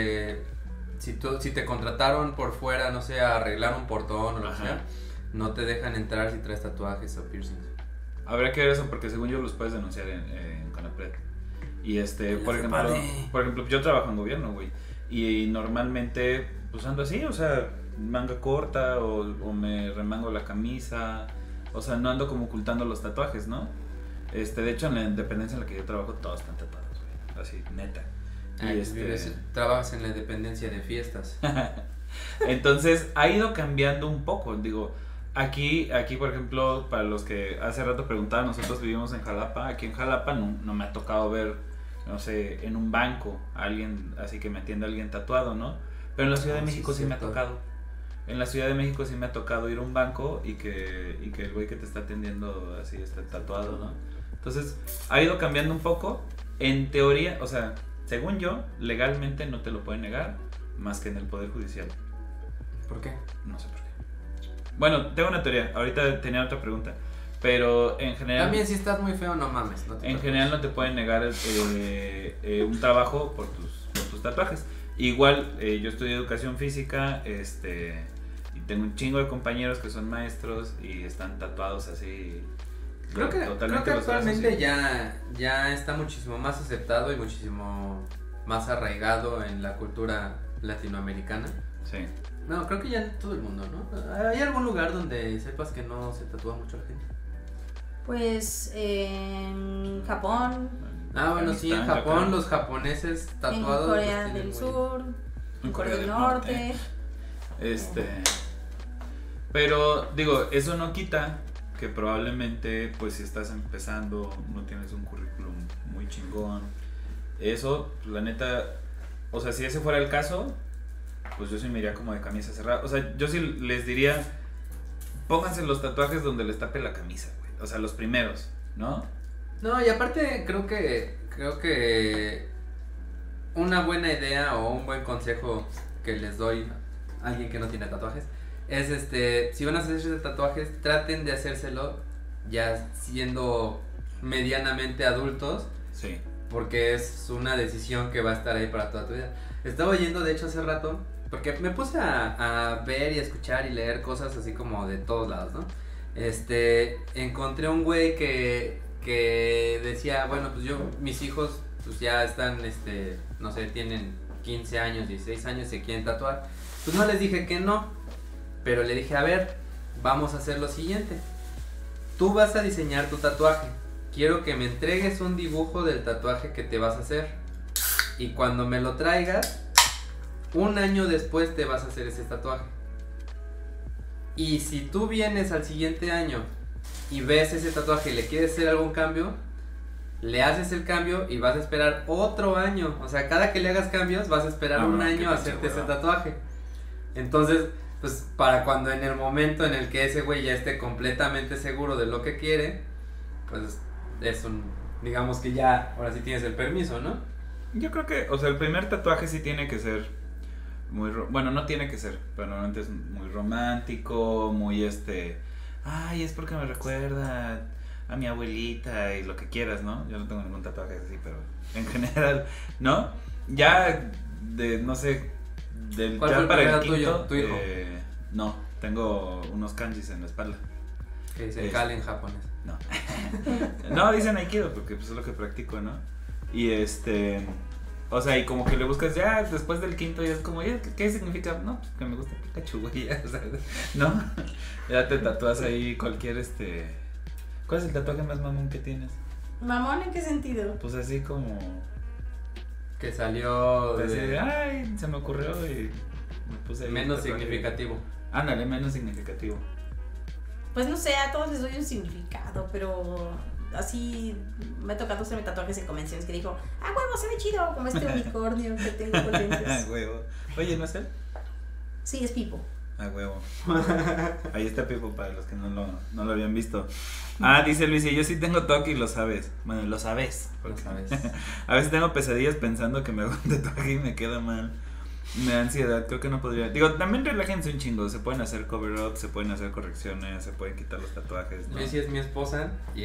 [SPEAKER 1] si te contrataron por fuera, no sé, a arreglar un portón o lo que sea, no te dejan entrar si traes tatuajes o piercings.
[SPEAKER 2] Habría que ver eso porque según yo los puedes denunciar en Conapred. Y por ejemplo, yo trabajo en gobierno, güey, y normalmente pues ando así, o sea, manga corta o me remango la camisa. O sea, no ando como ocultando los tatuajes, ¿no? De hecho, en la dependencia en la que yo trabajo, todos están tatuados, güey. Así, neta.
[SPEAKER 1] Trabajas en la dependencia de fiestas.
[SPEAKER 2] Entonces, ha ido cambiando un poco. Digo, aquí, por ejemplo, para los que hace rato preguntaban, nosotros vivimos en Jalapa. Aquí en Jalapa no me ha tocado ver, no sé, en un banco a alguien, así que me atiende alguien tatuado, ¿no? Pero en la Ciudad de México sí me ha tocado. En la Ciudad de México sí me ha tocado ir a un banco y que el güey que te está atendiendo así está tatuado, ¿no? Entonces, ha ido cambiando un poco. En teoría, o sea, según yo, legalmente no te lo pueden negar más que en el Poder Judicial.
[SPEAKER 1] ¿Por qué?
[SPEAKER 2] No sé por qué. Bueno, tengo una teoría. Ahorita tenía otra pregunta. Pero en general...
[SPEAKER 1] También si estás muy feo, no mames.
[SPEAKER 2] En general no te pueden negar un trabajo por tus tatuajes. Igual, yo estudio educación física, y tengo un chingo de compañeros que son maestros y están tatuados así.
[SPEAKER 1] Creo que actualmente ya está muchísimo más aceptado y muchísimo más arraigado en la cultura latinoamericana.
[SPEAKER 2] Sí.
[SPEAKER 1] No, creo que ya en todo el mundo, ¿no? ¿Hay algún lugar donde sepas que no se tatúa mucho la gente?
[SPEAKER 3] Pues en Japón,
[SPEAKER 1] Bueno, sí, en
[SPEAKER 2] Afganistán,
[SPEAKER 1] Japón
[SPEAKER 2] creo.
[SPEAKER 1] los japoneses tatuados.
[SPEAKER 3] en Corea
[SPEAKER 1] los tienen
[SPEAKER 3] del
[SPEAKER 1] muy-
[SPEAKER 3] Sur, en Corea del Norte.
[SPEAKER 2] Pero digo, eso no quita que probablemente, pues si estás empezando, no tienes un currículum muy chingón. Eso, la neta, o sea, si ese fuera el caso, pues yo sí me iría como de camisa cerrada. O sea, yo sí les diría, pónganse los tatuajes donde les tape la camisa, güey. O sea, los primeros, ¿no?
[SPEAKER 1] No, y aparte creo que una buena idea o un buen consejo que les doy a alguien que no tiene tatuajes es si van a hacerse tatuajes, traten de hacérselo ya siendo medianamente adultos,
[SPEAKER 2] Sí.
[SPEAKER 1] porque es una decisión que va a estar ahí para toda tu vida. Estaba oyendo, de hecho, hace rato, porque me puse a ver y a escuchar y leer cosas así como de todos lados, ¿no? Encontré un güey que decía, bueno, pues mis hijos, pues ya están, no sé, tienen 15 años, 16 años, se quieren tatuar. Pues no les dije que no, pero le dije, a ver, vamos a hacer lo siguiente. Tú vas a diseñar tu tatuaje. Quiero que me entregues un dibujo del tatuaje que te vas a hacer. Y cuando me lo traigas, un año después te vas a hacer ese tatuaje. Y si tú vienes al siguiente año y ves ese tatuaje y le quieres hacer algún cambio, le haces el cambio y vas a esperar otro año. O sea, cada que le hagas cambios vas a esperar un año a hacerte ese tatuaje. Entonces, pues para cuando en el momento en el que ese güey ya esté completamente seguro de lo que quiere, pues es digamos que ya, ahora sí tienes el permiso, ¿no?
[SPEAKER 2] Yo creo que, o sea, el primer tatuaje sí tiene que ser muy, bueno, no tiene que ser, pero normalmente es muy romántico, muy ay, es porque me recuerda a mi abuelita y lo que quieras, ¿no? Yo no tengo ningún tatuaje así, pero en general, ¿no? Ya no sé,
[SPEAKER 1] ¿Cuál
[SPEAKER 2] ya
[SPEAKER 1] fue el
[SPEAKER 2] para el
[SPEAKER 1] primero
[SPEAKER 2] quinto,
[SPEAKER 1] tuyo, tu hijo?
[SPEAKER 2] No, tengo unos kanjis en la espalda.
[SPEAKER 1] Que dice Kale en japonés.
[SPEAKER 2] No. No, dicen Aikido porque pues es lo que practico, ¿no? Y o sea, y como que le buscas ya después del quinto y es como, ¿qué significa? No, pues que me gusta Pikachu, güey, ya, o sea, ¿no? Ya te tatúas ahí cualquier ¿Cuál es el tatuaje más mamón que tienes?
[SPEAKER 3] ¿Mamón en qué sentido?
[SPEAKER 2] Pues así como
[SPEAKER 1] Que salió
[SPEAKER 2] así de, ay, se me ocurrió y me puse ahí
[SPEAKER 1] menos
[SPEAKER 2] el tatuaje.
[SPEAKER 1] significativo.
[SPEAKER 2] Ándale, menos significativo.
[SPEAKER 3] Pues no sé, a todos les doy un significado, pero así me ha tocado hacerme tatuajes en convenciones que dijo, huevo, se ve chido, como este unicornio que tengo con
[SPEAKER 2] Ah,
[SPEAKER 3] lentes.
[SPEAKER 2] huevo. Oye, ¿no es él?
[SPEAKER 3] Sí, es Pipo.
[SPEAKER 2] Ah, huevo. Ahí está Pipo para los que no lo habían visto. Dice Luis, y yo sí tengo toque y lo sabes. Bueno, lo sabes.
[SPEAKER 1] Porque, ¿sabes?
[SPEAKER 2] A veces tengo pesadillas pensando que me hago un tatuaje y me queda mal. Me da ansiedad, creo que no podría. Digo, también relájense un chingo. Se pueden hacer cover-up, se pueden hacer correcciones, se pueden quitar los tatuajes, ¿no?
[SPEAKER 1] Lucy es mi esposa y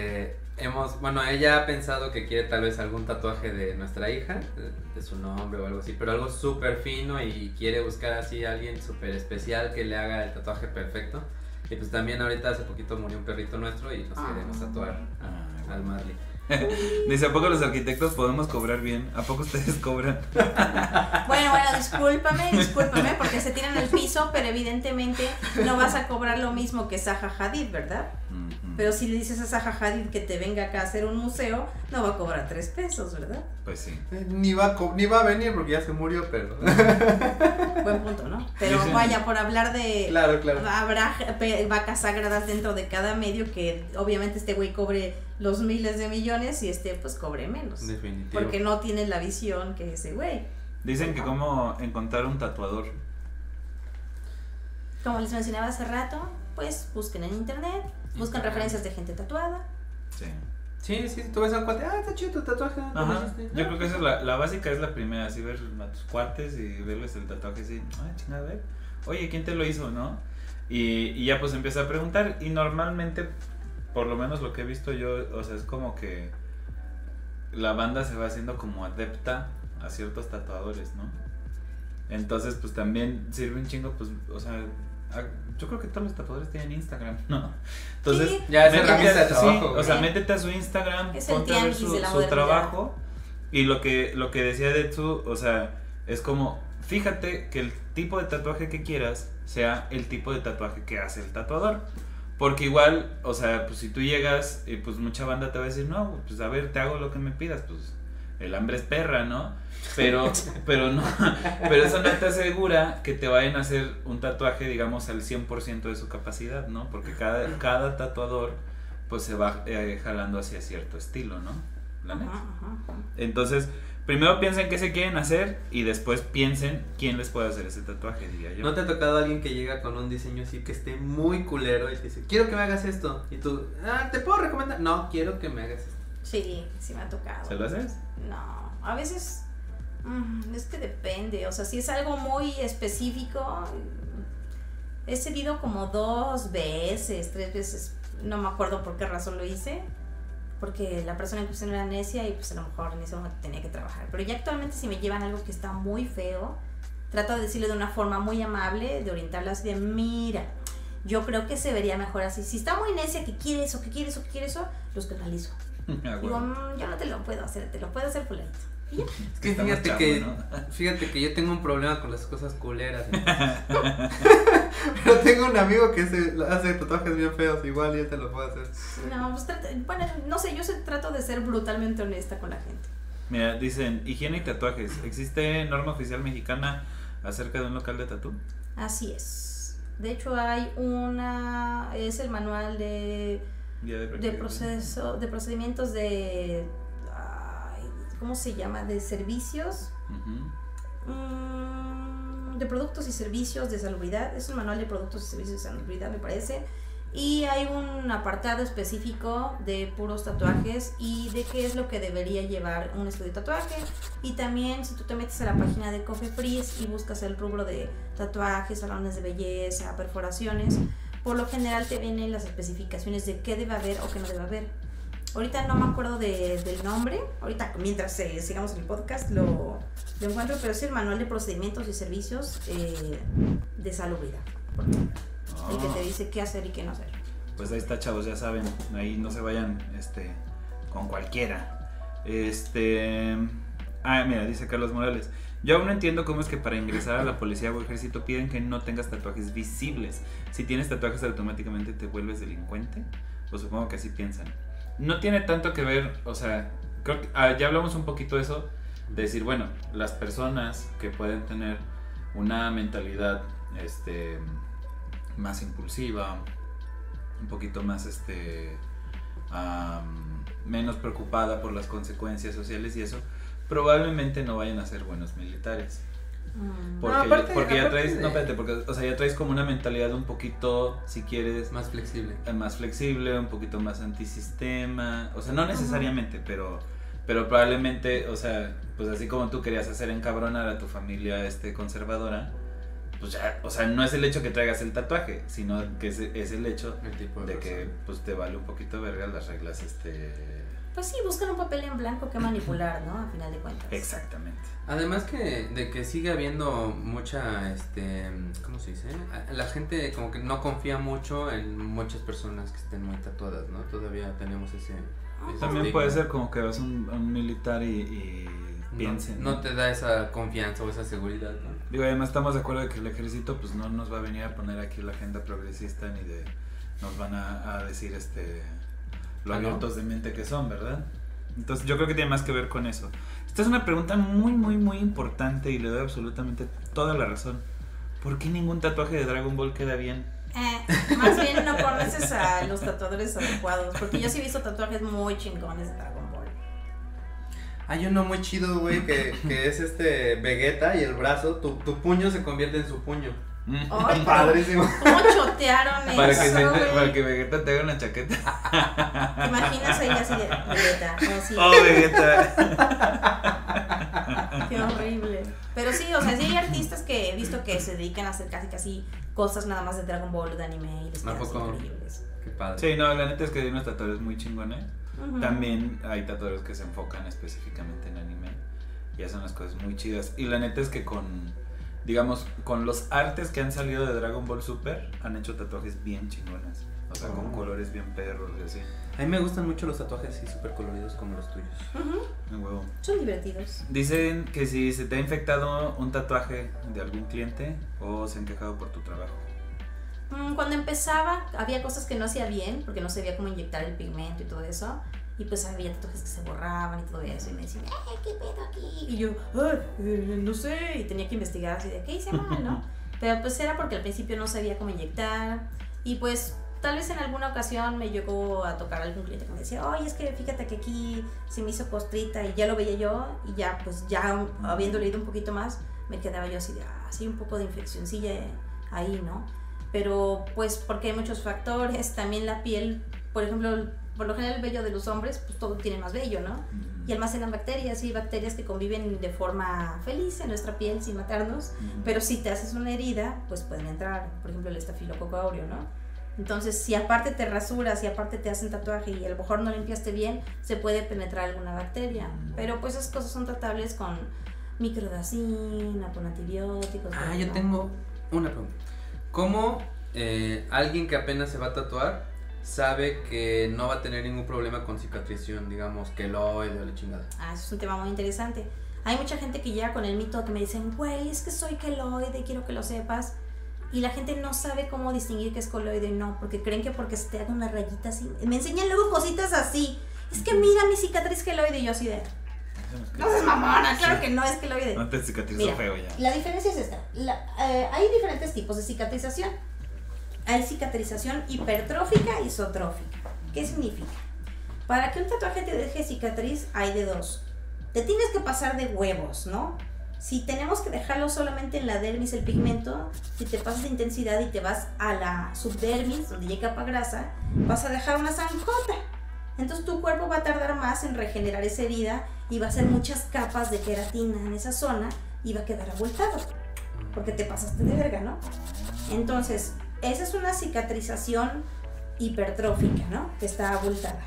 [SPEAKER 1] ella ha pensado que quiere tal vez algún tatuaje de nuestra hija, de su nombre o algo así, pero algo súper fino y quiere buscar así a alguien súper especial que le haga el tatuaje perfecto. Y pues también ahorita hace poquito murió un perrito nuestro y nos queremos tatuar al Marley.
[SPEAKER 2] Dice, ¿a poco los arquitectos podemos cobrar bien? ¿A poco ustedes cobran?
[SPEAKER 3] Bueno, discúlpame porque se tiran al piso, pero evidentemente no vas a cobrar lo mismo que Zaha Hadid, ¿verdad? Pero si le dices a Zaha Hadid que te venga acá a hacer un museo, no va a cobrar 3 pesos, ¿verdad?
[SPEAKER 2] Pues sí.
[SPEAKER 1] Ni va a venir porque ya se murió, pero...
[SPEAKER 3] Buen punto, ¿no? Pero
[SPEAKER 2] Sí, sí.
[SPEAKER 3] vaya, por hablar de...
[SPEAKER 1] Claro.
[SPEAKER 3] Habrá vacas sagradas dentro de cada medio que obviamente este güey cobre los miles de millones y pues cobre menos.
[SPEAKER 1] Definitivo.
[SPEAKER 3] Porque no tiene la visión que ese güey.
[SPEAKER 2] Dicen que cómo encontrar un tatuador.
[SPEAKER 3] Como les mencionaba hace rato, pues busquen en internet, buscan referencias de gente tatuada.
[SPEAKER 2] Sí.
[SPEAKER 1] Sí, tú ves a un cuate, está chido tu tatuaje. ¿no?
[SPEAKER 2] Ajá. Yo creo que esa es la básica, es la primera, así ver a tus cuates y verles el tatuaje así, chingada, a ver, oye, ¿quién te lo hizo, no? Y ya pues empieza a preguntar y normalmente, por lo menos lo que he visto yo, o sea, es como que la banda se va haciendo como adepta a ciertos tatuadores, ¿no? Entonces pues también sirve un chingo, pues, o sea, yo creo que todos los tatuadores tienen Instagram, ¿no? Entonces,
[SPEAKER 3] Sí.
[SPEAKER 1] Ya es
[SPEAKER 2] métete
[SPEAKER 1] herramienta de
[SPEAKER 2] a-
[SPEAKER 1] trabajo,
[SPEAKER 2] sí,
[SPEAKER 1] güey.
[SPEAKER 2] o sea, métete a su Instagram,
[SPEAKER 3] Es el
[SPEAKER 2] ponte a ver
[SPEAKER 3] tianguis
[SPEAKER 2] su,
[SPEAKER 3] de la
[SPEAKER 2] su
[SPEAKER 3] modernidad.
[SPEAKER 2] trabajo. Y lo que decía Detsu, o sea, es como, fíjate que el tipo de tatuaje que quieras sea el tipo de tatuaje que hace el tatuador. Porque igual, o sea, pues si tú llegas, pues mucha banda te va a decir, no, pues a ver, te hago lo que me pidas, pues el hambre es perra, ¿no? Pero no, pero eso no te asegura que te vayan a hacer un tatuaje, digamos, al 100% de su capacidad, ¿no? Porque cada tatuador, pues se va jalando hacia cierto estilo, ¿no? La neta. Entonces, primero piensen qué se quieren hacer y después piensen quién les puede hacer ese tatuaje, diría yo.
[SPEAKER 1] ¿No te ha tocado alguien que llega con un diseño así que esté muy culero y te dice, quiero que me hagas esto? Y tú, ¿te puedo recomendar? No, quiero que me hagas esto.
[SPEAKER 3] Sí, sí me ha tocado.
[SPEAKER 2] ¿Se lo haces?
[SPEAKER 3] No, a veces es que depende, o sea, si es algo muy específico, he cedido como 2 veces, 3 veces, no me acuerdo por qué razón lo hice, porque la persona en cuestión era necia y pues a lo mejor en ese momento tenía que trabajar, pero ya actualmente si me llevan algo que está muy feo, trato de decirle de una forma muy amable, de orientarla así de, mira, yo creo que se vería mejor así, si está muy necia que quiere eso, los canalizo. Digo, yo no te lo puedo hacer, te lo puede hacer fulanito.
[SPEAKER 1] Es que fíjate que yo tengo un problema con las cosas culeras. Pero tengo un amigo que hace tatuajes bien feos, igual y él te lo puede hacer.
[SPEAKER 3] No, pues bueno, no sé, yo trato de ser brutalmente honesta con la gente.
[SPEAKER 2] Mira, dicen, higiene y tatuajes. ¿Existe norma oficial mexicana acerca de un local de tatú?
[SPEAKER 3] Así es. De hecho hay es el manual de procedimientos de ¿cómo se llama? De servicios, de productos y servicios de salubridad. Es un manual de productos y servicios de salubridad, me parece. Y hay un apartado específico de puros tatuajes y de qué es lo que debería llevar un estudio de tatuaje. Y también si tú te metes a la página de Cofepris y buscas el rubro de tatuajes, salones de belleza, perforaciones, por lo general te vienen las especificaciones de qué debe haber o qué no debe haber. Ahorita no me acuerdo del nombre, ahorita mientras sigamos en el podcast lo encuentro, pero es el manual de procedimientos y servicios de salubridad. El que te dice qué hacer y qué no hacer.
[SPEAKER 2] Pues ahí está, chavos, ya saben, ahí no se vayan con cualquiera. Mira, dice Carlos Morales. Yo aún no entiendo cómo es que para ingresar a la policía o ejército piden que no tengas tatuajes visibles. Si tienes tatuajes automáticamente te vuelves delincuente. Pues supongo que así piensan. No tiene tanto que ver, o sea, creo que ya hablamos un poquito de eso, de decir, bueno, las personas que pueden tener una mentalidad más impulsiva, un poquito más menos preocupada por las consecuencias sociales y eso, probablemente no vayan a ser buenos militares. Porque ya traes, o sea, ya traes como una mentalidad un poquito, si quieres,
[SPEAKER 1] más flexible,
[SPEAKER 2] un poquito más antisistema, o sea, no necesariamente, pero probablemente, o sea, pues así como tú querías hacer encabronar a tu familia conservadora, pues ya, o sea, no es el hecho que traigas el tatuaje, sino que es el hecho de que pues te vale un poquito verga las reglas
[SPEAKER 3] Pues sí, buscan un papel en blanco que manipular, ¿no? A final de cuentas.
[SPEAKER 2] Exactamente.
[SPEAKER 1] Además de que sigue habiendo mucha, ¿cómo se dice? La gente como que no confía mucho en muchas personas que estén muy tatuadas, ¿no? Todavía tenemos ese
[SPEAKER 2] también puede ser como que vas a un militar y piensen.
[SPEAKER 1] No te da esa confianza o esa seguridad, ¿no?
[SPEAKER 2] Digo, además estamos de acuerdo de que el ejército pues no nos va a venir a poner aquí la agenda progresista ni nos van a decir lo abiertos de mente que son, ¿verdad? Entonces yo creo que tiene más que ver con eso. Esta es una pregunta muy, muy, muy importante y le doy absolutamente toda la razón. ¿Por qué ningún tatuaje de Dragon Ball queda bien?
[SPEAKER 3] Más bien no conoces a los tatuadores adecuados, porque yo sí he visto tatuajes muy chingones de Dragon Ball.
[SPEAKER 1] Hay uno muy chido, güey, que es Vegeta y el brazo, tu puño se convierte en su puño.
[SPEAKER 3] Ay,
[SPEAKER 1] padrísimo.
[SPEAKER 3] ¿Cómo chotearon eso?
[SPEAKER 2] Para que Vegeta te haga una chaqueta.
[SPEAKER 3] ¿Te imaginas ahí así de Vegeta? Así.
[SPEAKER 2] Oh, Vegeta.
[SPEAKER 3] Qué horrible. Pero sí, o sea, sí hay artistas que he visto que se dedican a hacer casi cosas nada más de Dragon Ball, de anime y les quedan horribles.
[SPEAKER 1] Qué padre.
[SPEAKER 2] Sí, no, la neta es que hay unos tatuadores muy chingones. También hay tatuadores que se enfocan específicamente en anime y hacen las cosas muy chidas. Y la neta es que con los artes que han salido de Dragon Ball Super han hecho tatuajes bien chingones. O sea, con colores bien perros y así.
[SPEAKER 1] A mí me gustan mucho los tatuajes así súper coloridos como los tuyos.
[SPEAKER 2] Un huevo.
[SPEAKER 3] Son divertidos.
[SPEAKER 2] Dicen que si se te ha infectado un tatuaje de algún cliente o se han quejado por tu trabajo.
[SPEAKER 3] Cuando empezaba, había cosas que no hacía bien, porque no sabía cómo inyectar el pigmento y todo eso. Y pues había tatuajes que se borraban y todo eso. Y me decían, ¿qué pedo aquí? Y yo, no sé. Y tenía que investigar así de, ¿qué hice mal, no? Pero pues era porque al principio no sabía cómo inyectar. Y pues tal vez en alguna ocasión me llegó a tocar algún cliente que me decía, oye, es que fíjate que aquí se me hizo costrita. Y ya lo veía yo. Y ya, pues ya habiendo leído un poquito más, me quedaba yo así de, sí, un poco de infeccioncilla ahí, ¿no? Pero pues porque hay muchos factores. También la piel, por ejemplo, por lo general el vello de los hombres, pues todo tiene más vello, ¿no? Y almacenan bacterias, y bacterias que conviven de forma feliz en nuestra piel sin matarnos, pero si te haces una herida, pues pueden entrar, por ejemplo, el estafilococo áureo, ¿no? Entonces, si aparte te rasuras, si aparte te hacen tatuaje y a lo mejor no limpiaste bien, se puede penetrar alguna bacteria, pero pues esas cosas son tratables con microdacina, con antibióticos.
[SPEAKER 1] Yo tengo una pregunta. ¿Cómo alguien que apenas se va a tatuar sabe que no va a tener ningún problema con cicatrización, digamos, queloide o la chingada?
[SPEAKER 3] Eso es un tema muy interesante. Hay mucha gente que llega con el mito que me dicen, güey, es que soy queloide, quiero que lo sepas. Y la gente no sabe cómo distinguir qué es queloide y no, porque creen que porque se te haga una rayita así. Me enseñan luego cositas así. Es que mira mi cicatriz queloide, y yo así de... No seas mamona, claro que no es queloide.
[SPEAKER 2] No te cicatrizó feo ya.
[SPEAKER 3] La diferencia es esta. Hay diferentes tipos de cicatrización. Hay cicatrización hipertrófica y isotrófica. ¿Qué significa? Para que un tatuaje te deje cicatriz hay de dos. Te tienes que pasar de huevos, ¿no? Si tenemos que dejarlo solamente en la dermis el pigmento, si te pasas de intensidad y te vas a la subdermis, donde ya hay capa grasa, vas a dejar una zanjota. Entonces tu cuerpo va a tardar más en regenerar esa herida y va a hacer muchas capas de queratina en esa zona y va a quedar abultado, porque te pasaste de verga, ¿no? Entonces, esa es una cicatrización hipertrófica, ¿no? Que está abultada.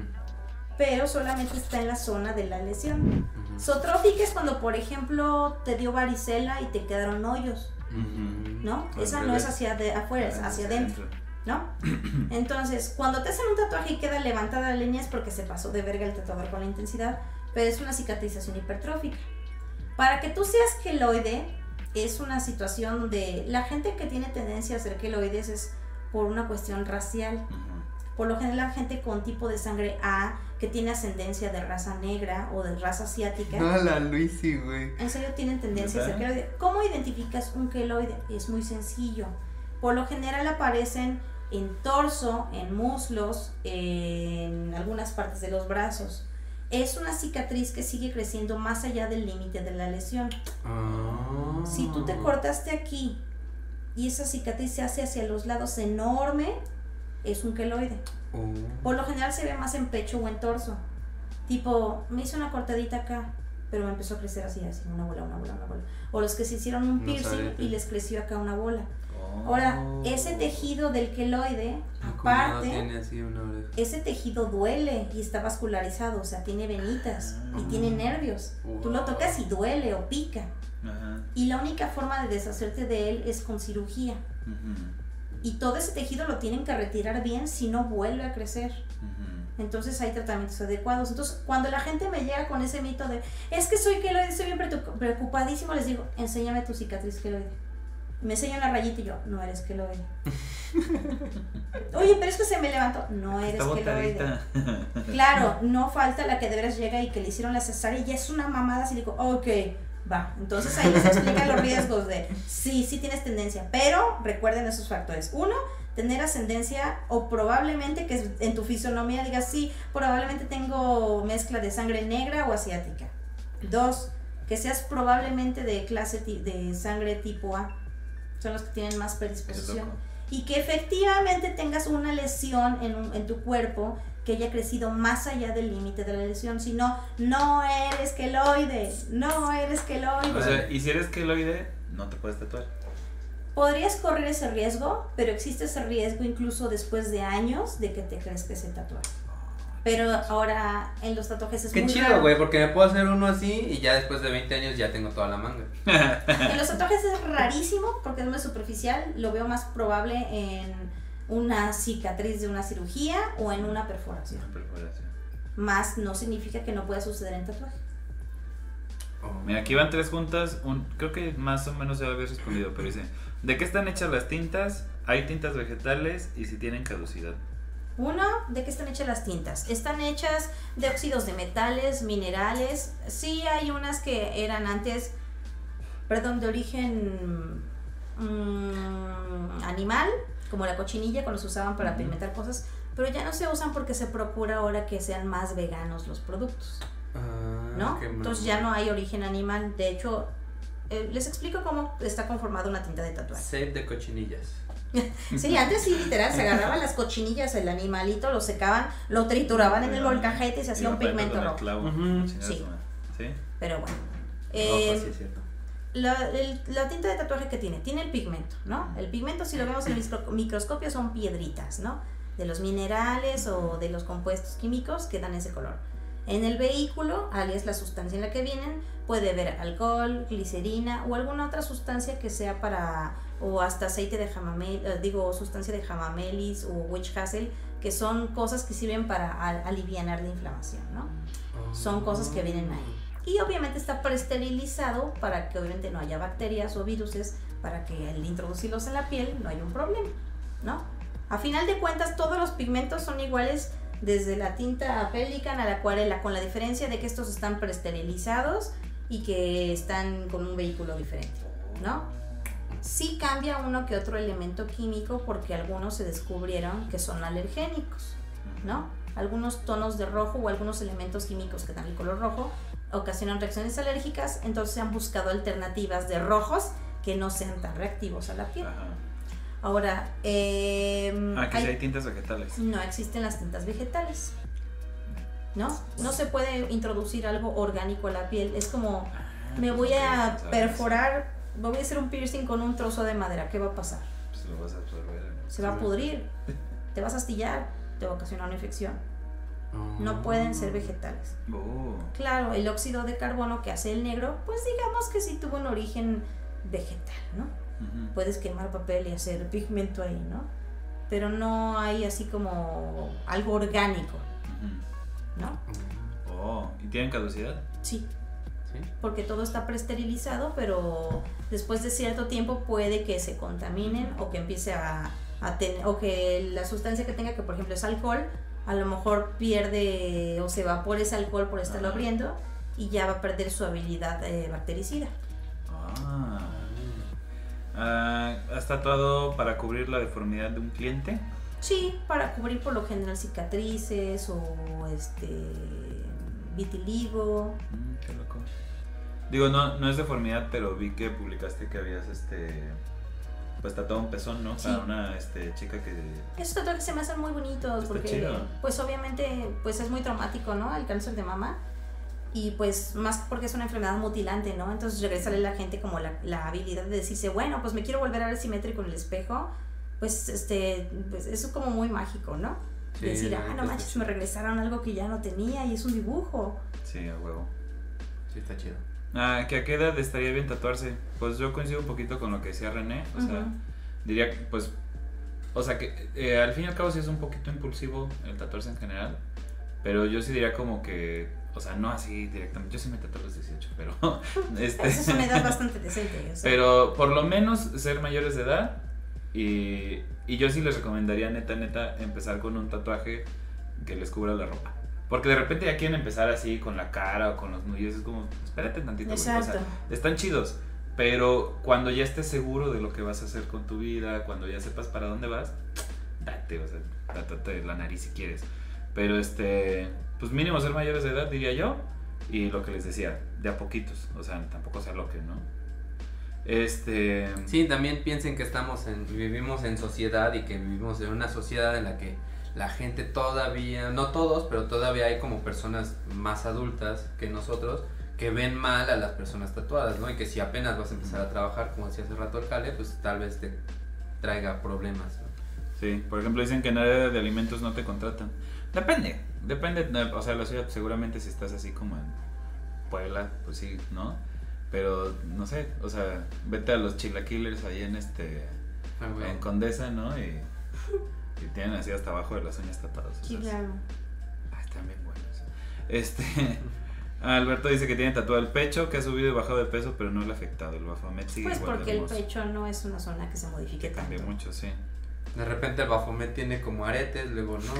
[SPEAKER 3] Pero solamente está en la zona de la lesión. Isotrófica es cuando, por ejemplo, te dio varicela y te quedaron hoyos, ¿no? Esa no es hacia afuera, es hacia adentro, ¿no? Entonces, cuando te hacen un tatuaje y queda levantada la línea es porque se pasó de verga el tatuador con la intensidad, pero es una cicatrización hipertrófica. Para que tú seas queloide, es una situación donde la gente que tiene tendencia a ser queloides es por una cuestión racial. Por lo general, la gente con tipo de sangre A, que tiene ascendencia de raza negra o de raza asiática.
[SPEAKER 1] No, la Luisi, güey.
[SPEAKER 3] En serio tienen tendencia a ser queloide. ¿Cómo identificas un queloide? Es muy sencillo. Por lo general aparecen en torso, en muslos, en algunas partes de los brazos. Es una cicatriz que sigue creciendo más allá del límite de la lesión. Si tú te cortaste aquí y esa cicatriz se hace hacia los lados enorme, es un queloide. Por lo general se ve más en pecho o en torso. Tipo, me hice una cortadita acá, pero me empezó a crecer así, una bola. O los que se hicieron un piercing y les creció acá una bola. Ahora, ese tejido del queloide, aparte,
[SPEAKER 1] tiene así una oreja.
[SPEAKER 3] ese tejido duele y está vascularizado, o sea, tiene venitas y tiene nervios. Tú lo tocas y duele o pica. Y la única forma de deshacerte de él es con cirugía. Y todo ese tejido lo tienen que retirar bien, si no vuelve a crecer. Entonces hay tratamientos adecuados. Entonces, cuando la gente me llega con ese mito de, es que soy queloide, estoy bien preocupadísimo, les digo, enséñame tu cicatriz queloide. Me enseña una rayita y yo, no eres queloide. Oye, pero es que se me levantó. No eres queloide. Claro, no falta la que de veras llega y que le hicieron la cesárea y ya es una mamada, así le digo, ok, va. Entonces ahí les explican los riesgos de, sí tienes tendencia, pero recuerden esos factores. Uno, tener ascendencia o probablemente que en tu fisonomía digas, sí, probablemente tengo mezcla de sangre negra o asiática. Dos, que seas probablemente de clase de sangre tipo A. Son los que tienen más predisposición. Y que efectivamente tengas una lesión en tu cuerpo que haya crecido más allá del límite de la lesión. Si no, no eres queloide. No eres queloide.
[SPEAKER 2] O sea, y si eres queloide, no te puedes tatuar.
[SPEAKER 3] Podrías correr ese riesgo, pero existe ese riesgo incluso después de años de que te crezca ese tatuaje. Pero ahora en los tatuajes es muy raro. Qué chido,
[SPEAKER 1] güey, porque me puedo hacer uno así y ya después de 20 años ya tengo toda la manga.
[SPEAKER 3] En los tatuajes es rarísimo porque es muy superficial. Lo veo más probable en una cicatriz de una cirugía o en una perforación. Más no significa que no pueda suceder en tatuaje.
[SPEAKER 2] Mira, aquí van 3 juntas, creo que más o menos ya había respondido, pero dice, ¿de qué están hechas las tintas? Hay tintas vegetales y si tienen caducidad.
[SPEAKER 3] Uno, ¿de qué están hechas las tintas? Están hechas de óxidos de metales, minerales. Sí hay unas que eran antes, de origen animal, como la cochinilla, cuando se usaban para pigmentar cosas, pero ya no se usan porque se procura ahora que sean más veganos los productos, ¿no? Entonces ya no hay origen animal. De hecho, les explico cómo está conformada una tinta de tatuaje.
[SPEAKER 1] Save de cochinillas.
[SPEAKER 3] Sí, antes sí, literal, se agarraban las cochinillas, el animalito, lo secaban, lo trituraban en el molcajete y se hacía un pigmento rojo. Sí. Pero bueno.
[SPEAKER 1] Sí, es cierto.
[SPEAKER 3] La tinta de tatuaje que tiene el pigmento, ¿no? El pigmento, si lo vemos en el microscopio, son piedritas, ¿no? De los minerales o de los compuestos químicos que dan ese color. En el vehículo, alias la sustancia en la que vienen, puede haber alcohol, glicerina o alguna otra sustancia que sea o hasta aceite de sustancia de jamamelis o witch hazel, que son cosas que sirven para aliviar la inflamación, ¿no? Son cosas que vienen ahí. Y obviamente está preesterilizado para que obviamente no haya bacterias o viruses, para que al introducirlos en la piel no haya un problema, ¿no? A final de cuentas, todos los pigmentos son iguales, desde la tinta Pelican a la acuarela, con la diferencia de que estos están preesterilizados y que están con un vehículo diferente, ¿no? Sí cambia uno que otro elemento químico porque algunos se descubrieron que son alergénicos, ¿no? Algunos tonos de rojo o algunos elementos químicos que dan el color rojo ocasionan reacciones alérgicas, entonces se han buscado alternativas de rojos que no sean tan reactivos a la piel.
[SPEAKER 2] Ajá.
[SPEAKER 3] Ahora,
[SPEAKER 2] que si hay tintas vegetales.
[SPEAKER 3] No existen las tintas vegetales, ¿no? No se puede introducir algo orgánico a la piel. Es como, me voy a perforar, voy a hacer un piercing con un trozo de madera. ¿Qué va a pasar?
[SPEAKER 2] Pues lo vas a absorber, ¿no?
[SPEAKER 3] Se va a pudrir, te vas a astillar, te va a ocasionar una infección. No pueden ser vegetales. Claro, el óxido de carbono que hace el negro, pues digamos que sí tuvo un origen vegetal, ¿no? Puedes quemar papel y hacer pigmento ahí, ¿no? Pero no hay así como algo orgánico, ¿no?
[SPEAKER 2] ¿Y tienen caducidad?
[SPEAKER 3] Sí, porque todo está preesterilizado, pero después de cierto tiempo puede que se contaminen o que empiece a tener, o que la sustancia que tenga, que por ejemplo es alcohol, a lo mejor pierde o se evapora ese alcohol por estarlo abriendo y ya va a perder su habilidad bactericida.
[SPEAKER 2] ¿Has tatuado para cubrir la deformidad de un cliente?
[SPEAKER 3] Sí, para cubrir por lo general cicatrices o vitiligo.
[SPEAKER 2] Qué loco. Digo, no es deformidad, pero vi que publicaste que habías pues tatuado un pezón, ¿no?
[SPEAKER 3] Sí.
[SPEAKER 2] Para una chica que...
[SPEAKER 3] Esos tatuajes se me hacen muy bonitos.
[SPEAKER 2] Está
[SPEAKER 3] porque
[SPEAKER 2] chido.
[SPEAKER 3] pues obviamente pues es muy traumático, ¿no? El cáncer de mama. Y pues más porque es una enfermedad mutilante, ¿no? Entonces regresarle a la gente como la habilidad de decirse, bueno, pues me quiero volver a ver simétrico en el espejo, pues pues eso es como muy mágico, ¿no?
[SPEAKER 1] Sí,
[SPEAKER 3] decir, no manches, me regresaron algo que ya no tenía y es un dibujo.
[SPEAKER 2] Sí, a huevo.
[SPEAKER 1] Sí, está chido.
[SPEAKER 2] ¿Que a qué edad estaría bien tatuarse? Pues yo coincido un poquito con lo que decía René, o sea, diría que pues, o sea que al fin y al cabo sí es un poquito impulsivo el tatuarse en general, pero yo sí diría como que, o sea, no así directamente, yo sí me tatué a los 18, pero...
[SPEAKER 3] Esa es una edad bastante decente, o sea.
[SPEAKER 2] Pero por lo menos ser mayores de edad y yo sí les recomendaría neta empezar con un tatuaje que les cubra la ropa. Porque de repente ya quieren empezar así con la cara o con los nudillos, es como, espérate tantito, güey. O sea, están chidos, pero cuando ya estés seguro de lo que vas a hacer con tu vida, cuando ya sepas para dónde vas, date, o sea, tatuate la nariz si quieres. Pero pues mínimo ser mayores de edad, diría yo, y lo que les decía, de a poquitos, o sea, tampoco se aloquen, ¿no?
[SPEAKER 1] Sí, también piensen que vivimos en sociedad y que vivimos en una sociedad en la que la gente todavía, no todos, pero todavía hay como personas más adultas que nosotros que ven mal a las personas tatuadas, ¿no? Y que si apenas vas a empezar a trabajar, como decía hace rato el Cale, pues tal vez te traiga problemas, ¿no?
[SPEAKER 2] Sí, por ejemplo dicen que en área de alimentos no te contratan. Depende, o sea, la ciudad seguramente si estás así como en Puebla, pues sí, ¿no? Pero no sé, o sea, vete a los chilaquilers ahí en en Condesa, ¿no? Y tienen así hasta abajo de las uñas tatuadas.
[SPEAKER 3] Sí, claro.
[SPEAKER 2] Están bien buenos. Alberto dice que tiene tatuado el pecho, que ha subido y bajado de peso, pero no le ha afectado. El Baphomet sigue
[SPEAKER 3] Pues
[SPEAKER 2] igual
[SPEAKER 3] porque
[SPEAKER 2] de
[SPEAKER 3] el
[SPEAKER 2] hermoso.
[SPEAKER 3] pecho no es una zona que se modifique
[SPEAKER 2] Que cambia
[SPEAKER 3] tanto.
[SPEAKER 2] mucho, sí.
[SPEAKER 1] De repente el Baphomet tiene como aretes, luego no.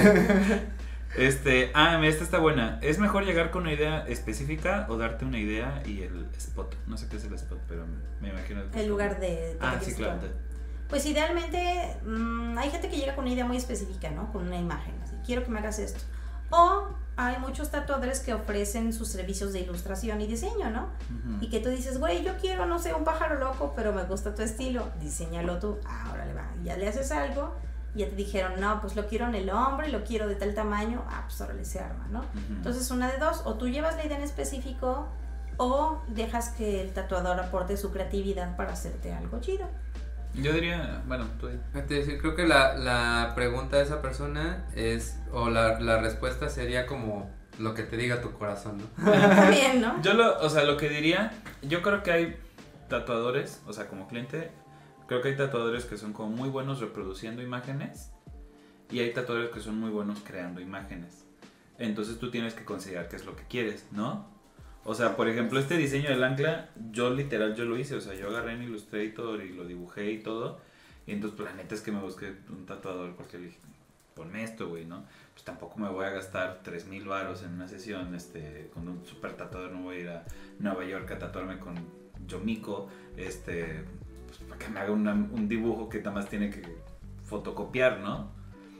[SPEAKER 2] Esta está buena. ¿Es mejor llegar con una idea específica o darte una idea y el spot? No sé qué es el spot, pero me imagino que
[SPEAKER 3] El lugar de...
[SPEAKER 2] sí, claro.
[SPEAKER 3] Pues idealmente hay gente que llega con una idea muy específica, ¿no? Con una imagen, así, quiero que me hagas esto. O hay muchos tatuadores que ofrecen sus servicios de ilustración y diseño, ¿no?
[SPEAKER 2] Ujú.
[SPEAKER 3] Y que tú dices, güey, yo quiero, no sé, un pájaro loco, pero me gusta tu estilo, diseñalo tú. Órale, va. Y ya le haces algo, y ya te dijeron, no, pues lo quiero en el hombro y lo quiero de tal tamaño, pues órale, se arma, ¿no?
[SPEAKER 2] Ujú.
[SPEAKER 3] Entonces una de dos, o tú llevas la idea en específico o dejas que el tatuador aporte su creatividad para hacerte algo chido.
[SPEAKER 2] Yo diría, bueno, tú
[SPEAKER 1] Creo que la pregunta de esa persona es, o la respuesta sería como lo que te diga tu corazón, ¿no?
[SPEAKER 3] Está bien, ¿no?
[SPEAKER 2] lo que diría, yo creo que hay tatuadores, o sea, como cliente, creo que hay tatuadores que son como muy buenos reproduciendo imágenes y hay tatuadores que son muy buenos creando imágenes. Entonces tú tienes que considerar qué es lo que quieres, ¿no? O sea, por ejemplo, este diseño del ancla, yo lo hice, o sea, yo agarré en Illustrator y lo dibujé y todo. Y entonces, pues la neta es que me busqué un tatuador porque le dije, ponme esto, güey, ¿no? Pues tampoco me voy a gastar 3,000 varos en una sesión, con un super tatuador, no voy a ir a Nueva York a tatuarme con Yomiko, pues para que me haga un dibujo que nada más tiene que fotocopiar, ¿no?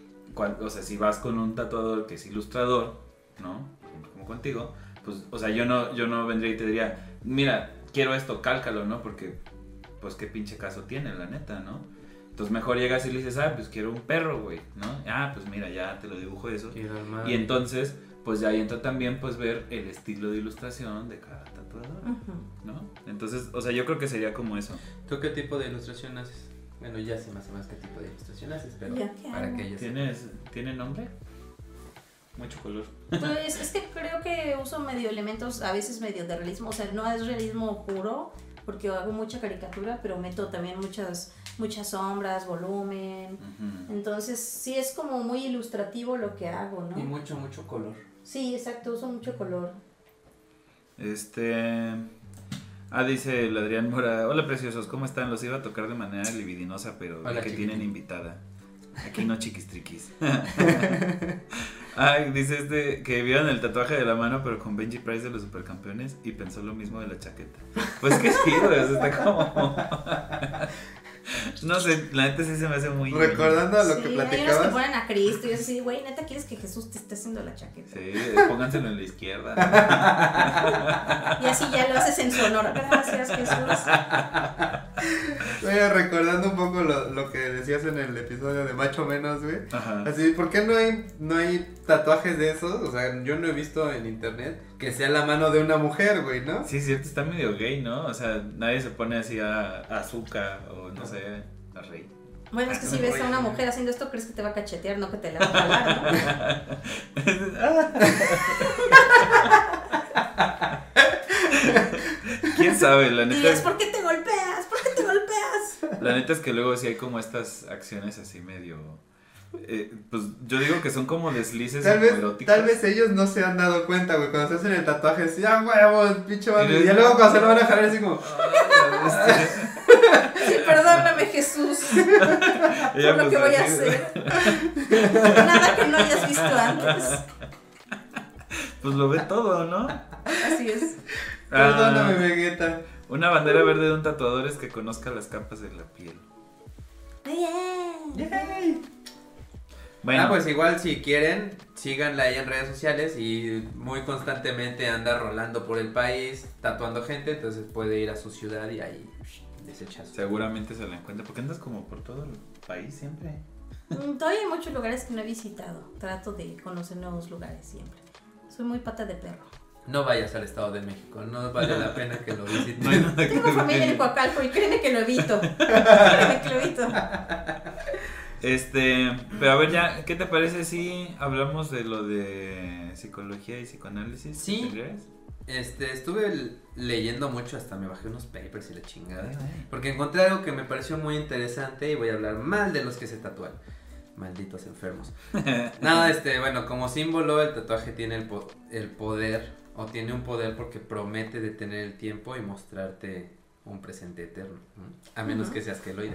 [SPEAKER 2] O sea, si vas con un tatuador que es ilustrador, ¿no? Como contigo, pues, o sea, yo no vendría y te diría, mira, quiero esto, cálcalo, ¿no? Porque, pues, qué pinche caso tiene, la neta, ¿no? Entonces, mejor llegas y le dices, pues, quiero un perro, güey, ¿no? Pues, mira, ya te lo dibujo eso. Y entonces, pues, ya ahí entra también, pues, ver el estilo de ilustración de cada tatuador, ¿no? Entonces, o sea, yo creo que sería como eso.
[SPEAKER 1] ¿Tú qué tipo de ilustración haces? Bueno, ya sé más o menos qué tipo de ilustración haces, pero
[SPEAKER 3] Ya, ¿qué
[SPEAKER 1] para
[SPEAKER 3] hago?
[SPEAKER 1] que ellos...
[SPEAKER 2] ¿Tiene nombre? Mucho color.
[SPEAKER 3] Pues es que creo que uso medio elementos, a veces medio de realismo, o sea, no es realismo puro, porque hago mucha caricatura, pero meto también muchas sombras, volumen.
[SPEAKER 2] Uh-huh.
[SPEAKER 3] Entonces, sí es como muy ilustrativo lo que hago, ¿no?
[SPEAKER 1] Y mucho color.
[SPEAKER 3] Sí, exacto, uso mucho color.
[SPEAKER 2] Dice el Adrián Mora, hola preciosos, ¿cómo están? Los iba a tocar de manera libidinosa, pero
[SPEAKER 1] Hola,
[SPEAKER 2] que
[SPEAKER 1] chiquitín.
[SPEAKER 2] tienen invitada. Aquí no chiquistriquis. Dice que vieron el tatuaje de la mano, pero con Benji Price de los Supercampeones y pensó lo mismo de la chaqueta. Pues que sí, güey, o sea, está como... No sé, la neta sí se me hace muy...
[SPEAKER 1] Recordando lo
[SPEAKER 3] Sí,
[SPEAKER 1] que
[SPEAKER 3] hay unos que
[SPEAKER 1] platicabas.
[SPEAKER 3] ponen a Cristo y es así, güey, neta, ¿quieres que Jesús te esté haciendo la chaqueta?
[SPEAKER 2] Sí, pónganselo en la izquierda.
[SPEAKER 3] Y así ya lo haces en su honor. Gracias, Jesús.
[SPEAKER 1] Oye, recordando un poco lo que decías en el episodio de Macho Menos, güey.
[SPEAKER 2] Ajá.
[SPEAKER 1] Así, ¿por qué no hay tatuajes de esos? O sea, yo no he visto en internet que sea la mano de una mujer, güey, ¿no?
[SPEAKER 2] Sí, es cierto, está medio gay, ¿no? O sea, nadie se pone así a Azúcar o no sé, a Rey.
[SPEAKER 3] Bueno, es que si ves a una mujer haciendo esto, crees que te va a cachetear, no que te la va a jalar, ¿no?
[SPEAKER 2] ¿Quién sabe? La
[SPEAKER 3] Y
[SPEAKER 2] neta,
[SPEAKER 3] es, ¿por qué te golpeas? ¿Por qué te golpeas?
[SPEAKER 2] la neta es que luego sí hay como estas acciones así medio... pues yo digo que son como deslices eróticos.
[SPEAKER 1] Tal vez ellos no se han dado cuenta, güey, cuando se hacen el tatuaje, así, huevos, pinche mami.
[SPEAKER 2] Y
[SPEAKER 1] Y luego cuando se lo van a jalar, así como,
[SPEAKER 3] Sí, perdóname, Jesús, por lo que voy a hacer. Nada que no hayas visto antes.
[SPEAKER 2] Pues lo ve todo, ¿no?
[SPEAKER 3] Así es.
[SPEAKER 1] perdóname, Vegeta.
[SPEAKER 2] Una bandera verde de un tatuador es que conozca las capas de la piel.
[SPEAKER 1] Yay.
[SPEAKER 2] Bueno,
[SPEAKER 1] Pues igual si quieren, síganla ahí en redes sociales y muy constantemente anda rolando por el país, tatuando gente, entonces puede ir a su ciudad y ahí desechas.
[SPEAKER 2] seguramente se la encuentra. Porque andas como por todo el país siempre.
[SPEAKER 3] Todavía hay muchos lugares que no he visitado. Trato de conocer nuevos lugares siempre. Soy muy pata de perro.
[SPEAKER 1] No vayas al Estado de México, no vale la pena que lo visites.
[SPEAKER 2] No hay nada que
[SPEAKER 3] Tengo familia en Coacalco y créeme que lo evito.
[SPEAKER 2] Pero a ver ya, ¿qué te parece si hablamos de lo de psicología y psicoanálisis?
[SPEAKER 1] Sí.
[SPEAKER 2] ¿Te crees?
[SPEAKER 1] Estuve leyendo mucho, hasta me bajé unos papers y la chingada, porque encontré algo que me pareció muy interesante y voy a hablar mal de los que se tatúan. Malditos enfermos. No, bueno, como símbolo el tatuaje tiene el poder o tiene un poder porque promete detener el tiempo y mostrarte un presente eterno, ¿no? A menos que seas queloide.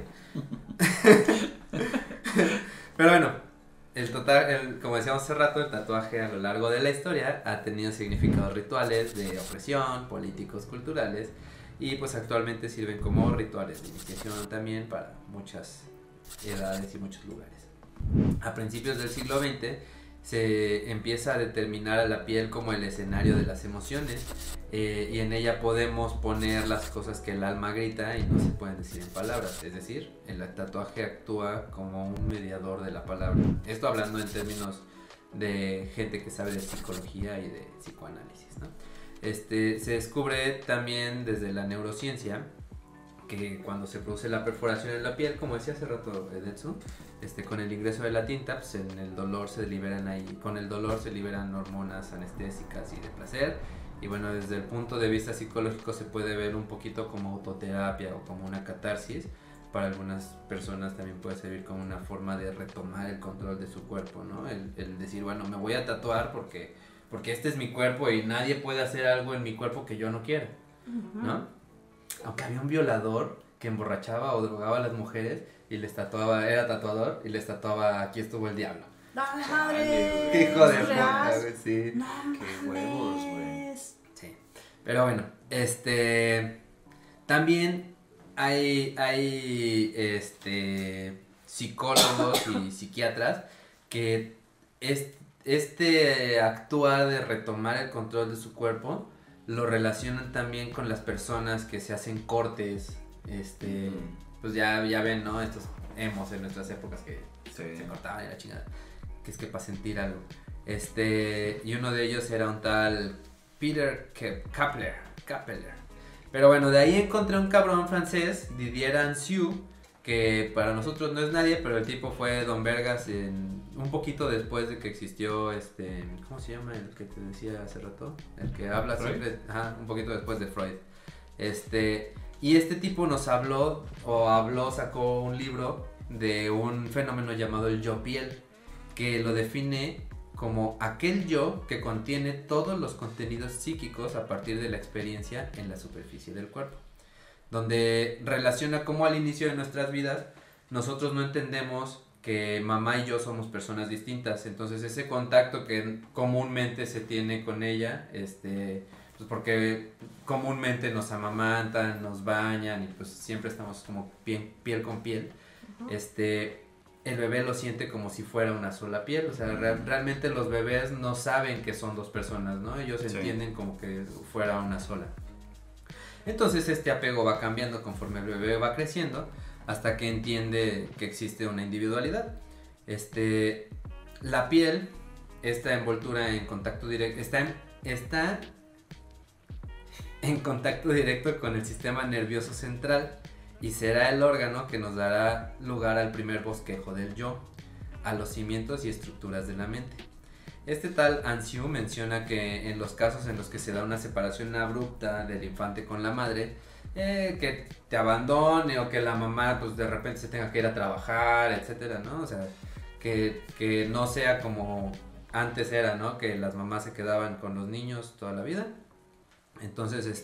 [SPEAKER 1] Pero bueno, como decíamos hace rato, el tatuaje a lo largo de la historia ha tenido significados rituales de opresión, políticos, culturales, y pues actualmente sirven como rituales de iniciación también para muchas edades y muchos lugares. A principios del siglo XX se empieza a determinar a la piel como el escenario de las emociones, y en ella podemos poner las cosas que el alma grita y no se pueden decir en palabras, es decir, el tatuaje actúa como un mediador de la palabra. Esto hablando en términos de gente que sabe de psicología y de psicoanálisis, ¿no? Se descubre también desde la neurociencia que cuando se produce la perforación en la piel, como decía hace rato Edetsu, con el ingreso de la tinta, pues en el dolor se liberan con el dolor se liberan hormonas anestésicas y de placer. Y bueno, desde el punto de vista psicológico se puede ver un poquito como autoterapia o como una catarsis. Para algunas personas también puede servir como una forma de retomar el control de su cuerpo, ¿no? El decir, bueno, me voy a tatuar porque este es mi cuerpo y nadie puede hacer algo en mi cuerpo que yo no quiera, ¿no? Aunque había un violador que emborrachaba o drogaba a las mujeres y les tatuaba, era tatuador y les tatuaba, aquí estuvo el diablo.
[SPEAKER 3] ¡Dale, madre!
[SPEAKER 1] ¡Qué hijo de puta, güey! Sí.
[SPEAKER 3] No,
[SPEAKER 2] ¡Qué huevos, güey!
[SPEAKER 1] Sí. Pero bueno, también hay psicólogos y psiquiatras que actuar de retomar el control de su cuerpo lo relacionan también con las personas que se hacen cortes, pues ya ven, ¿no? Estos emos en nuestras épocas que se cortaban y la chingada, que es que para sentir algo. Y uno de ellos era un tal Peter Kapler. Pero bueno, de ahí encontré un cabrón francés, Didier Anziu, que para nosotros no es nadie, pero el tipo fue Don Vergas un poquito después de que existió ¿cómo se llama el que te decía hace rato? El que habla
[SPEAKER 2] ¿Freud?
[SPEAKER 1] siempre, un poquito después de Freud. Y este tipo nos sacó un libro de un fenómeno llamado el yo piel, que lo define como aquel yo que contiene todos los contenidos psíquicos a partir de la experiencia en la superficie del cuerpo, donde relaciona cómo al inicio de nuestras vidas nosotros no entendemos que mamá y yo somos personas distintas, entonces ese contacto que comúnmente se tiene con ella, pues porque comúnmente nos amamantan, nos bañan y pues siempre estamos como piel con piel, el bebé lo siente como si fuera una sola piel, o sea, realmente los bebés no saben que son dos personas, ¿no? Ellos entienden como que fuera una sola. Entonces este apego va cambiando conforme el bebé va creciendo hasta que entiende que existe una individualidad. La piel, esta envoltura en contacto directo, está en contacto directo con el sistema nervioso central y será el órgano que nos dará lugar al primer bosquejo del yo, a los cimientos y estructuras de la mente. Este tal Anziu menciona que en los casos en los que se da una separación abrupta del infante con la madre, que te abandone o que la mamá pues de repente se tenga que ir a trabajar, etcétera, ¿no? O sea, que no sea como antes era, ¿no? Que las mamás se quedaban con los niños toda la vida. Entonces,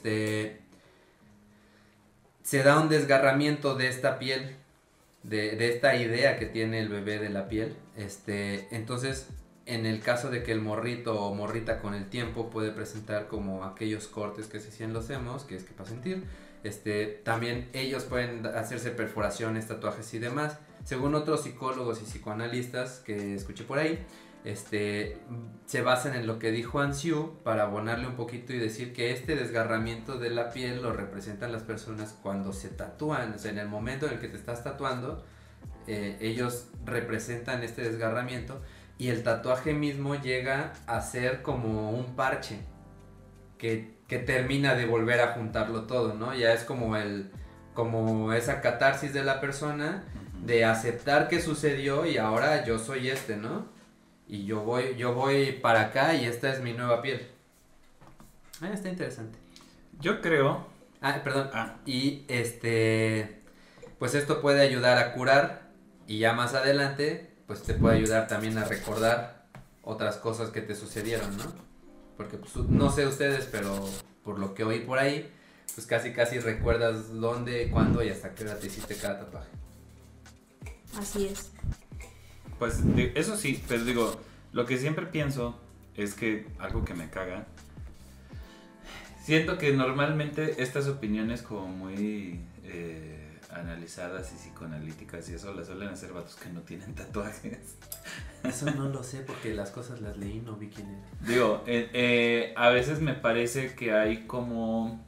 [SPEAKER 1] se da un desgarramiento de esta piel, de esta idea que tiene el bebé de la piel. Entonces, en el caso de que el morrito o morrita con el tiempo puede presentar como aquellos cortes que se hacían los emos, que es que para sentir, también ellos pueden hacerse perforaciones, tatuajes y demás. Según otros psicólogos y psicoanalistas que escuché por ahí, se basan en lo que dijo Anziu para abonarle un poquito y decir que este desgarramiento de la piel lo representan las personas cuando se tatúan, o sea, en el momento en el que te estás tatuando, ellos representan este desgarramiento y el tatuaje mismo llega a ser como un parche que termina de volver a juntarlo todo, ¿no? Ya es como esa catarsis de la persona de aceptar que sucedió y ahora yo soy ¿no? Y yo voy para acá y esta es mi nueva piel. Está interesante.
[SPEAKER 2] Yo creo...
[SPEAKER 1] Perdón. Y pues esto puede ayudar a curar y ya más adelante pues te puede ayudar también a recordar otras cosas que te sucedieron, ¿no? porque pues, no sé ustedes, pero por lo que oí por ahí, pues casi recuerdas dónde, cuándo y hasta qué hora te hiciste cada tatuaje.
[SPEAKER 3] Así es.
[SPEAKER 2] Pues eso sí, pero digo, lo que siempre pienso es que algo que me caga, siento que normalmente estas opiniones como muy analizadas y psicoanalíticas y eso las suelen hacer vatos que no tienen tatuajes.
[SPEAKER 1] Eso no lo sé porque las cosas las leí, no vi quién era.
[SPEAKER 2] Digo, a veces me parece que hay como...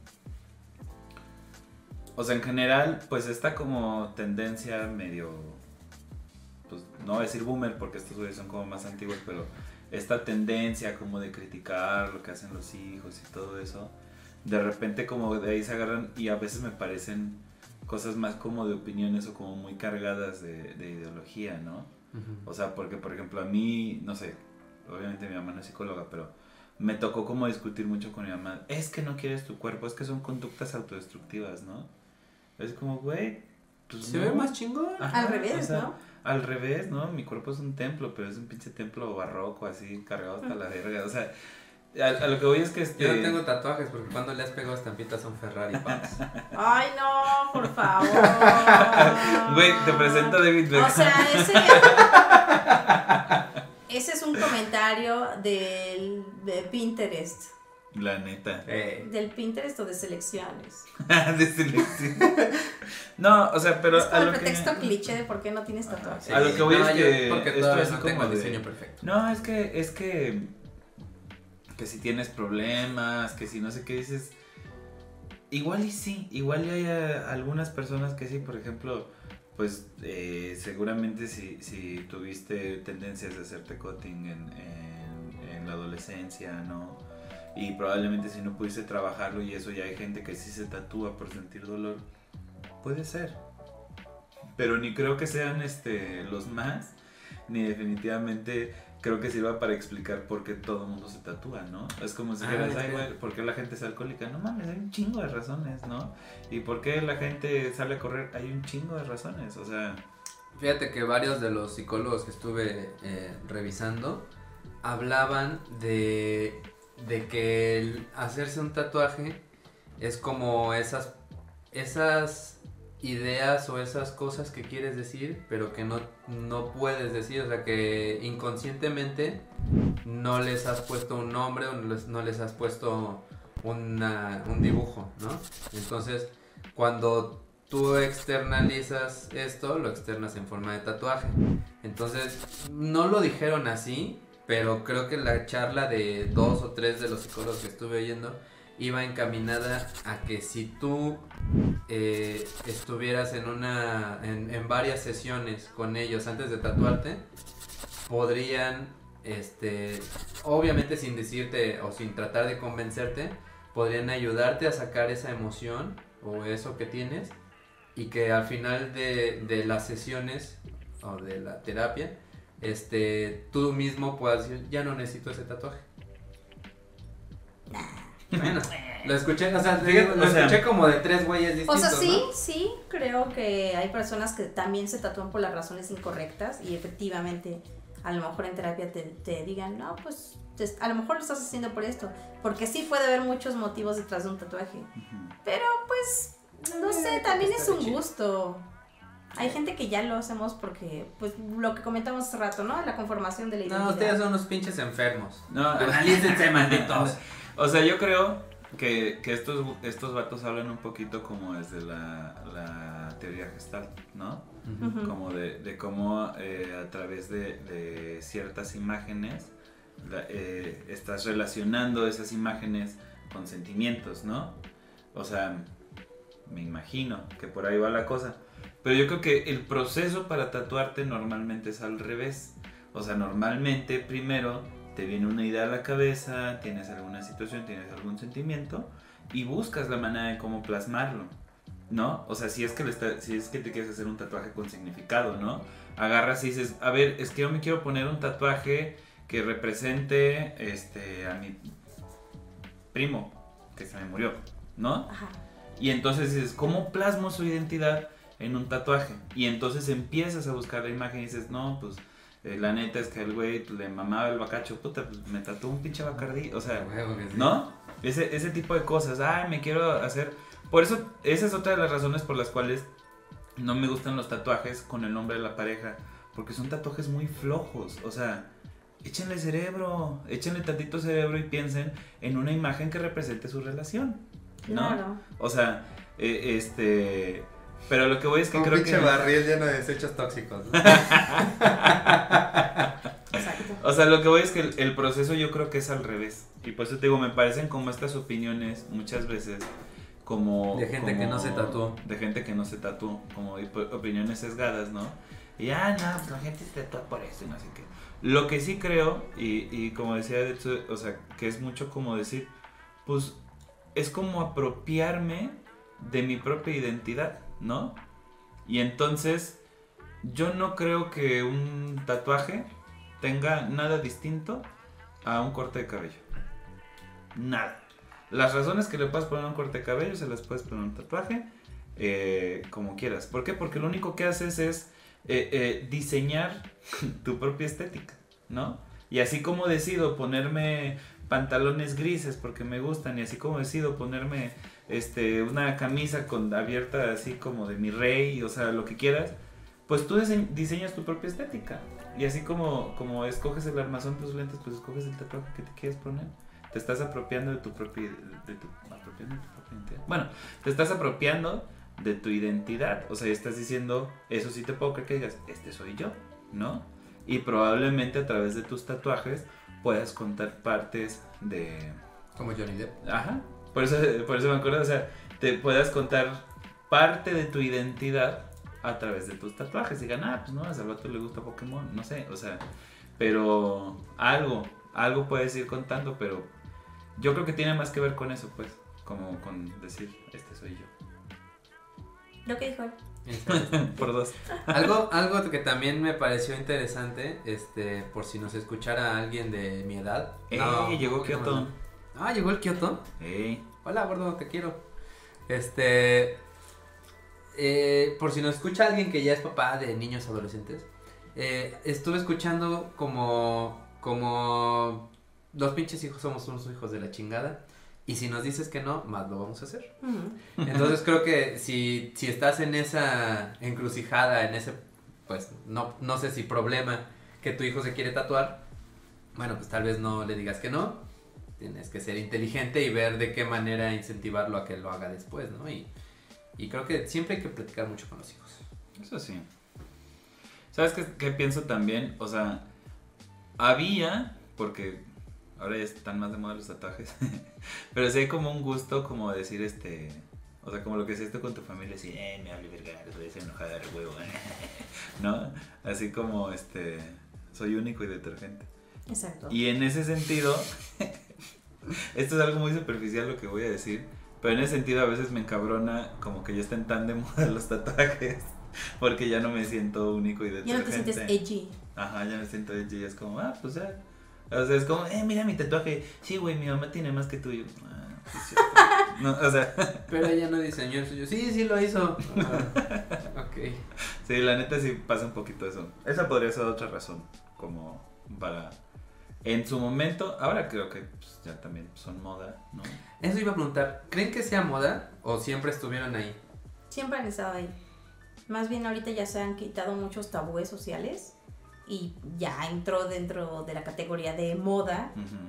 [SPEAKER 2] O sea, en general, pues esta como tendencia medio... Pues no voy a decir boomer porque estos güeyes son como más antiguos, pero esta tendencia como de criticar lo que hacen los hijos y todo eso, de repente como de ahí se agarran y a veces me parecen cosas más como de opiniones o como muy cargadas de ideología, ¿no? O sea, porque por ejemplo a mí, no sé, obviamente mi mamá no es psicóloga, pero me tocó como discutir mucho con mi mamá, es que no quieres tu cuerpo, es que son conductas autodestructivas, ¿no? Es como, güey, pues
[SPEAKER 1] se
[SPEAKER 2] no.
[SPEAKER 1] ve más chingón.
[SPEAKER 2] Ajá,
[SPEAKER 3] Al revés,
[SPEAKER 2] o sea,
[SPEAKER 3] ¿no?
[SPEAKER 2] Al revés, ¿no? Mi cuerpo es un templo, pero es un pinche templo barroco, así, cargado hasta la verga, o sea, a lo que voy es que
[SPEAKER 1] Yo no tengo tatuajes porque cuando le has pegado estampitas a un Ferrari, paps.
[SPEAKER 3] Ay, no, por favor.
[SPEAKER 2] Güey, te presento a David Beckham.
[SPEAKER 3] O sea, ese es un comentario de Pinterest.
[SPEAKER 2] La neta.
[SPEAKER 3] Del Pinterest o de selecciones.
[SPEAKER 2] De selección. No, o sea, pero
[SPEAKER 3] Es como
[SPEAKER 2] a
[SPEAKER 3] el
[SPEAKER 2] lo
[SPEAKER 3] pretexto
[SPEAKER 2] que...
[SPEAKER 3] cliché de por qué no tienes tatuajes.
[SPEAKER 2] A lo que voy es que
[SPEAKER 1] porque
[SPEAKER 2] esto
[SPEAKER 1] todavía
[SPEAKER 2] es
[SPEAKER 1] no
[SPEAKER 2] como
[SPEAKER 1] tengo el
[SPEAKER 2] de-
[SPEAKER 1] diseño perfecto.
[SPEAKER 2] No, es que si tienes problemas, que si no sé qué dices, igual y sí, igual y hay algunas personas que sí, por ejemplo, pues seguramente si tuviste tendencias de hacerte cutting en la adolescencia, ¿no? Y probablemente si no pudiste trabajarlo y eso, ya hay gente que sí se tatúa por sentir dolor, puede ser, pero ni creo que sean los más, ni definitivamente creo que sirva para explicar por qué todo el mundo se tatúa, ¿no? Es como si dijeras, ay, güey, ¿por qué la gente es alcohólica? No mames, hay un chingo de razones, ¿no? ¿Y por qué la gente sale a correr? Hay un chingo de razones, o sea...
[SPEAKER 1] Fíjate que varios de los psicólogos que estuve revisando hablaban de que el hacerse un tatuaje es como esas ideas o esas cosas que quieres decir pero que no puedes decir, o sea que inconscientemente no les has puesto un nombre o no les has puesto un dibujo, ¿no? Entonces cuando tú externalizas esto, lo externas en forma de tatuaje. Entonces no lo dijeron así, pero creo que la charla de 2 o 3 de los psicólogos que estuve oyendo iba encaminada a que si tú estuvieras en varias sesiones con ellos antes de tatuarte, podrían, obviamente sin decirte o sin tratar de convencerte, podrían ayudarte a sacar esa emoción o eso que tienes y que al final de las sesiones o de la terapia, tú mismo puedas decir, ya no necesito ese tatuaje. Bueno, lo escuché, o sea, lo escuché como de 3 güeyes distintos,
[SPEAKER 3] O sea, sí,
[SPEAKER 1] ¿no?
[SPEAKER 3] sí, creo que hay personas que también se tatúan por las razones incorrectas y efectivamente a lo mejor en terapia te digan, no, pues a lo mejor lo estás haciendo por esto, porque sí puede haber muchos motivos detrás de un tatuaje, pero pues, no sé, también es un gusto. Hay gente que ya lo hacemos porque, pues, lo que comentamos hace rato, ¿no? La conformación de la identidad.
[SPEAKER 1] No, ustedes son unos pinches enfermos.
[SPEAKER 2] No,
[SPEAKER 1] Analícense, malditos.
[SPEAKER 2] o sea, yo creo que estos vatos hablan un poquito como desde la teoría Gestalt, ¿no?
[SPEAKER 3] Ujú.
[SPEAKER 2] Como de cómo a través de ciertas imágenes estás relacionando esas imágenes con sentimientos, ¿no? O sea, me imagino que por ahí va la cosa. Pero yo creo que el proceso para tatuarte normalmente es al revés. O sea, normalmente primero te viene una idea a la cabeza, tienes alguna situación, tienes algún sentimiento y buscas la manera de cómo plasmarlo, ¿no? O sea, si es que te quieres hacer un tatuaje con significado, ¿no? Agarras y dices, a ver, es que yo me quiero poner un tatuaje que represente a mi primo que se me murió, ¿no?
[SPEAKER 3] Ajá.
[SPEAKER 2] Y entonces dices, ¿cómo plasmo su identidad en un tatuaje? Y entonces empiezas a buscar la imagen y dices, no, pues La neta es que el güey pues, le mamaba el bacacho, puta, pues me tatuó un pinche Bacardí, o sea,
[SPEAKER 1] Huevo que sí.
[SPEAKER 2] ¿no? Ese tipo de cosas, ay, me quiero hacer... Por eso, esa es otra de las razones por las cuales no me gustan los tatuajes con el nombre de la pareja, porque son tatuajes muy flojos, o sea, échenle cerebro, échenle tantito cerebro y piensen en una imagen que represente su relación, ¿no?
[SPEAKER 3] Claro.
[SPEAKER 2] O sea, pero lo que voy es que
[SPEAKER 1] Como
[SPEAKER 2] creo
[SPEAKER 1] pinche
[SPEAKER 2] que...
[SPEAKER 1] barril lleno de desechos tóxicos, ¿no?
[SPEAKER 3] Exacto.
[SPEAKER 2] O sea, lo que voy es que el proceso yo creo que es al revés. Y por eso te digo, me parecen como estas opiniones muchas veces como...
[SPEAKER 1] De gente que no se tatuó.
[SPEAKER 2] De gente que no se tatuó, como opiniones sesgadas, ¿no? Y no, pues la gente se tatúa por eso y no sé qué. Lo que sí creo, y como decía, de hecho, o sea, que es mucho como decir, pues es como apropiarme de mi propia identidad, ¿no? Y entonces, yo no creo que un tatuaje tenga nada distinto a un corte de cabello. Nada. Las razones que le puedas poner a un corte de cabello se las puedes poner a un tatuaje como quieras. ¿Por qué? Porque lo único que haces es diseñar tu propia estética, ¿no? Y así como decido ponerme pantalones grises porque me gustan, y así como decido ponerme una camisa abierta así como de mi rey, o sea, lo que quieras, pues tú diseñas tu propia estética. Y así como escoges el armazón de tus lentes, pues escoges el tatuaje que te quieres poner. Te estás apropiando de tu propia identidad. Bueno, te estás apropiando de tu identidad. O sea, estás diciendo, eso sí te puedo creer que digas, este soy yo, ¿no? Y probablemente a través de tus tatuajes puedas contar partes de...
[SPEAKER 1] Como Johnny Depp.
[SPEAKER 2] Ajá, por eso me acuerdo, o sea, te puedas contar parte de tu identidad a través de tus tatuajes. Digan, pues no, a Salvatore le gusta Pokémon, no sé, o sea, pero algo puedes ir contando, pero yo creo que tiene más que ver con eso, pues, como con decir, este soy yo.
[SPEAKER 3] Lo que dijo él.
[SPEAKER 2] Por dos.
[SPEAKER 1] Algo que también me pareció interesante, por si nos escuchara alguien de mi edad.
[SPEAKER 2] Llegó Kyoto.
[SPEAKER 1] ¿Llegó el Kyoto? Hola, gordo, te quiero. Por si nos escucha alguien que ya es papá de niños adolescentes, estuve escuchando como los pinches hijos somos unos hijos de la chingada. Y si nos dices que no, más lo vamos a hacer. Entonces creo que si estás en esa encrucijada, en ese, pues, no sé si problema que tu hijo se quiere tatuar, bueno, pues tal vez no le digas que no. Tienes que ser inteligente y ver de qué manera incentivarlo a que lo haga después, ¿no? Y creo que siempre hay que platicar mucho con los hijos.
[SPEAKER 2] Eso sí. ¿Sabes qué pienso también? O sea, había, porque... ahora ya están más de moda los tatuajes. Pero sí hay como un gusto como decir o sea, como lo que hiciste con tu familia, así, me hable verga, soy esa enojada de huevo, ¿no? Así como, soy único y detergente.
[SPEAKER 3] Exacto.
[SPEAKER 2] Y en ese sentido, esto es algo muy superficial lo que voy a decir, pero en ese sentido a veces me encabrona como que ya estén tan de moda los tatuajes, porque ya no me siento único y detergente.
[SPEAKER 3] Ya no te sientes edgy.
[SPEAKER 2] Ajá, ya me siento edgy y es como, pues ya... O sea, es como, mira mi tatuaje. Sí, güey, mi mamá tiene más que tuyo. Sí, es cierto. No, o sea.
[SPEAKER 1] Pero ella no diseñó el suyo. Sí, lo hizo. Ok.
[SPEAKER 2] Sí, la neta sí pasa un poquito eso. Esa podría ser otra razón. Como para... En su momento, ahora creo que pues, ya también son moda, ¿no?
[SPEAKER 1] Eso iba a preguntar. ¿Creen que sea moda o siempre estuvieron ahí?
[SPEAKER 3] Siempre han estado ahí. Más bien ahorita ya se han quitado muchos tabúes sociales. Y ya entró dentro de la categoría de moda.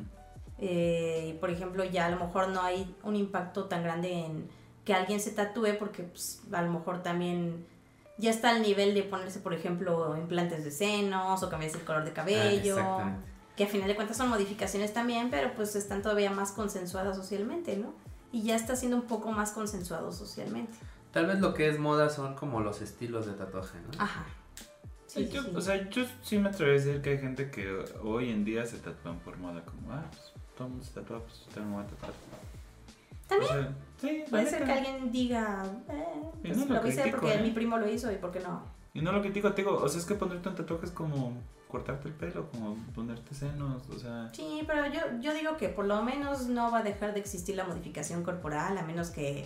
[SPEAKER 3] Por ejemplo, ya a lo mejor no hay un impacto tan grande en que alguien se tatúe, porque pues, a lo mejor también ya está al nivel de ponerse, por ejemplo, implantes de senos o cambiarse el color de cabello, que a final de cuentas son modificaciones también, pero pues están todavía más consensuadas socialmente, ¿no? Y ya está siendo un poco más consensuado socialmente.
[SPEAKER 1] Tal vez lo que es moda son como los estilos de tatuaje, ¿no?
[SPEAKER 3] Ajá. Sí, sí.
[SPEAKER 2] O sea, yo sí me atrevo a decir que hay gente que hoy en día se tatúan por moda, como, pues todo el mundo se tatúa, pues yo también me voy a tatuar.
[SPEAKER 3] ¿También?
[SPEAKER 2] O sea, sí,
[SPEAKER 3] puede ser que alguien diga, pues no lo hice porque mi primo lo hizo y por qué no.
[SPEAKER 2] Y no lo critico, te digo, o sea, es que ponerte un tatuaje es como cortarte el pelo, como ponerte senos, o sea...
[SPEAKER 3] Sí, pero yo digo que por lo menos no va a dejar de existir la modificación corporal, a menos que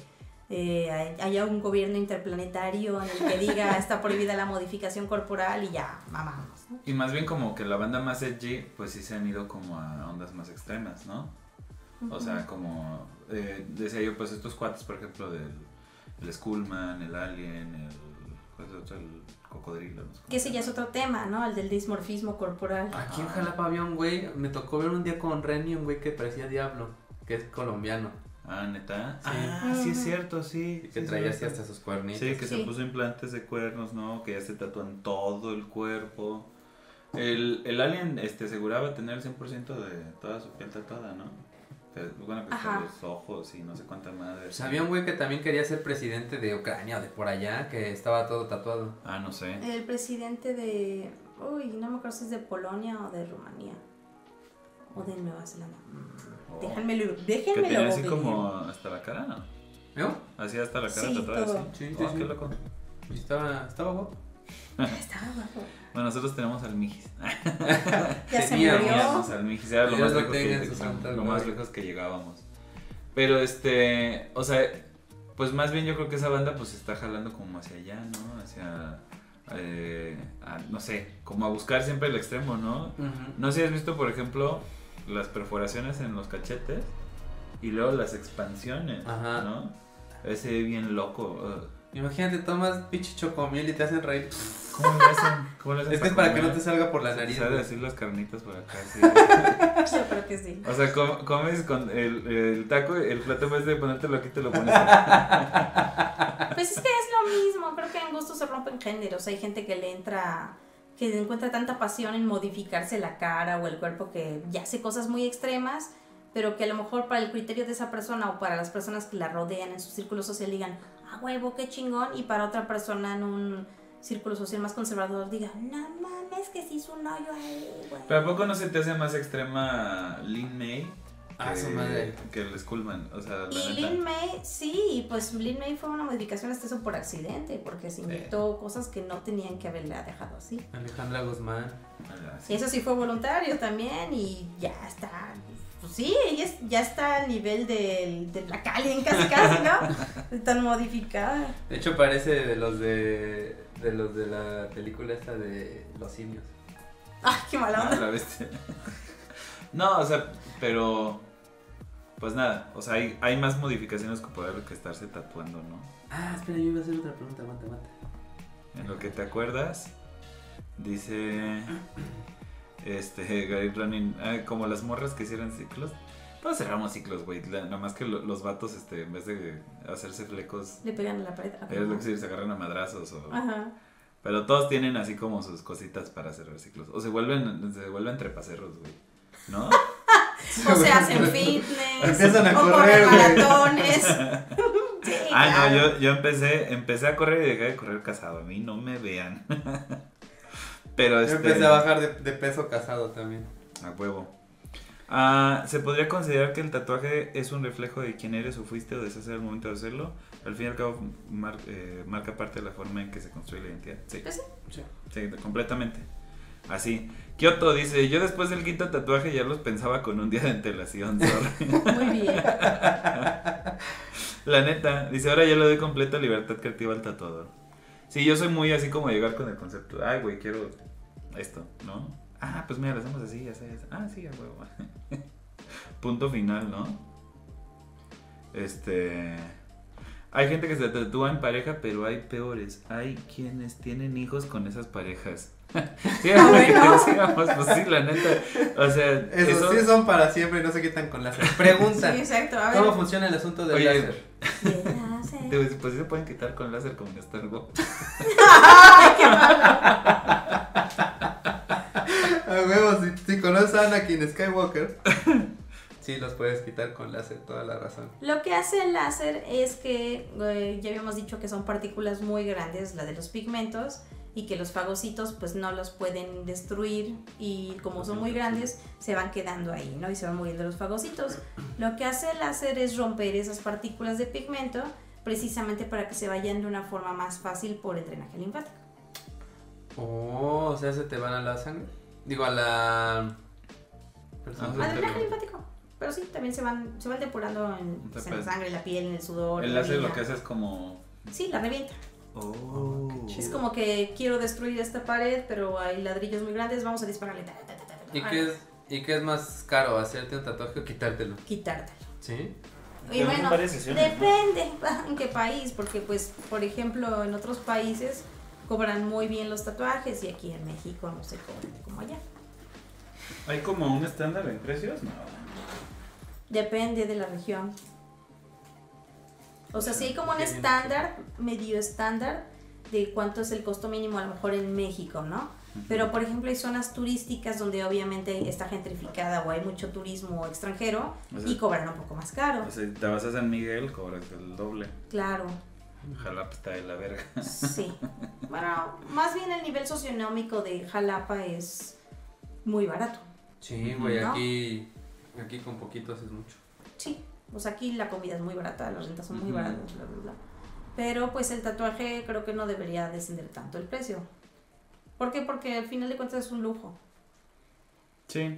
[SPEAKER 3] haya un gobierno interplanetario en el que diga está prohibida la modificación corporal y ya, mamamos, ¿no?
[SPEAKER 2] Y más bien como que la banda más edgy, pues sí se han ido como a ondas más extremas, ¿no? O sea, como decía yo, pues estos cuates, por ejemplo, el Skullman, el Alien, ¿cuál es otro? El cocodrilo. No sé
[SPEAKER 3] que ese ya es otro tema, ¿no? El del dismorfismo corporal.
[SPEAKER 1] Aquí en Jalapa había un güey, me tocó ver un día con Renny, un güey que parecía Diablo, que es colombiano.
[SPEAKER 2] Ah, ¿neta?
[SPEAKER 1] Sí.
[SPEAKER 2] Sí es cierto, sí.
[SPEAKER 1] Y que
[SPEAKER 2] sí,
[SPEAKER 1] traía así
[SPEAKER 2] cierto.
[SPEAKER 1] hasta sus cuernitos.
[SPEAKER 2] Sí, que se
[SPEAKER 3] Sí.
[SPEAKER 2] puso implantes de cuernos, ¿no? Que ya se tatúan todo el cuerpo. El alien aseguraba tener el 100% de toda su piel tatuada, ¿no? Bueno, que
[SPEAKER 3] Ajá.
[SPEAKER 2] los ojos y no sé cuánta madre.
[SPEAKER 1] Pues había un güey que también quería ser presidente de Ucrania o de por allá, que estaba todo tatuado.
[SPEAKER 2] Ah, no sé.
[SPEAKER 3] El presidente de... Uy, no me acuerdo si es de Polonia o de Rumanía. O de Nueva Zelanda.
[SPEAKER 2] Oh.
[SPEAKER 3] Déjenmelo
[SPEAKER 2] Que tenía así
[SPEAKER 3] ver.
[SPEAKER 2] como hasta la cara, ¿no?
[SPEAKER 1] ¿No?
[SPEAKER 2] Así hasta la cara
[SPEAKER 3] Sí,
[SPEAKER 2] tatuada,
[SPEAKER 3] todo.
[SPEAKER 2] así.
[SPEAKER 1] Sí,
[SPEAKER 2] Oh,
[SPEAKER 1] sí,
[SPEAKER 2] qué
[SPEAKER 1] sí.
[SPEAKER 2] loco.
[SPEAKER 1] Y estaba guapo.
[SPEAKER 3] Estaba guapo.
[SPEAKER 2] Bueno, nosotros tenemos al Mijis.
[SPEAKER 3] Ya se
[SPEAKER 1] Teníamos.
[SPEAKER 3] murió.
[SPEAKER 2] Teníamos al Mijis, era lo
[SPEAKER 1] Dios
[SPEAKER 2] más,
[SPEAKER 1] lo
[SPEAKER 2] lejos
[SPEAKER 1] tenga
[SPEAKER 2] que,
[SPEAKER 1] en su santa
[SPEAKER 2] lo más
[SPEAKER 1] gloria.
[SPEAKER 2] lejos que llegábamos. Pero o sea, pues más bien yo creo que esa banda pues está jalando como hacia allá, ¿no? Hacia, no sé, como a buscar siempre el extremo, ¿no? No sé si has visto, por ejemplo, las perforaciones en los cachetes y luego las expansiones,
[SPEAKER 1] Ajá.
[SPEAKER 2] ¿no? Ese bien loco.
[SPEAKER 1] Imagínate, tomas pinche chocomiel y te hacen reír.
[SPEAKER 2] ¿Cómo le hacen? ¿Cómo le hacen
[SPEAKER 1] Es que es para que no
[SPEAKER 2] comer?
[SPEAKER 1] te salga por la
[SPEAKER 2] Se te
[SPEAKER 1] nariz.
[SPEAKER 2] sale
[SPEAKER 1] güey.
[SPEAKER 2] así las carnitas por acá, sí.
[SPEAKER 3] Yo creo que sí.
[SPEAKER 2] O sea, comes con el taco, el plato en vez de ponértelo aquí te lo pones.
[SPEAKER 3] Pues es que es lo mismo. Creo que en gusto se rompen géneros. Hay gente que le entra... que encuentra tanta pasión en modificarse la cara o el cuerpo que ya hace cosas muy extremas, pero que a lo mejor para el criterio de esa persona o para las personas que la rodean en su círculo social digan, ah, huevo, qué chingón, y para otra persona en un círculo social más conservador diga, no mames, que se hizo un hoyo ahí, güey.
[SPEAKER 2] ¿Pero a poco no se te hace más extrema Lin May
[SPEAKER 1] Ah, su madre.
[SPEAKER 2] que el Skullman? O sea, la
[SPEAKER 3] Y
[SPEAKER 2] neta.
[SPEAKER 3] Lin May, sí, y pues Lin May fue una modificación hasta eso por accidente, porque se inyectó cosas que no tenían que haberla dejado así.
[SPEAKER 1] Alejandra Guzmán.
[SPEAKER 2] Ah, sí.
[SPEAKER 3] Eso sí fue voluntario también y ya está. Pues sí, ella ya está al nivel de la Kalien casi casi, ¿no? Tan modificada.
[SPEAKER 1] De hecho parece de los de la película esta de los simios.
[SPEAKER 3] Ay, qué mala
[SPEAKER 2] Ah,
[SPEAKER 3] onda.
[SPEAKER 2] la bestia. No, o sea, pero pues nada, o sea, hay más modificaciones corporales que estarse tatuando, ¿no?
[SPEAKER 1] Ah, espera, yo iba a hacer otra pregunta, aguanta.
[SPEAKER 2] En lo que te acuerdas, dice Gary Running, como las morras que hicieron ciclos. Todos cerramos ciclos, güey. Nada más que los vatos, en vez de hacerse flecos,
[SPEAKER 3] Le pegan a la pared.
[SPEAKER 2] es lo que se agarran a madrazos.
[SPEAKER 3] Ajá.
[SPEAKER 2] Pero todos tienen así como sus cositas para cerrar ciclos. O se vuelven trepacerros, güey. ¿No?
[SPEAKER 3] O se hacen fitness.
[SPEAKER 1] Empiezan a
[SPEAKER 3] o
[SPEAKER 1] correr,
[SPEAKER 3] corren
[SPEAKER 1] güey.
[SPEAKER 3] maratones. Sí,
[SPEAKER 2] Ah,
[SPEAKER 3] claro.
[SPEAKER 2] no, yo empecé a correr y dejé de correr casado. A mí no me vean. Pero
[SPEAKER 1] Yo empecé a bajar de peso casado también.
[SPEAKER 2] A huevo. ¿Se podría considerar que el tatuaje es un reflejo de quién eres o fuiste o deseas al momento de hacerlo? Al fin y al cabo marca parte de la forma en que se construye la identidad. Sí,
[SPEAKER 3] Pues sí.
[SPEAKER 2] sí, completamente. Así. Kyoto dice, yo después del quinto tatuaje ya los pensaba con un día de antelación. Sorry.
[SPEAKER 3] Muy bien.
[SPEAKER 2] La neta, dice, ahora ya le doy completa libertad creativa al tatuador. Sí, yo soy muy así como llegar con el concepto, ay, güey, quiero esto, ¿no? Ah, pues mira, lo hacemos así, ya sabes. Ah, sí, a huevo. Punto final, ¿no? Hay gente que se tatúa en pareja, pero hay peores. Hay quienes tienen hijos con esas parejas. Sí,
[SPEAKER 3] Ah, bueno.
[SPEAKER 2] sigamos, pues sí, la neta. O sea,
[SPEAKER 1] Esos sí son para siempre y no se quitan con láser. Pregunta.
[SPEAKER 3] Sí, exacto. A ver.
[SPEAKER 1] ¿Cómo funciona el asunto del
[SPEAKER 2] Oye,
[SPEAKER 1] láser?
[SPEAKER 2] pues sí se pueden quitar con láser como en Star Wars.
[SPEAKER 3] Ay, qué malo.
[SPEAKER 1] A huevo, si conoces a Anakin Skywalker, sí los puedes quitar con láser, toda la razón.
[SPEAKER 3] Lo que hace el láser es que ya habíamos dicho que son partículas muy grandes, la de los pigmentos, y que los fagocitos pues no los pueden destruir y como son muy grandes se van quedando ahí, ¿no? Y se van muriendo los fagocitos. Lo que hace el láser es romper esas partículas de pigmento precisamente para que se vayan de una forma más fácil por el drenaje linfático.
[SPEAKER 1] Oh, o sea, se te van a la sangre. Digo, a la...
[SPEAKER 3] ¿Al drenaje linfático? Pero sí, también se van depurando en la sangre, la piel, en el sudor.
[SPEAKER 2] El láser lo que hace es como...
[SPEAKER 3] Sí, la revienta.
[SPEAKER 2] Oh,
[SPEAKER 3] Es como que quiero destruir esta pared, pero hay ladrillos muy grandes, vamos a dispararle.
[SPEAKER 1] ¿Y qué es más caro, hacerte un tatuaje o quitártelo?
[SPEAKER 3] Quitártelo.
[SPEAKER 1] ¿Sí?
[SPEAKER 3] Y bueno,
[SPEAKER 2] sesiones,
[SPEAKER 3] depende en qué país, porque pues, por ejemplo, en otros países cobran muy bien los tatuajes y aquí en México no se cobran como allá.
[SPEAKER 2] ¿Hay como un estándar en precios? No.
[SPEAKER 3] Depende de la región. O sea, sí hay como un estándar, medio estándar, de cuánto es el costo mínimo a lo mejor en México, ¿no? Pero, por ejemplo, hay zonas turísticas donde obviamente está gentrificada o hay mucho turismo extranjero y cobran un poco más caro.
[SPEAKER 2] O sea, si te vas a San Miguel, cobras el doble.
[SPEAKER 3] Claro.
[SPEAKER 2] Jalapa está de la verga.
[SPEAKER 3] Sí. Bueno, más bien el nivel socioeconómico de Jalapa es muy barato.
[SPEAKER 1] Sí, güey,
[SPEAKER 3] ¿no?
[SPEAKER 1] aquí con poquito haces mucho.
[SPEAKER 3] Sí. O sea, aquí la comida es muy barata, las rentas son muy baratas, bla, bla, bla. Pero pues el tatuaje creo que no debería descender tanto el precio. ¿Por qué? Porque al final de cuentas es un lujo.
[SPEAKER 2] Sí.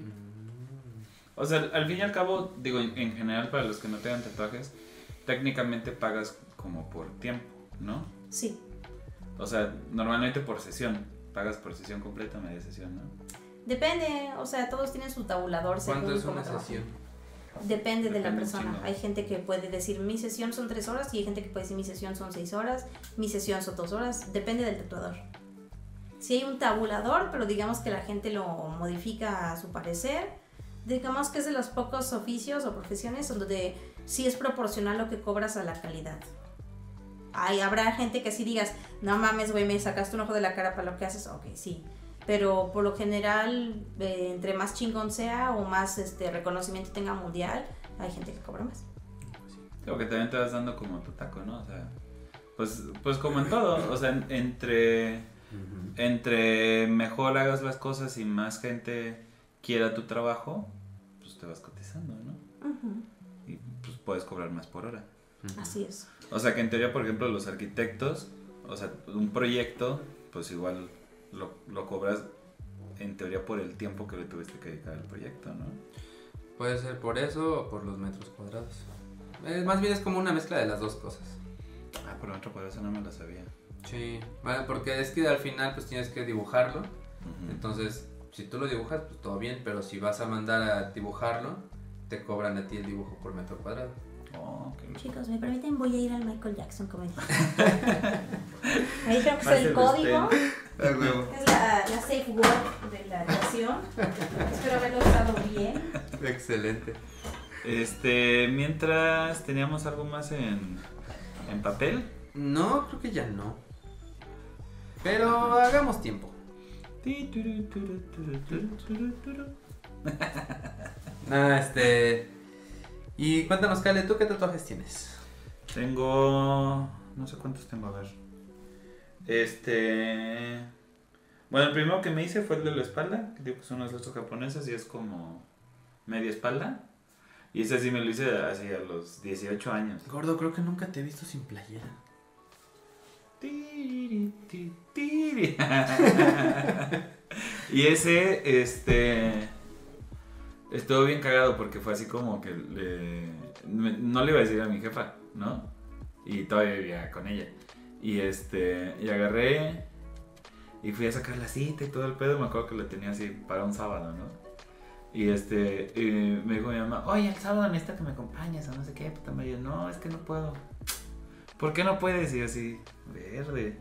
[SPEAKER 2] O sea, al fin y al cabo, digo, en general para los que no tengan tatuajes, técnicamente pagas como por tiempo, ¿no?
[SPEAKER 3] Sí.
[SPEAKER 2] O sea, normalmente por sesión. Pagas por sesión completa, media sesión, ¿no?
[SPEAKER 3] Depende, o sea, todos tienen su tabulador.
[SPEAKER 1] ¿Cuánto es
[SPEAKER 3] cómo
[SPEAKER 1] una
[SPEAKER 3] trabajan.
[SPEAKER 1] sesión?
[SPEAKER 3] Depende de la
[SPEAKER 2] Depende un
[SPEAKER 3] persona.
[SPEAKER 2] chingo.
[SPEAKER 3] Hay gente que puede decir mi sesión son 3 horas y hay gente que puede decir mi sesión son 6 horas, mi sesión son 2 horas. Depende del tatuador. Sí hay un tabulador, pero digamos que la gente lo modifica a su parecer. Digamos que es de los pocos oficios o profesiones donde sí es proporcional lo que cobras a la calidad. Habrá gente que sí digas, no mames, güey, me sacaste un ojo de la cara para lo que haces. Ok, sí. Pero por lo general, entre más chingón sea o más reconocimiento tenga mundial, hay gente que cobra más.
[SPEAKER 2] Lo que también te vas dando como tu taco, ¿no? O sea, pues como en todo, o sea, entre mejor hagas las cosas y más gente quiera tu trabajo, pues te vas cotizando, ¿no? Y pues puedes cobrar más por hora.
[SPEAKER 3] Así es.
[SPEAKER 2] O sea que en teoría, por ejemplo, los arquitectos, o sea, un proyecto, pues igual lo cobras en teoría por el tiempo que le tuviste que dedicar al proyecto, ¿no?
[SPEAKER 1] Puede ser por eso o por los metros cuadrados. Más bien es como una mezcla de las dos cosas.
[SPEAKER 2] Ah, por otro, por eso no me lo sabía.
[SPEAKER 1] Sí, bueno, porque es que al final pues tienes que dibujarlo. Entonces, si tú lo dibujas, pues todo bien, pero si vas a mandar a dibujarlo, te cobran a ti el dibujo por metro cuadrado.
[SPEAKER 2] Oh, qué loco.
[SPEAKER 3] Chicos, ¿me permiten? Voy a ir al Michael Jackson como dijo. Me dijeron que es el código. Es la safe word de la creación. Espero haberlo usado bien.
[SPEAKER 1] Excelente.
[SPEAKER 2] Mientras teníamos algo más en papel.
[SPEAKER 1] No, creo que ya no. Pero hagamos tiempo. Y cuéntanos, Kale, ¿tú qué tatuajes tienes?
[SPEAKER 2] Tengo... no sé cuántos tengo, a ver. Bueno, el primero que me hice fue el de la espalda, que digo que son unos restos japoneses y es como media espalda. Y ese sí me lo hice así a los 18 años.
[SPEAKER 1] Gordo, creo que nunca te he visto sin playera.
[SPEAKER 2] Tiri, ti, tiri. Y ese, estuvo bien cagado porque fue así como que no le iba a decir a mi jefa, ¿no? Y todavía vivía con ella. Y agarré y fui a sacar la cita y todo el pedo. Me acuerdo que lo tenía así para un sábado, ¿no? Y me dijo mi mamá, oye, el sábado necesito que me acompañes o no sé qué, puta madre. Yo, no, es que no puedo. ¿Por qué no puedes? Y yo así, verde.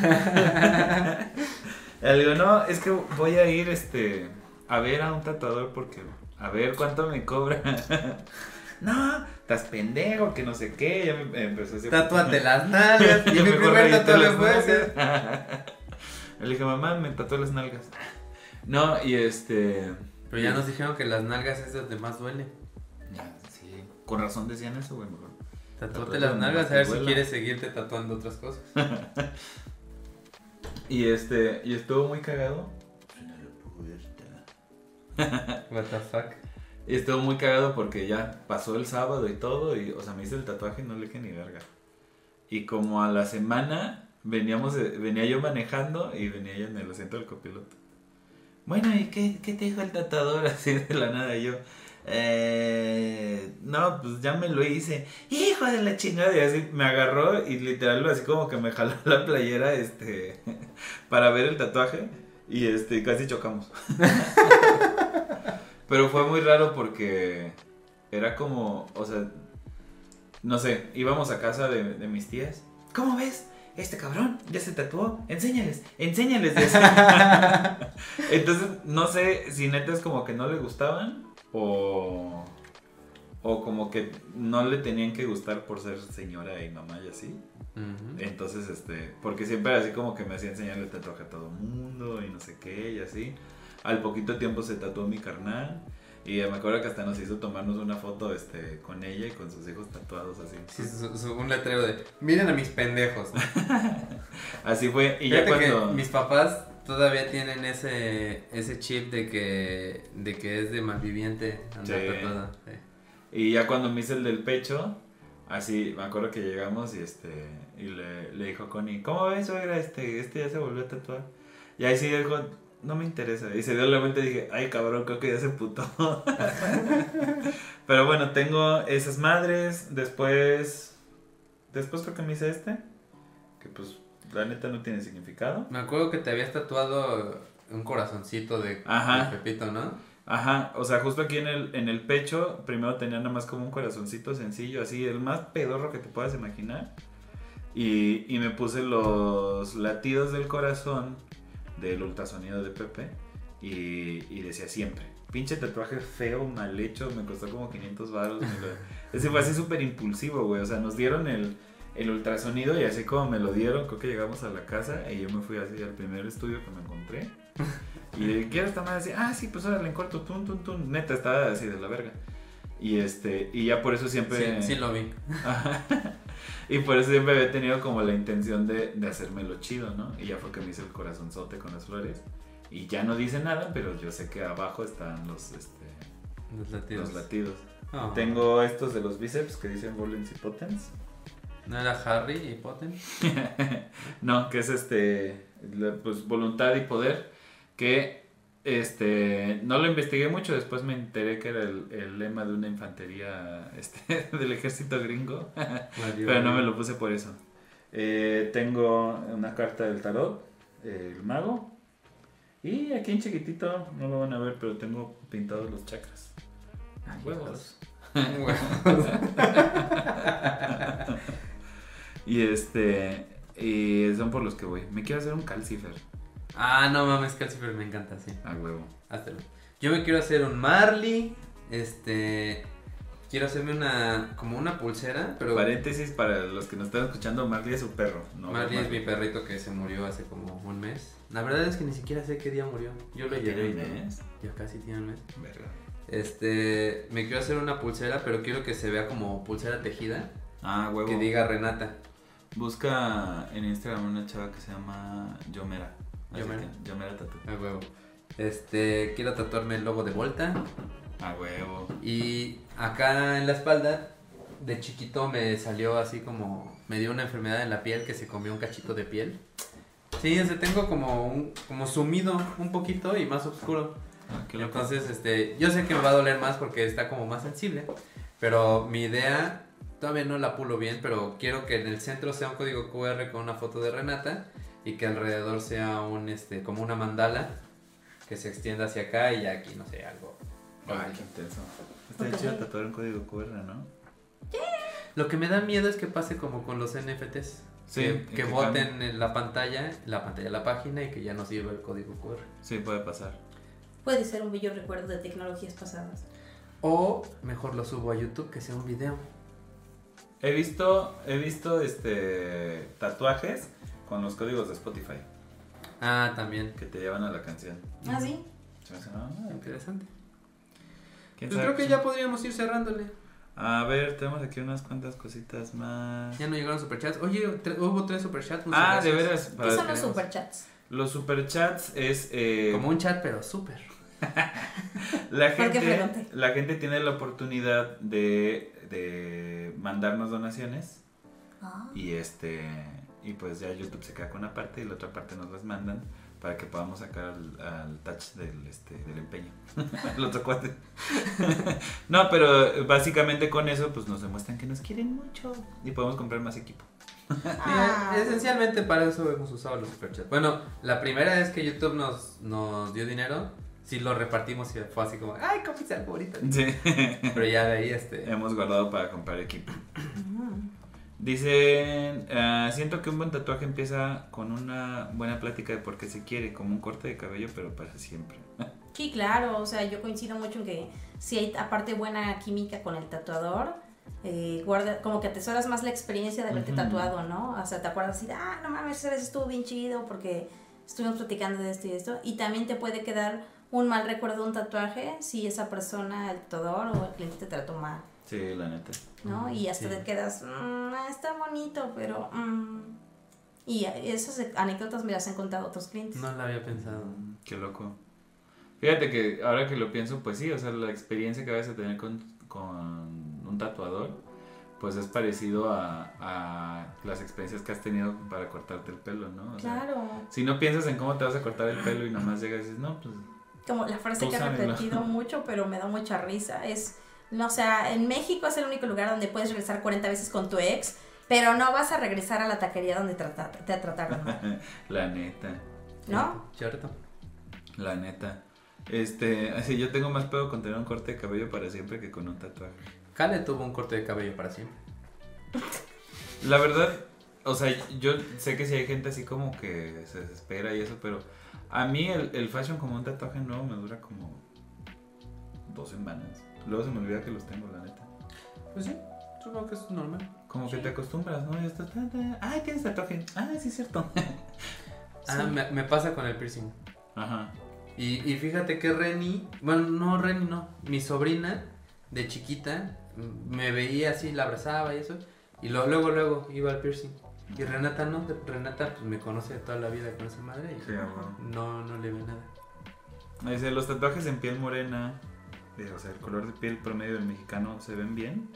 [SPEAKER 2] Le digo, no, es que voy a ir a ver a un tatuador porque a ver cuánto me cobra. No, estás pendejo, que no sé qué. Ya me empezó a decir,
[SPEAKER 1] Tatúate las nalgas. Y mi
[SPEAKER 2] mejor
[SPEAKER 1] primer
[SPEAKER 2] rayate
[SPEAKER 1] tatuaje
[SPEAKER 2] las
[SPEAKER 1] fue ese.
[SPEAKER 2] nalgas. Le dije, mamá, me tatué las nalgas. No, y
[SPEAKER 1] Pero ya nos dijeron que las nalgas es donde más duele.
[SPEAKER 2] Ya, sí. Con razón decían eso, güey, mejor.
[SPEAKER 1] Tatúate las nalgas a ver si quieres seguirte tatuando otras cosas.
[SPEAKER 2] Y estuvo muy cagado.
[SPEAKER 1] What the fuck.
[SPEAKER 2] Y estuvo muy cagado porque ya pasó el sábado y todo. Y, o sea, me hice el tatuaje y no le dije ni verga. Y como a la semana venía yo manejando y venía ella en el asiento del copiloto. Bueno, ¿y qué te dijo el tatuador así de la nada? Y yo, No, pues ya me lo hice. Hijo de la chingada. Y así me agarró y literal así como que me jaló la playera para ver el tatuaje. Y casi chocamos. Pero fue muy raro porque era como, o sea, no sé, íbamos a casa de mis tías. ¿Cómo ves? Este cabrón ya se tatuó. Enséñales. Decía. Entonces, no sé si neta es como que no le gustaban o como que no le tenían que gustar por ser señora y mamá y así.
[SPEAKER 1] Uh-huh.
[SPEAKER 2] Entonces, porque siempre así como que me hacía enseñarle el tatuaje a todo el mundo y no sé qué y así. Al poquito tiempo se tatuó mi carnal. Y me acuerdo que hasta nos hizo tomarnos una foto con ella y con sus hijos tatuados así.
[SPEAKER 1] Sí, un letrero de miren a mis pendejos.
[SPEAKER 2] Así fue. Y
[SPEAKER 1] fíjate
[SPEAKER 2] ya cuando
[SPEAKER 1] que mis papás todavía tienen ese chip de que es de malviviente andar tatuado. Sí.
[SPEAKER 2] Y ya cuando me hice el del pecho, así me acuerdo que llegamos y y le dijo a Connie, ¿cómo ves, suegra? Este ya se volvió a tatuar. Y ahí sí dijo, no me interesa. Y seriamente dije, ay cabrón, creo que ya se putó. Pero bueno, tengo esas madres. Después creo que me hice que pues la neta no tiene significado.
[SPEAKER 1] Me acuerdo que te habías tatuado un corazoncito de Pepito, ¿no?
[SPEAKER 2] Ajá, o sea, justo aquí en el pecho, primero tenía nada más como un corazoncito sencillo, así, el más pedorro que te puedas imaginar. Y me puse los latidos del corazón del ultrasonido de Pepe y decía siempre. Pinche tatuaje feo, mal hecho, me costó como 500 baros. Ese fue así súper impulsivo, güey. O sea, nos dieron el ultrasonido y así como me lo dieron, creo que llegamos a la casa y yo me fui así al primer estudio que me encontré. Y quiero esta madre así, sí, pues ahora le encorto, tun. Neta, estaba así de la verga. Y ya por eso siempre...
[SPEAKER 1] Sí lo vi.
[SPEAKER 2] Y por eso siempre había tenido como la intención de hacérmelo chido, ¿no? Y ya fue que me hice el corazonzote con las flores. Y ya no dice nada, pero yo sé que abajo están los latidos. Oh. Tengo estos de los bíceps que dicen Volens y Potens.
[SPEAKER 1] ¿No era Harry y Potten?
[SPEAKER 2] No, que es pues voluntad y poder. Que no lo investigué mucho, después me enteré que era el lema de una infantería del ejército gringo. Pero no me lo puse por eso. Tengo una carta del tarot, el mago. Y aquí en chiquitito, no lo van a ver, pero tengo pintados los chakras. Huevos. Y son por los que voy. Me quiero hacer un calcifer.
[SPEAKER 1] Ah, no mames, calcifer me encanta, sí.
[SPEAKER 2] A huevo.
[SPEAKER 1] Háztelo. Yo me quiero hacer un Marley. Quiero hacerme como una pulsera, pero...
[SPEAKER 2] Paréntesis para los que nos están escuchando, Marley es su perro, ¿no?
[SPEAKER 1] Marley es mi perrito que se murió hace como un mes. La verdad es que ni siquiera sé qué día murió. Yo lo llevé.
[SPEAKER 2] ¿Tiene un mes?
[SPEAKER 1] Ya casi tiene un mes.
[SPEAKER 2] Verga.
[SPEAKER 1] Me quiero hacer una pulsera, pero quiero que se vea como pulsera tejida.
[SPEAKER 2] Ah, huevo.
[SPEAKER 1] Que diga Renata.
[SPEAKER 2] Busca en Instagram una chava que se llama Yomera. Yomera Tatu.
[SPEAKER 1] A huevo. Quiero tatuarme el logo de Volta.
[SPEAKER 2] A huevo.
[SPEAKER 1] Y acá en la espalda, de chiquito me salió así como... Me dio una enfermedad en la piel que se comió un cachito de piel. Sí, tengo como sumido un poquito y más oscuro. Entonces, yo sé que me va a doler más porque está como más sensible. Pero mi idea, todavía no la pulo bien, pero quiero que en el centro sea un código QR con una foto de Renata y que alrededor sea como una mandala que se extienda hacia acá y aquí, no sé, algo.
[SPEAKER 2] Ay, qué intenso. Está chido tatuar un código QR, ¿no?
[SPEAKER 1] Lo que me da miedo es que pase como con los NFTs.
[SPEAKER 2] Sí,
[SPEAKER 1] que boten en la página y que ya no sirva el código QR.
[SPEAKER 2] Sí, puede pasar.
[SPEAKER 3] Puede ser un bello recuerdo de tecnologías pasadas.
[SPEAKER 1] O mejor lo subo a YouTube, que sea un video.
[SPEAKER 2] He visto tatuajes con los códigos de Spotify.
[SPEAKER 1] Ah, también.
[SPEAKER 2] Que te llevan a la canción.
[SPEAKER 3] ¿Ah, sí?
[SPEAKER 1] Interesante.
[SPEAKER 2] Pues
[SPEAKER 1] creo que ya podríamos ir cerrándole.
[SPEAKER 2] A ver, tenemos aquí unas cuantas cositas más.
[SPEAKER 1] Ya no llegaron superchats. Oye, hubo 3 superchats.
[SPEAKER 2] Ah, de veras.
[SPEAKER 3] ¿Qué son los superchats?
[SPEAKER 2] Los superchats es...
[SPEAKER 1] como un chat, pero súper.
[SPEAKER 2] La gente tiene la oportunidad de mandarnos donaciones.
[SPEAKER 3] Ah.
[SPEAKER 2] Y pues ya YouTube se queda con una parte y la otra parte nos las mandan para que podamos sacar al touch del empeño. El otro cuate. No, pero básicamente con eso pues nos demuestran que nos quieren mucho y podemos comprar más equipo.
[SPEAKER 1] Esencialmente para eso hemos usado los superchats. Bueno, la primera vez que YouTube nos dio dinero, sí lo repartimos y fue así como, ay, cómprese algo ahorita.
[SPEAKER 2] Sí.
[SPEAKER 1] Pero ya de ahí
[SPEAKER 2] hemos guardado para comprar equipo. Dicen, siento que un buen tatuaje empieza con una buena plática de por qué se quiere, como un corte de cabello, pero para siempre.
[SPEAKER 3] Sí, claro, o sea, yo coincido mucho en que si hay aparte buena química con el tatuador, como que atesoras más la experiencia de haberte tatuado, ¿no? O sea, te acuerdas así, no mames, esa vez estuvo bien chido porque estuvimos platicando de esto y esto, y también te puede quedar un mal recuerdo de un tatuaje si esa persona, el tatuador o el cliente te trató mal.
[SPEAKER 2] Sí, la neta.
[SPEAKER 3] ¿No? Y hasta te quedas, está bonito, pero... Y esas anécdotas me las han contado otros clientes.
[SPEAKER 1] No la había pensado.
[SPEAKER 2] Qué loco. Fíjate que ahora que lo pienso, pues sí, o sea, la experiencia que vas a tener con un tatuador, pues es parecido a las experiencias que has tenido para cortarte el pelo, ¿no? O
[SPEAKER 3] claro.
[SPEAKER 2] sea, si no piensas en cómo te vas a cortar el pelo y nomás llegas y dices, no, pues...
[SPEAKER 3] Como la frase que he repetido mucho, pero me da mucha risa, es... No, o sea, en México es el único lugar donde puedes regresar 40 veces con tu ex, pero no vas a regresar a la taquería donde te trataron mal.
[SPEAKER 2] La neta.
[SPEAKER 3] ¿No?
[SPEAKER 1] ¿Cierto?
[SPEAKER 2] La neta. Así yo tengo más pedo con tener un corte de cabello para siempre que con un tatuaje.
[SPEAKER 1] Kale tuvo un corte de cabello para siempre.
[SPEAKER 2] La verdad, o sea, yo sé que si hay gente así como que se desespera y eso, pero a mí el fashion como un tatuaje nuevo me dura como 2 semanas. Luego se me olvida que los tengo, la neta.
[SPEAKER 1] Pues sí, supongo que eso es normal.
[SPEAKER 2] Como que te acostumbras, ¿no? Y estás, ay, tienes tatuaje. Ah, sí es cierto.
[SPEAKER 1] Sí. Me pasa con el piercing.
[SPEAKER 2] Ajá.
[SPEAKER 1] Y fíjate que Reni, bueno, no Reni, no, mi sobrina de chiquita me veía así, la abrazaba y eso, y luego iba al piercing. Y Renata no, Renata pues me conoce de toda la vida con esa madre y
[SPEAKER 2] sí,
[SPEAKER 1] no le ve nada.
[SPEAKER 2] Dice, los tatuajes en piel morena, o sea, el color de piel promedio del mexicano, ¿se ven bien?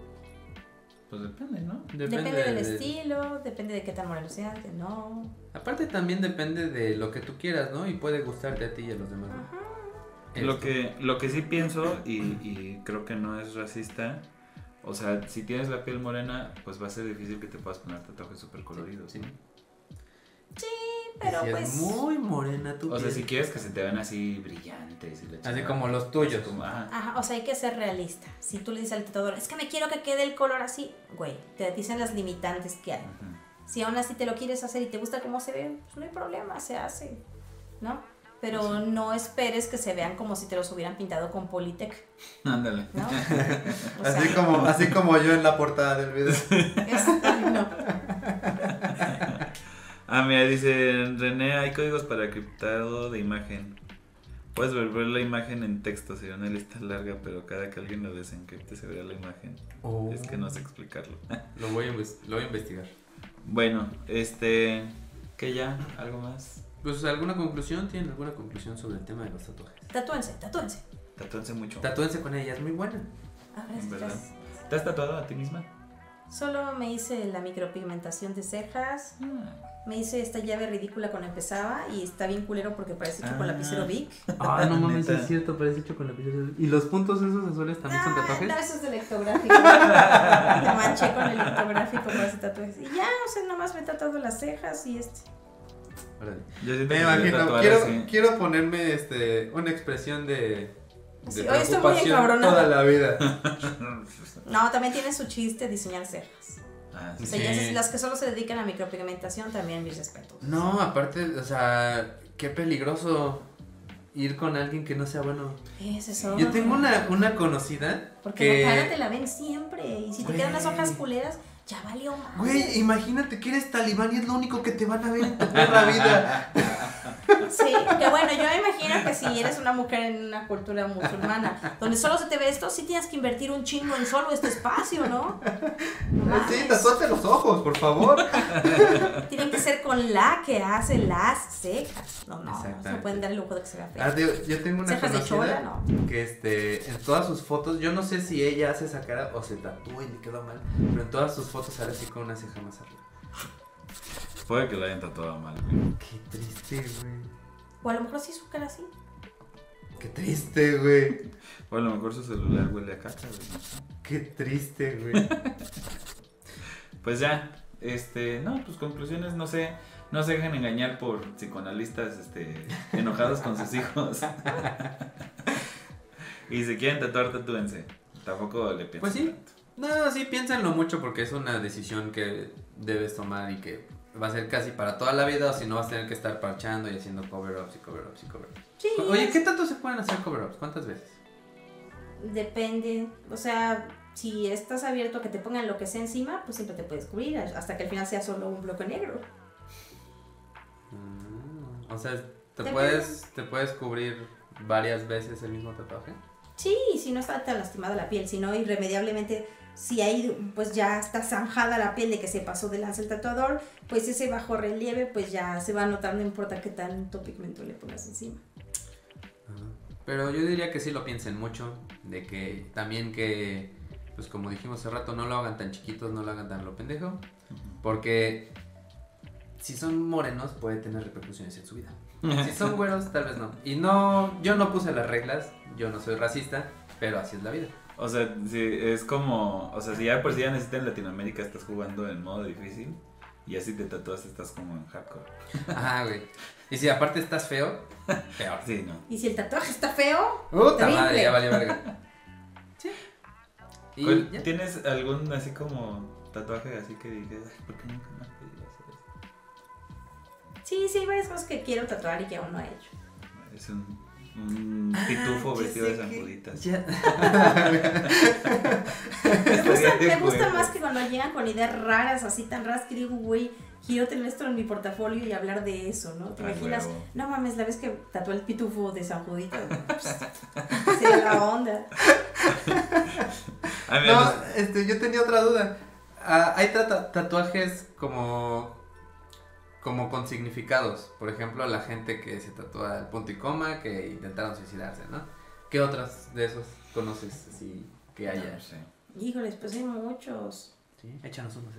[SPEAKER 2] Pues depende, ¿no?
[SPEAKER 3] Depende del estilo, depende de qué tan moreno seas, que no.
[SPEAKER 1] Aparte también depende de lo que tú quieras, ¿no? Y puede gustarte a ti y a los demás, ¿no?
[SPEAKER 2] Lo que sí pienso, y creo que no es racista, o sea, si tienes la piel morena, pues va a ser difícil que te puedas poner tatuajes súper coloridos.
[SPEAKER 1] Sí.
[SPEAKER 3] Sí, pero
[SPEAKER 1] si
[SPEAKER 3] pues...
[SPEAKER 1] es muy morena tu
[SPEAKER 2] piel. O sea, si quieres que se te vean así brillantes. Y
[SPEAKER 1] así como los tuyos.
[SPEAKER 3] Ajá, o sea, hay que ser realista. Si tú le dices al tatuador, es que me quiero que quede el color así, güey, te dicen las limitantes que hay. Si aún así te lo quieres hacer y te gusta cómo se ve, pues no hay problema, se hace, ¿no? Pero no esperes que se vean como si te los hubieran pintado con Politec.
[SPEAKER 2] Ándale.
[SPEAKER 3] ¿No?
[SPEAKER 1] Así como yo en la portada del video.
[SPEAKER 3] No.
[SPEAKER 2] Mira, dice René, hay códigos para criptado de imagen. Puedes volver la imagen en texto, sería una lista larga, pero cada que alguien lo desencripte se verá la imagen. Es que no sé explicarlo.
[SPEAKER 1] Lo voy a investigar.
[SPEAKER 2] Bueno, ¿qué ya? ¿Algo más?
[SPEAKER 1] Pues, ¿alguna conclusión? ¿Tienen alguna conclusión sobre el tema de los tatuajes?
[SPEAKER 3] Tatúense.
[SPEAKER 2] Tatúense mucho.
[SPEAKER 1] Tatúense con ella, es muy buena.
[SPEAKER 2] ¿Verdad? ¿Te has tatuado a ti misma?
[SPEAKER 3] Solo me hice la micropigmentación de cejas. Me hice esta llave ridícula cuando empezaba y está bien culero porque parece hecho con lapicero Bic.
[SPEAKER 1] No mames, es cierto, parece hecho con lapicero Bic. ¿Y los puntos esos azules también son tatuajes?
[SPEAKER 3] No, eso es del ectográfico. Me manché con el ectográfico para hacer tatuajes. Y ya, o sea, nomás me he tatuado las cejas y
[SPEAKER 1] Me imagino, quiero ponerme una expresión de
[SPEAKER 3] sí, hoy estoy muy encabronada
[SPEAKER 1] toda la vida.
[SPEAKER 3] No, también tiene su chiste diseñar cejas.
[SPEAKER 2] Sí.
[SPEAKER 3] O sea, las que solo se dedican a micropigmentación, también mis respetos.
[SPEAKER 1] No, aparte, o sea, qué peligroso ir con alguien que no sea bueno.
[SPEAKER 3] Es eso.
[SPEAKER 1] Yo tengo una conocida
[SPEAKER 3] porque la cara te la ven siempre. Y si te quedan las hojas culeras, ya valió más.
[SPEAKER 1] Güey, imagínate que eres talibán y es lo único que te van a ver en tu perra vida.
[SPEAKER 3] Sí, que bueno, yo me imagino que si eres una mujer en una cultura musulmana donde solo se te ve esto, sí tienes que invertir un chingo en solo este espacio, ¿no?
[SPEAKER 1] Sí, tatúate los ojos, por favor.
[SPEAKER 3] Tienen que ser con la que hace las cejas. No se pueden dar el lujo de que se vea feo.
[SPEAKER 1] Yo tengo una
[SPEAKER 3] cejas
[SPEAKER 1] conocida
[SPEAKER 3] de chola, ¿no?
[SPEAKER 1] Que en todas sus fotos, yo no sé si ella hace esa cara o se tatúa y le quedó mal, pero en todas sus fotos sale así con una ceja más arriba.
[SPEAKER 2] Puede que lo hayan tatuado mal, güey.
[SPEAKER 1] Qué triste, güey.
[SPEAKER 3] O a lo mejor sí su cara así.
[SPEAKER 1] Qué triste, güey.
[SPEAKER 2] O a lo mejor su celular huele a caca, güey. No sé.
[SPEAKER 1] Qué triste, güey.
[SPEAKER 2] Pues ya, no, pues conclusiones, no sé. No se dejen engañar por psicoanalistas, enojados con sus hijos. Y si quieren tatuar, tatúense. Tampoco le piensen
[SPEAKER 1] Pues sí.
[SPEAKER 2] tanto.
[SPEAKER 1] No, sí, piénsenlo mucho porque es una decisión que debes tomar y que va a ser casi para toda la vida, o si no vas a tener que estar parchando y haciendo cover-ups y cover-ups y cover-ups.
[SPEAKER 3] Sí.
[SPEAKER 1] Oye, ¿qué tanto se pueden hacer cover-ups? ¿Cuántas veces?
[SPEAKER 3] Depende. O sea, si estás abierto a que te pongan lo que sea encima, pues siempre te puedes cubrir hasta que al final sea solo un bloque negro.
[SPEAKER 1] O sea, ¿te
[SPEAKER 3] Depende.
[SPEAKER 1] puedes cubrir varias veces el mismo tatuaje?
[SPEAKER 3] Sí, si no está tan lastimada la piel, si no irremediablemente, si ahí pues ya está zanjada la piel de que se pasó de lanza el tatuador, pues ese bajo relieve pues ya se va a notar, no importa qué tanto pigmento le pongas encima.
[SPEAKER 1] Pero yo diría que sí lo piensen mucho, de que también que, pues como dijimos hace rato, no lo hagan tan chiquitos, no lo hagan tan lo pendejo, porque si son morenos puede tener repercusiones en su vida. Si son güeros, tal vez no. Y no, yo no puse las reglas, yo no soy racista, pero así es la vida.
[SPEAKER 2] O sea, si es como, o sea, si ya por si ya necesitas en Latinoamérica estás jugando en modo difícil y así te tatúas estás como en hardcore.
[SPEAKER 1] Ajá, güey. Y si aparte estás feo, peor.
[SPEAKER 2] Sí, ¿no?
[SPEAKER 3] Y si el tatuaje está feo,
[SPEAKER 1] Puta
[SPEAKER 3] terrible.
[SPEAKER 1] madre, ya valió verga. Sí. Y ya.
[SPEAKER 2] ¿Tienes algún así como tatuaje así que dije, ay, ¿por qué nunca me has pedido hacer esto?
[SPEAKER 3] Sí, hay varias cosas que quiero tatuar y que aún no he hecho.
[SPEAKER 2] Es un pitufo
[SPEAKER 1] ya
[SPEAKER 2] vestido
[SPEAKER 1] sé
[SPEAKER 2] de
[SPEAKER 1] que-
[SPEAKER 2] zancuditas.
[SPEAKER 1] ya.
[SPEAKER 3] Me gusta más que cuando llegan con ideas raras, así tan raras, que digo, güey, quiero tener esto en mi portafolio y hablar de eso, ¿no? ¿Te
[SPEAKER 2] Ah,
[SPEAKER 3] imaginas?
[SPEAKER 2] huevo.
[SPEAKER 3] No mames, la vez que tatué el pitufo de San Judito. Sería la onda.
[SPEAKER 2] Ay, mira,
[SPEAKER 1] No, yo tenía otra duda. Hay tatuajes como con significados. Por ejemplo, la gente que se tatúa el punto y coma, que intentaron suicidarse, ¿no? ¿Qué otras de esos conoces así que haya?
[SPEAKER 2] no sé.
[SPEAKER 3] Híjoles, pues hay muchos.
[SPEAKER 1] Sí, échanos unos.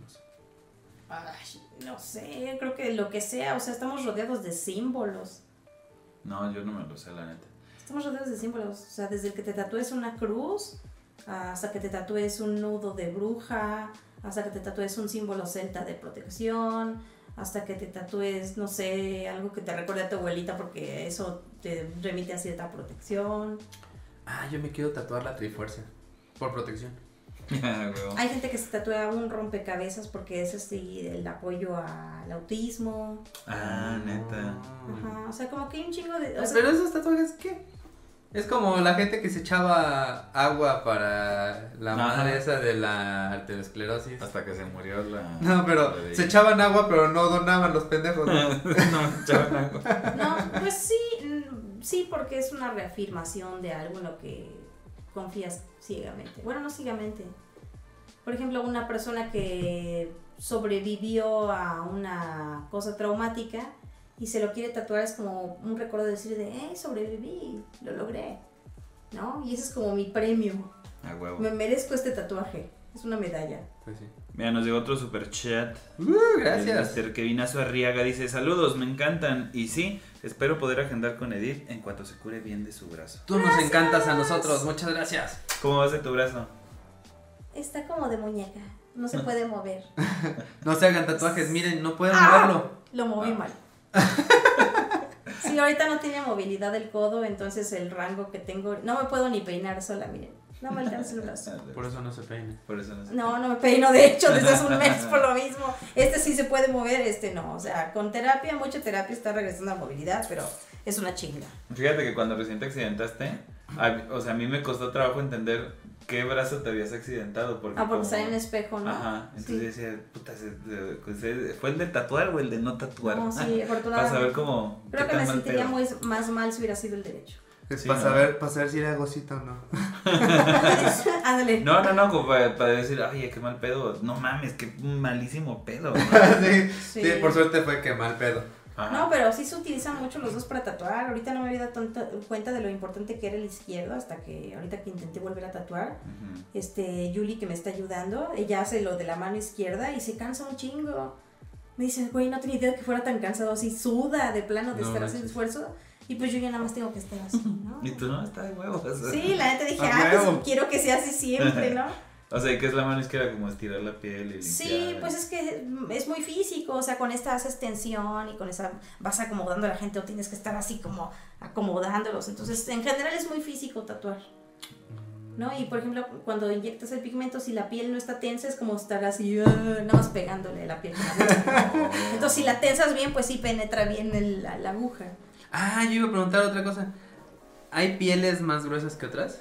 [SPEAKER 3] Ay, no sé, creo que lo que sea, o sea, estamos rodeados de símbolos.
[SPEAKER 2] No, yo no me lo sé, la neta.
[SPEAKER 3] Estamos rodeados de símbolos, o sea, desde el que te tatúes una cruz, hasta que te tatúes un nudo de bruja, hasta que te tatúes un símbolo celta de protección, hasta que te tatúes, no sé, algo que te recuerde a tu abuelita porque eso te remite a cierta protección.
[SPEAKER 1] Yo me quiero tatuar la Trifuerza. Por protección.
[SPEAKER 2] Huevo.
[SPEAKER 3] Hay gente que se tatúa un rompecabezas porque es así el apoyo al autismo.
[SPEAKER 2] Ah, neta.
[SPEAKER 3] Ajá, o sea, como que hay un chingo de... o sea,
[SPEAKER 1] Pero esos tatuajes, ¿qué? Es como la gente que se echaba agua para la
[SPEAKER 2] Ajá.
[SPEAKER 1] madre esa de la arteriosclerosis.
[SPEAKER 2] Hasta que se murió la...
[SPEAKER 1] No, pero
[SPEAKER 2] la de
[SPEAKER 1] se
[SPEAKER 2] ella.
[SPEAKER 1] echaban agua, pero no donaban los pendejos. ¿No?
[SPEAKER 2] No, echaban agua.
[SPEAKER 3] no, pues sí, sí, porque es una reafirmación de algo en lo que confías ciegamente. Bueno, no ciegamente. Por ejemplo, una persona que sobrevivió a una cosa traumática y se lo quiere tatuar es como un recuerdo de decir de, sobreviví, lo logré, ¿no? Y ese es como mi premio.
[SPEAKER 2] A huevo.
[SPEAKER 3] Me merezco este tatuaje. Es una medalla.
[SPEAKER 1] Pues sí.
[SPEAKER 2] Mira, nos llegó otro super chat.
[SPEAKER 1] Gracias.
[SPEAKER 2] Mr. Kevinazo Arriaga dice, saludos, me encantan. Y sí, espero poder agendar con Edith en cuanto se cure bien de su brazo.
[SPEAKER 1] Tú nos encantas a nosotros. Muchas gracias.
[SPEAKER 2] ¿Cómo vas de tu brazo?
[SPEAKER 3] Está como de muñeca. No se puede mover.
[SPEAKER 1] No se hagan tatuajes. Miren, no pueden
[SPEAKER 3] ¡Ah!
[SPEAKER 1] moverlo.
[SPEAKER 3] Lo moví mal. Sí, ahorita no tiene movilidad del codo, entonces el rango que tengo... No me puedo ni peinar sola, miren. No me alcanza el brazo.
[SPEAKER 1] Por eso no se peina.
[SPEAKER 2] Por eso no sé.
[SPEAKER 3] No me peino, de hecho, desde hace un mes por lo mismo. Este sí se puede mover, este no. O sea, con terapia, mucha terapia está regresando a movilidad, pero es una chinga.
[SPEAKER 2] Fíjate que cuando recién te accidentaste, o sea, a mí me costó trabajo entender qué brazo te habías accidentado. Porque
[SPEAKER 3] Porque
[SPEAKER 2] como-
[SPEAKER 3] sale en espejo, ¿no?
[SPEAKER 2] Ajá, entonces
[SPEAKER 3] Sí.
[SPEAKER 2] yo decía, puta, ¿fue el de tatuar o el de no tatuar?
[SPEAKER 3] No, sí,
[SPEAKER 2] Para
[SPEAKER 3] afortunadamente.
[SPEAKER 2] saber cómo...
[SPEAKER 3] Creo
[SPEAKER 2] qué
[SPEAKER 3] que
[SPEAKER 2] tan
[SPEAKER 3] me
[SPEAKER 2] mal
[SPEAKER 3] sentiría
[SPEAKER 2] pedo.
[SPEAKER 3] más mal si hubiera sido el derecho.
[SPEAKER 2] Sí,
[SPEAKER 1] para,
[SPEAKER 2] ¿no?
[SPEAKER 1] para saber si era gocita o no.
[SPEAKER 3] Ándale.
[SPEAKER 2] No, como para decir, ay, qué mal pedo. No mames, qué malísimo pedo. ¿no?
[SPEAKER 1] sí,
[SPEAKER 3] Sí.
[SPEAKER 1] sí, por suerte fue que mal pedo.
[SPEAKER 2] Ajá.
[SPEAKER 3] No, pero sí se utilizan mucho los dos para tatuar. Ahorita no me había dado cuenta de lo importante que era el izquierdo hasta que ahorita que intenté volver a tatuar.
[SPEAKER 2] Ujú.
[SPEAKER 3] Yuli que me está ayudando, ella hace lo de la mano izquierda y se cansa un chingo. me dicen, güey, no tenía idea que fuera tan cansado así, suda de plano de estar haciendo esfuerzo. Y pues yo ya nada más tengo que estar así, ¿no?
[SPEAKER 2] Y tú no, está de huevos.
[SPEAKER 3] Sí, la neta dije,
[SPEAKER 2] huevo.
[SPEAKER 3] pues quiero que sea así siempre, ¿no?
[SPEAKER 2] O sea, que es la mano izquierda como estirar la piel y limpiar.
[SPEAKER 3] Sí, pues es que es muy físico, o sea, con esta haces tensión y con esa vas acomodando a la gente o tienes que estar así como acomodándolos. Entonces, en general es muy físico tatuar, ¿no? Y por ejemplo, cuando inyectas el pigmento, si la piel no está tensa, es como estar así, nada más pegándole la piel con la aguja. Entonces, si la tensas bien, pues sí penetra bien la aguja.
[SPEAKER 1] Ah, yo iba a preguntar otra cosa. ¿Hay pieles más gruesas que otras?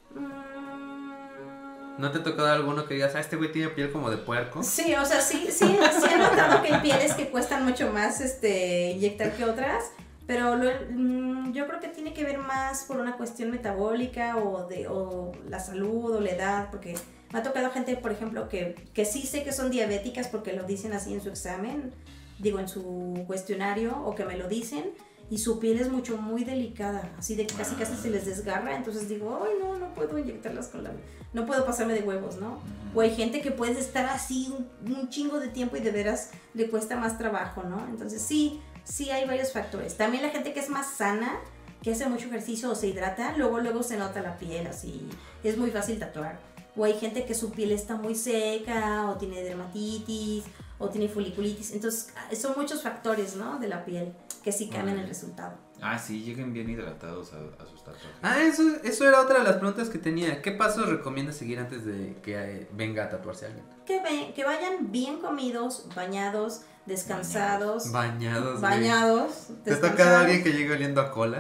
[SPEAKER 1] ¿No te ha tocado alguno que digas, este güey tiene piel como de puerco?
[SPEAKER 3] Sí, o sea, sí he notado que hay pieles que cuestan mucho más inyectar que otras, pero yo creo que tiene que ver más por una cuestión metabólica o la salud o la edad, porque me ha tocado gente, por ejemplo, que sí sé que son diabéticas porque lo dicen así en su examen, digo, en su cuestionario, o que me lo dicen, y su piel es muy delicada, así de que casi se les desgarra, entonces digo, ay no puedo inyectarlas no puedo pasarme de huevos, ¿no? O hay gente que puede estar así un chingo de tiempo y de veras le cuesta más trabajo, ¿no? Entonces sí hay varios factores. También la gente que es más sana, que hace mucho ejercicio o se hidrata, luego se nota la piel, así es muy fácil tatuar. O hay gente que su piel está muy seca, o tiene dermatitis, o tiene foliculitis. Entonces, son muchos factores, ¿no? De la piel que sí cambian el resultado.
[SPEAKER 2] Ah, sí, lleguen bien hidratados a sus tatuajes.
[SPEAKER 1] Ah, eso era otra de las preguntas que tenía. ¿Qué pasos recomiendas seguir antes de que venga a tatuarse alguien?
[SPEAKER 3] Que vayan bien comidos, bañados, descansados.
[SPEAKER 1] Bañados. ¿Te ha
[SPEAKER 3] descansados.
[SPEAKER 1] tocado alguien que llegue oliendo a cola?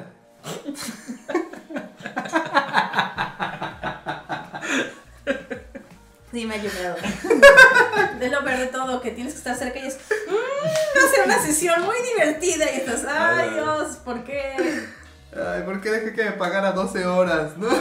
[SPEAKER 3] Sí, me ha ayudado. Es lo peor de todo, que tienes que estar cerca y es va a ser una sesión muy divertida y estás, ay Dios, ¿por qué?
[SPEAKER 1] Ay, ¿por qué dejé que me pagara 12 horas, no?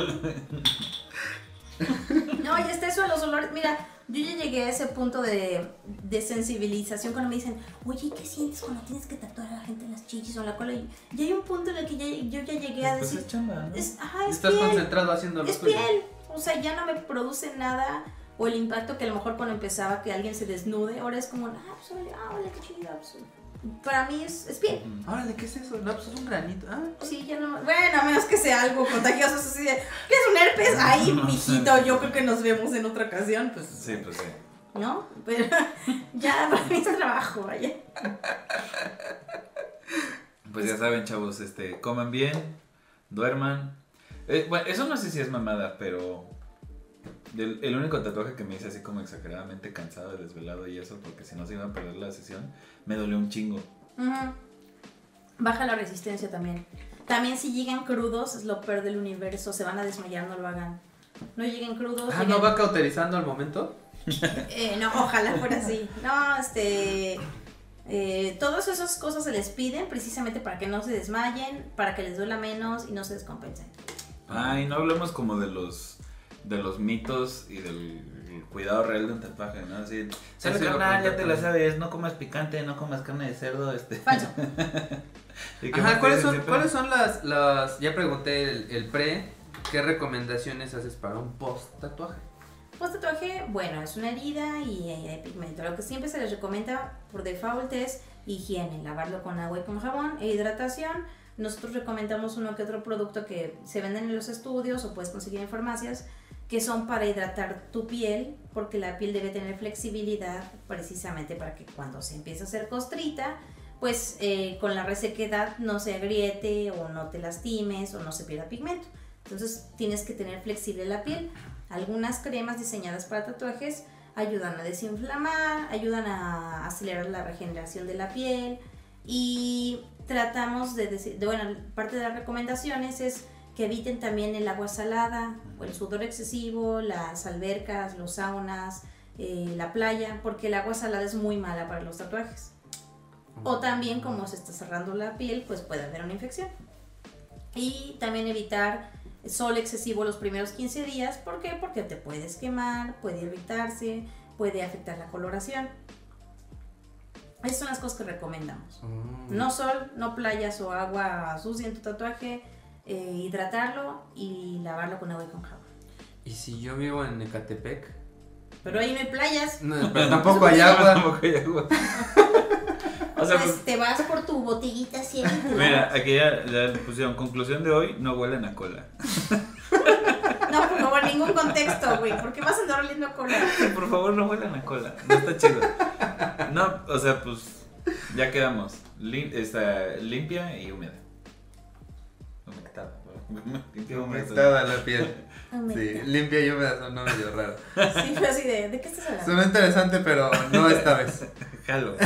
[SPEAKER 3] No, y hasta eso de los olores, mira, yo ya llegué a ese punto de sensibilización cuando me dicen, oye, ¿qué sientes cuando tienes que tatuar a la gente en las chichis o en la cola? Y hay un punto en el que yo ya llegué a decir,
[SPEAKER 2] es chamba, ¿no?
[SPEAKER 3] es
[SPEAKER 1] Estás
[SPEAKER 3] piel,
[SPEAKER 1] concentrado haciendo lo
[SPEAKER 3] es
[SPEAKER 1] tuyo.
[SPEAKER 3] piel, o sea, ya no me produce nada. O el impacto que a lo mejor cuando empezaba que alguien se desnude, ahora es como, pues órale, qué chido. Pues. Para mí es piel.
[SPEAKER 1] Órale, ¿qué es eso? No, pues es un granito. Ah,
[SPEAKER 3] Sí, ya no. Bueno, a menos que sea algo contagioso, así de, ¿qué es un herpes? Ay, mijito, yo creo que nos vemos en otra ocasión, pues.
[SPEAKER 2] Sí, pues sí.
[SPEAKER 3] ¿No? Pero ya para mí es trabajo, vaya.
[SPEAKER 2] Pues ya saben, chavos, coman bien, duerman. Bueno, eso no sé si es mamada, pero el único tatuaje que me hice así como exageradamente cansado, desvelado y eso, porque si no se iba a perder la sesión, me dolió un chingo.
[SPEAKER 3] Baja la resistencia también. También si llegan crudos, es lo peor del universo, se van a desmayar, no lo hagan. No lleguen crudos.
[SPEAKER 1] Ah, ¿no va cauterizando al momento?
[SPEAKER 3] No, ojalá fuera así. No, todas esas cosas se les piden precisamente para que no se desmayen, para que les duela menos y no se descompensen.
[SPEAKER 2] Ay, no hablemos como de los mitos y del cuidado real de un tatuaje, ¿no? Así,
[SPEAKER 1] Eso
[SPEAKER 2] carnal,
[SPEAKER 1] lo
[SPEAKER 2] ya te la sabes, no comas picante, no comas carne de cerdo,
[SPEAKER 3] Falso.
[SPEAKER 1] Ajá, ¿cuáles son las ya pregunté el pre, ¿qué recomendaciones haces para un post tatuaje?
[SPEAKER 3] Post tatuaje, bueno, es una herida y hay pigmento. Lo que siempre se les recomienda por default es higiene, lavarlo con agua y con jabón e hidratación. Nosotros recomendamos uno que otro producto que se venden en los estudios o puedes conseguir en farmacias, que son para hidratar tu piel, porque la piel debe tener flexibilidad precisamente para que cuando se empiece a hacer costrita, pues con la resequedad no se agriete o no te lastimes o no se pierda pigmento. Entonces tienes que tener flexible la piel. Algunas cremas diseñadas para tatuajes ayudan a desinflamar, ayudan a acelerar la regeneración de la piel y tratamos de decir, bueno, parte de las recomendaciones es que eviten también el agua salada o el sudor excesivo, las albercas, los saunas, la playa, porque el agua salada es muy mala para los tatuajes. O también como se está cerrando la piel, pues puede haber una infección. Y también evitar sol excesivo los primeros 15 días. ¿Por qué? Porque te puedes quemar, puede irritarse, puede afectar la coloración. Esas son las cosas que recomendamos. No sol, no playas o agua sucia en tu tatuaje, hidratarlo y lavarlo con agua y con jabón.
[SPEAKER 1] ¿Y si yo vivo en Ecatepec?
[SPEAKER 3] Pero ahí no hay playas.
[SPEAKER 1] No, pero tampoco hay agua.
[SPEAKER 2] Tampoco hay agua. O sea,
[SPEAKER 3] pues te vas por tu botellita siempre.
[SPEAKER 2] Mira, aquí ya le pusieron conclusión de hoy, no huelen a cola.
[SPEAKER 3] No, por favor, ningún contexto, güey. ¿Por qué vas a andar oliendo a cola?
[SPEAKER 2] Por favor, no huelan a cola. No está chido. No, o sea, pues ya quedamos. Está limpia y húmeda. Humectada. Limpia,
[SPEAKER 1] Humectada la piel. Sí,
[SPEAKER 3] Humectada.
[SPEAKER 1] limpia y húmeda sonó medio raro.
[SPEAKER 3] Sí, fue así ¿de qué estás hablando?
[SPEAKER 1] Sonó interesante, pero no esta vez.
[SPEAKER 2] Jalo.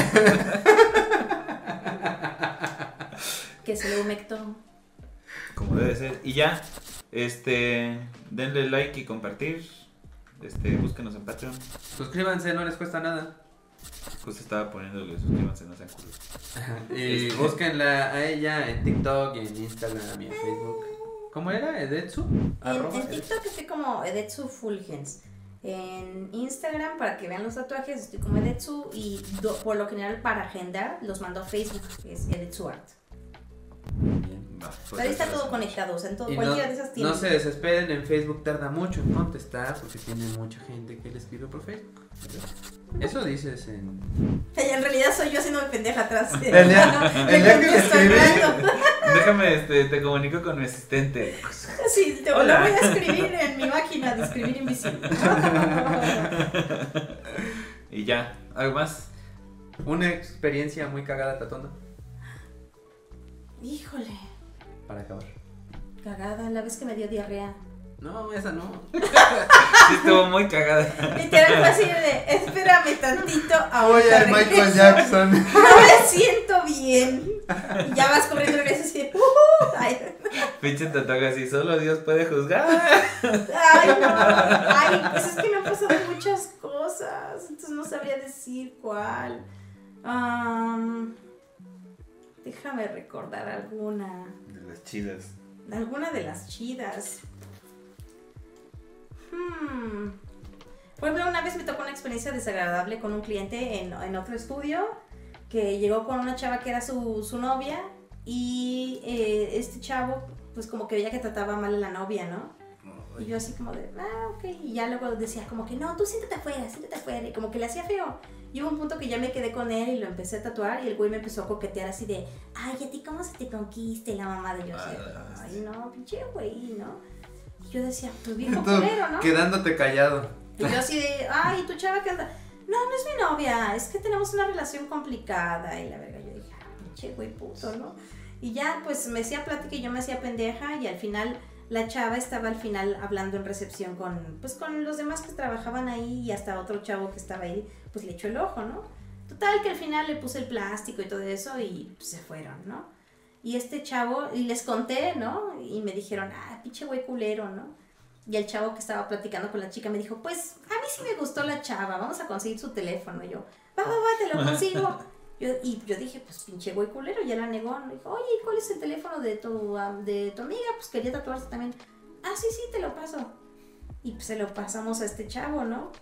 [SPEAKER 3] Que se le humectó.
[SPEAKER 2] Como debe ser. Y ya, denle like y compartir. Búsquenos en Patreon.
[SPEAKER 1] Suscríbanse, no les cuesta nada.
[SPEAKER 2] Justo estaba poniéndole suscríbanse, no sean culos.
[SPEAKER 1] Y búsquenla a ella en TikTok, en Instagram y en Facebook. ¿Cómo era? ¿Edetsu?
[SPEAKER 3] En TikTok estoy como Edetsu Fulgens. En Instagram, para que vean los tatuajes, estoy como Edetsu. Y por lo general, para agendar, los mando a Facebook, que es Edetsu Art.
[SPEAKER 2] Va, pues
[SPEAKER 3] Pero ahí está
[SPEAKER 2] eso
[SPEAKER 3] todo
[SPEAKER 2] es.
[SPEAKER 3] conectado, o sea, en todo,
[SPEAKER 1] Y
[SPEAKER 3] cualquiera de esas tiene.
[SPEAKER 1] no se desesperen, en Facebook tarda mucho en contestar porque tiene mucha gente que le escribe por Facebook. Eso dices en...
[SPEAKER 3] En realidad soy yo haciéndome pendeja atrás.
[SPEAKER 1] El día que le escribí.
[SPEAKER 2] Déjame, te comunico con mi asistente.
[SPEAKER 3] Sí, te lo voy
[SPEAKER 2] Hola.
[SPEAKER 3] a escribir en mi máquina de escribir invisible.
[SPEAKER 2] Y ya, ¿algo más?
[SPEAKER 1] Una experiencia muy cagada tatuando
[SPEAKER 3] Híjole,
[SPEAKER 1] para acabar.
[SPEAKER 3] cagada, la vez que me dio diarrea.
[SPEAKER 1] No, esa no.
[SPEAKER 2] Sí, estuvo muy cagada.
[SPEAKER 3] Literal fue así de, espérame tantito,
[SPEAKER 1] Voy
[SPEAKER 3] ahorita
[SPEAKER 1] al Michael
[SPEAKER 3] regreso.
[SPEAKER 1] Jackson.
[SPEAKER 3] No me siento bien. Y ya vas corriendo y regresas así de, ay,
[SPEAKER 2] Pinche tatuaje así, solo Dios puede juzgar.
[SPEAKER 3] ay, no. Ay, pues es que me han pasado muchas cosas. Entonces no sabría decir cuál. Déjame recordar alguna.
[SPEAKER 2] De las chidas.
[SPEAKER 3] Alguna de las chidas. Por ejemplo, una vez me tocó una experiencia desagradable con un cliente en otro estudio que llegó con una chava que era su novia y este chavo pues como que veía que trataba mal a la novia, ¿no? Y yo así como de, ok, y ya luego decía como que no, tú siéntate afuera, y como que le hacía feo. Y hubo un punto que ya me quedé con él y lo empecé a tatuar y el güey me empezó a coquetear así de, ay, ¿a ti cómo se te conquiste la mamá de yo? Así, ay, no, pinche güey, ¿no? Y yo decía, pues viejo
[SPEAKER 1] Tú,
[SPEAKER 3] culero, ¿no?
[SPEAKER 1] quedándote callado.
[SPEAKER 3] Y yo así de, ay, tu chava que anda, no es mi novia, es que tenemos una relación complicada. Y la verga, yo dije, pinche güey puto, ¿no? Y ya, pues me hacía plática y yo me hacía pendeja y al final la chava estaba al final hablando en recepción con los demás que trabajaban ahí y hasta otro chavo que estaba ahí, pues le echó el ojo, ¿no? Total que al final le puse el plástico y todo eso y pues, se fueron, ¿no? Y este chavo, y les conté, ¿no? Y me dijeron, pinche güey culero, ¿no? Y el chavo que estaba platicando con la chica me dijo, pues a mí sí me gustó la chava, vamos a conseguir su teléfono. Y yo, va, te lo consigo. Y yo dije, pues pinche güey culero, ya la negó. Me dijo, oye, ¿cuál es el teléfono de tu amiga? Pues quería tatuarse también. Sí, te lo paso. Y pues se lo pasamos a este chavo, ¿no?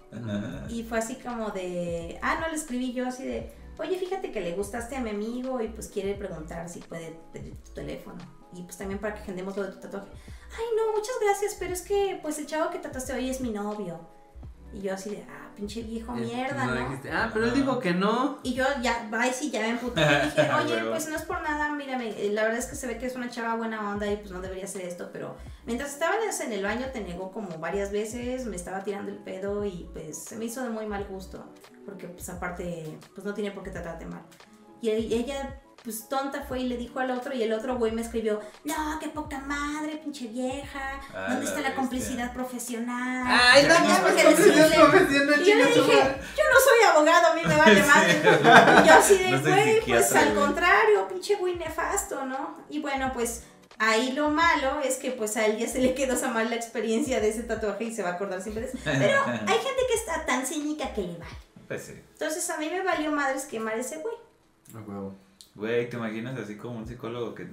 [SPEAKER 3] Y fue así como de, no, le escribí yo así de, oye, fíjate que le gustaste a mi amigo y pues quiere preguntar si puede pedir tu teléfono. Y pues también para que agendemos lo de tu tatuaje. Ay, no, muchas gracias, pero es que pues el chavo que tatuaste hoy es mi novio. Y yo así de, pinche viejo mierda, ¿no?
[SPEAKER 1] Dijiste, pero él dijo que no.
[SPEAKER 3] Y yo ya, sí, ya me emputé y dije, oye,
[SPEAKER 2] Huevo.
[SPEAKER 3] pues no es por nada, mírame, la verdad es que se ve que es una chava buena onda y pues no debería hacer esto, pero mientras estaba en el baño te negó como varias veces, me estaba tirando el pedo y pues se me hizo de muy mal gusto, porque pues aparte, pues no tiene por qué tratarte mal. Y ella, pues tonta fue y le dijo al otro y el otro güey me escribió, no, qué poca madre, pinche vieja, ¿dónde está la complicidad profesional?
[SPEAKER 1] Ay, no,
[SPEAKER 3] Ya,
[SPEAKER 1] pues
[SPEAKER 3] porque
[SPEAKER 1] complicidad
[SPEAKER 3] decirle-
[SPEAKER 1] profesional,
[SPEAKER 3] y yo le
[SPEAKER 1] chinga tu
[SPEAKER 3] dije,
[SPEAKER 1] madre.
[SPEAKER 3] yo no soy abogado, a mí me vale madre. Y yo así de,
[SPEAKER 2] No soy
[SPEAKER 3] güey, pues
[SPEAKER 2] psiquiatra,
[SPEAKER 3] al
[SPEAKER 2] güey.
[SPEAKER 3] contrario, pinche güey nefasto, ¿no? Y bueno, pues ahí lo malo es que pues a él ya se le quedó esa mala experiencia de ese tatuaje y se va a acordar siempre de eso. Pero hay gente que está tan cínica que le vale.
[SPEAKER 2] Pues sí.
[SPEAKER 3] Entonces a mí me valió madres quemar ese güey.
[SPEAKER 1] A huevo.
[SPEAKER 2] Güey, ¿te imaginas así como un psicólogo que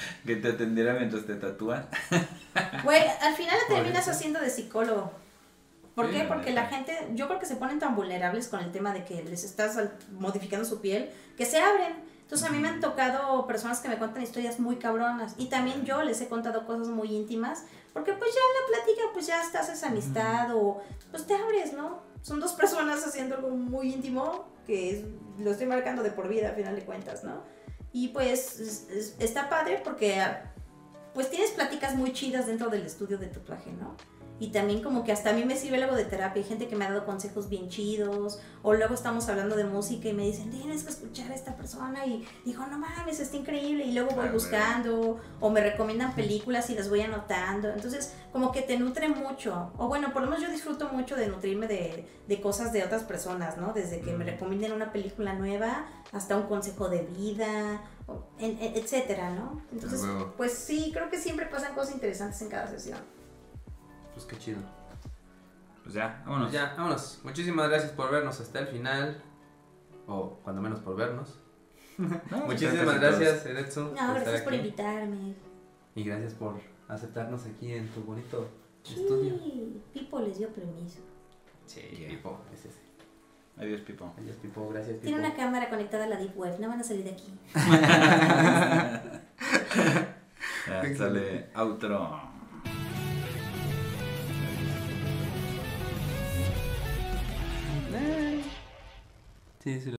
[SPEAKER 2] te atendiera mientras te tatúan?
[SPEAKER 3] Güey, al final la
[SPEAKER 1] Por
[SPEAKER 3] terminas
[SPEAKER 1] eso.
[SPEAKER 3] haciendo de psicólogo. ¿Por
[SPEAKER 2] Sí,
[SPEAKER 3] qué?
[SPEAKER 2] la
[SPEAKER 3] Porque
[SPEAKER 2] neta.
[SPEAKER 3] la gente, yo creo que se ponen tan vulnerables con el tema de que les estás modificando su piel, que se abren. Entonces a mí me han tocado personas que me cuentan historias muy cabronas y también yo les he contado cosas muy íntimas porque pues ya en la plática pues ya hasta haces amistad o pues te abres, ¿no? Son dos personas haciendo algo muy íntimo lo estoy marcando de por vida al final de cuentas, ¿no? Y pues está padre porque pues tienes pláticas muy chidas dentro del estudio de tatuaje, ¿no? Y también como que hasta a mí me sirve algo de terapia. Hay gente que me ha dado consejos bien chidos. O luego estamos hablando de música y me dicen, tienes que escuchar a esta persona. Y digo, no mames, está increíble. Y luego voy buscando. O me recomiendan películas y las voy anotando. Entonces como que te nutre mucho. O bueno, por lo menos yo disfruto mucho de nutrirme de cosas de otras personas, ¿no? Desde que me recomienden una película nueva hasta un consejo de vida, etcétera, ¿no? Entonces, pues sí, creo que siempre pasan cosas interesantes en cada sesión.
[SPEAKER 1] Pues qué chido.
[SPEAKER 2] Pues ya, vámonos.
[SPEAKER 1] Ya, vámonos. Muchísimas gracias por vernos hasta el final. O cuando menos por vernos.
[SPEAKER 2] No,
[SPEAKER 1] Muchísimas gracias, Eretsu.
[SPEAKER 3] No, gracias por invitarme.
[SPEAKER 1] Y gracias por aceptarnos aquí en tu bonito estudio.
[SPEAKER 3] Pipo les dio permiso.
[SPEAKER 1] Sí, Pipo, es ese.
[SPEAKER 2] Adiós, Pipo.
[SPEAKER 1] Adiós, Pipo, gracias, Pipo.
[SPEAKER 3] Tiene una cámara conectada a la Deep Web, no van a salir de aquí.
[SPEAKER 2] Ya, sale outro.
[SPEAKER 1] Sí, sí.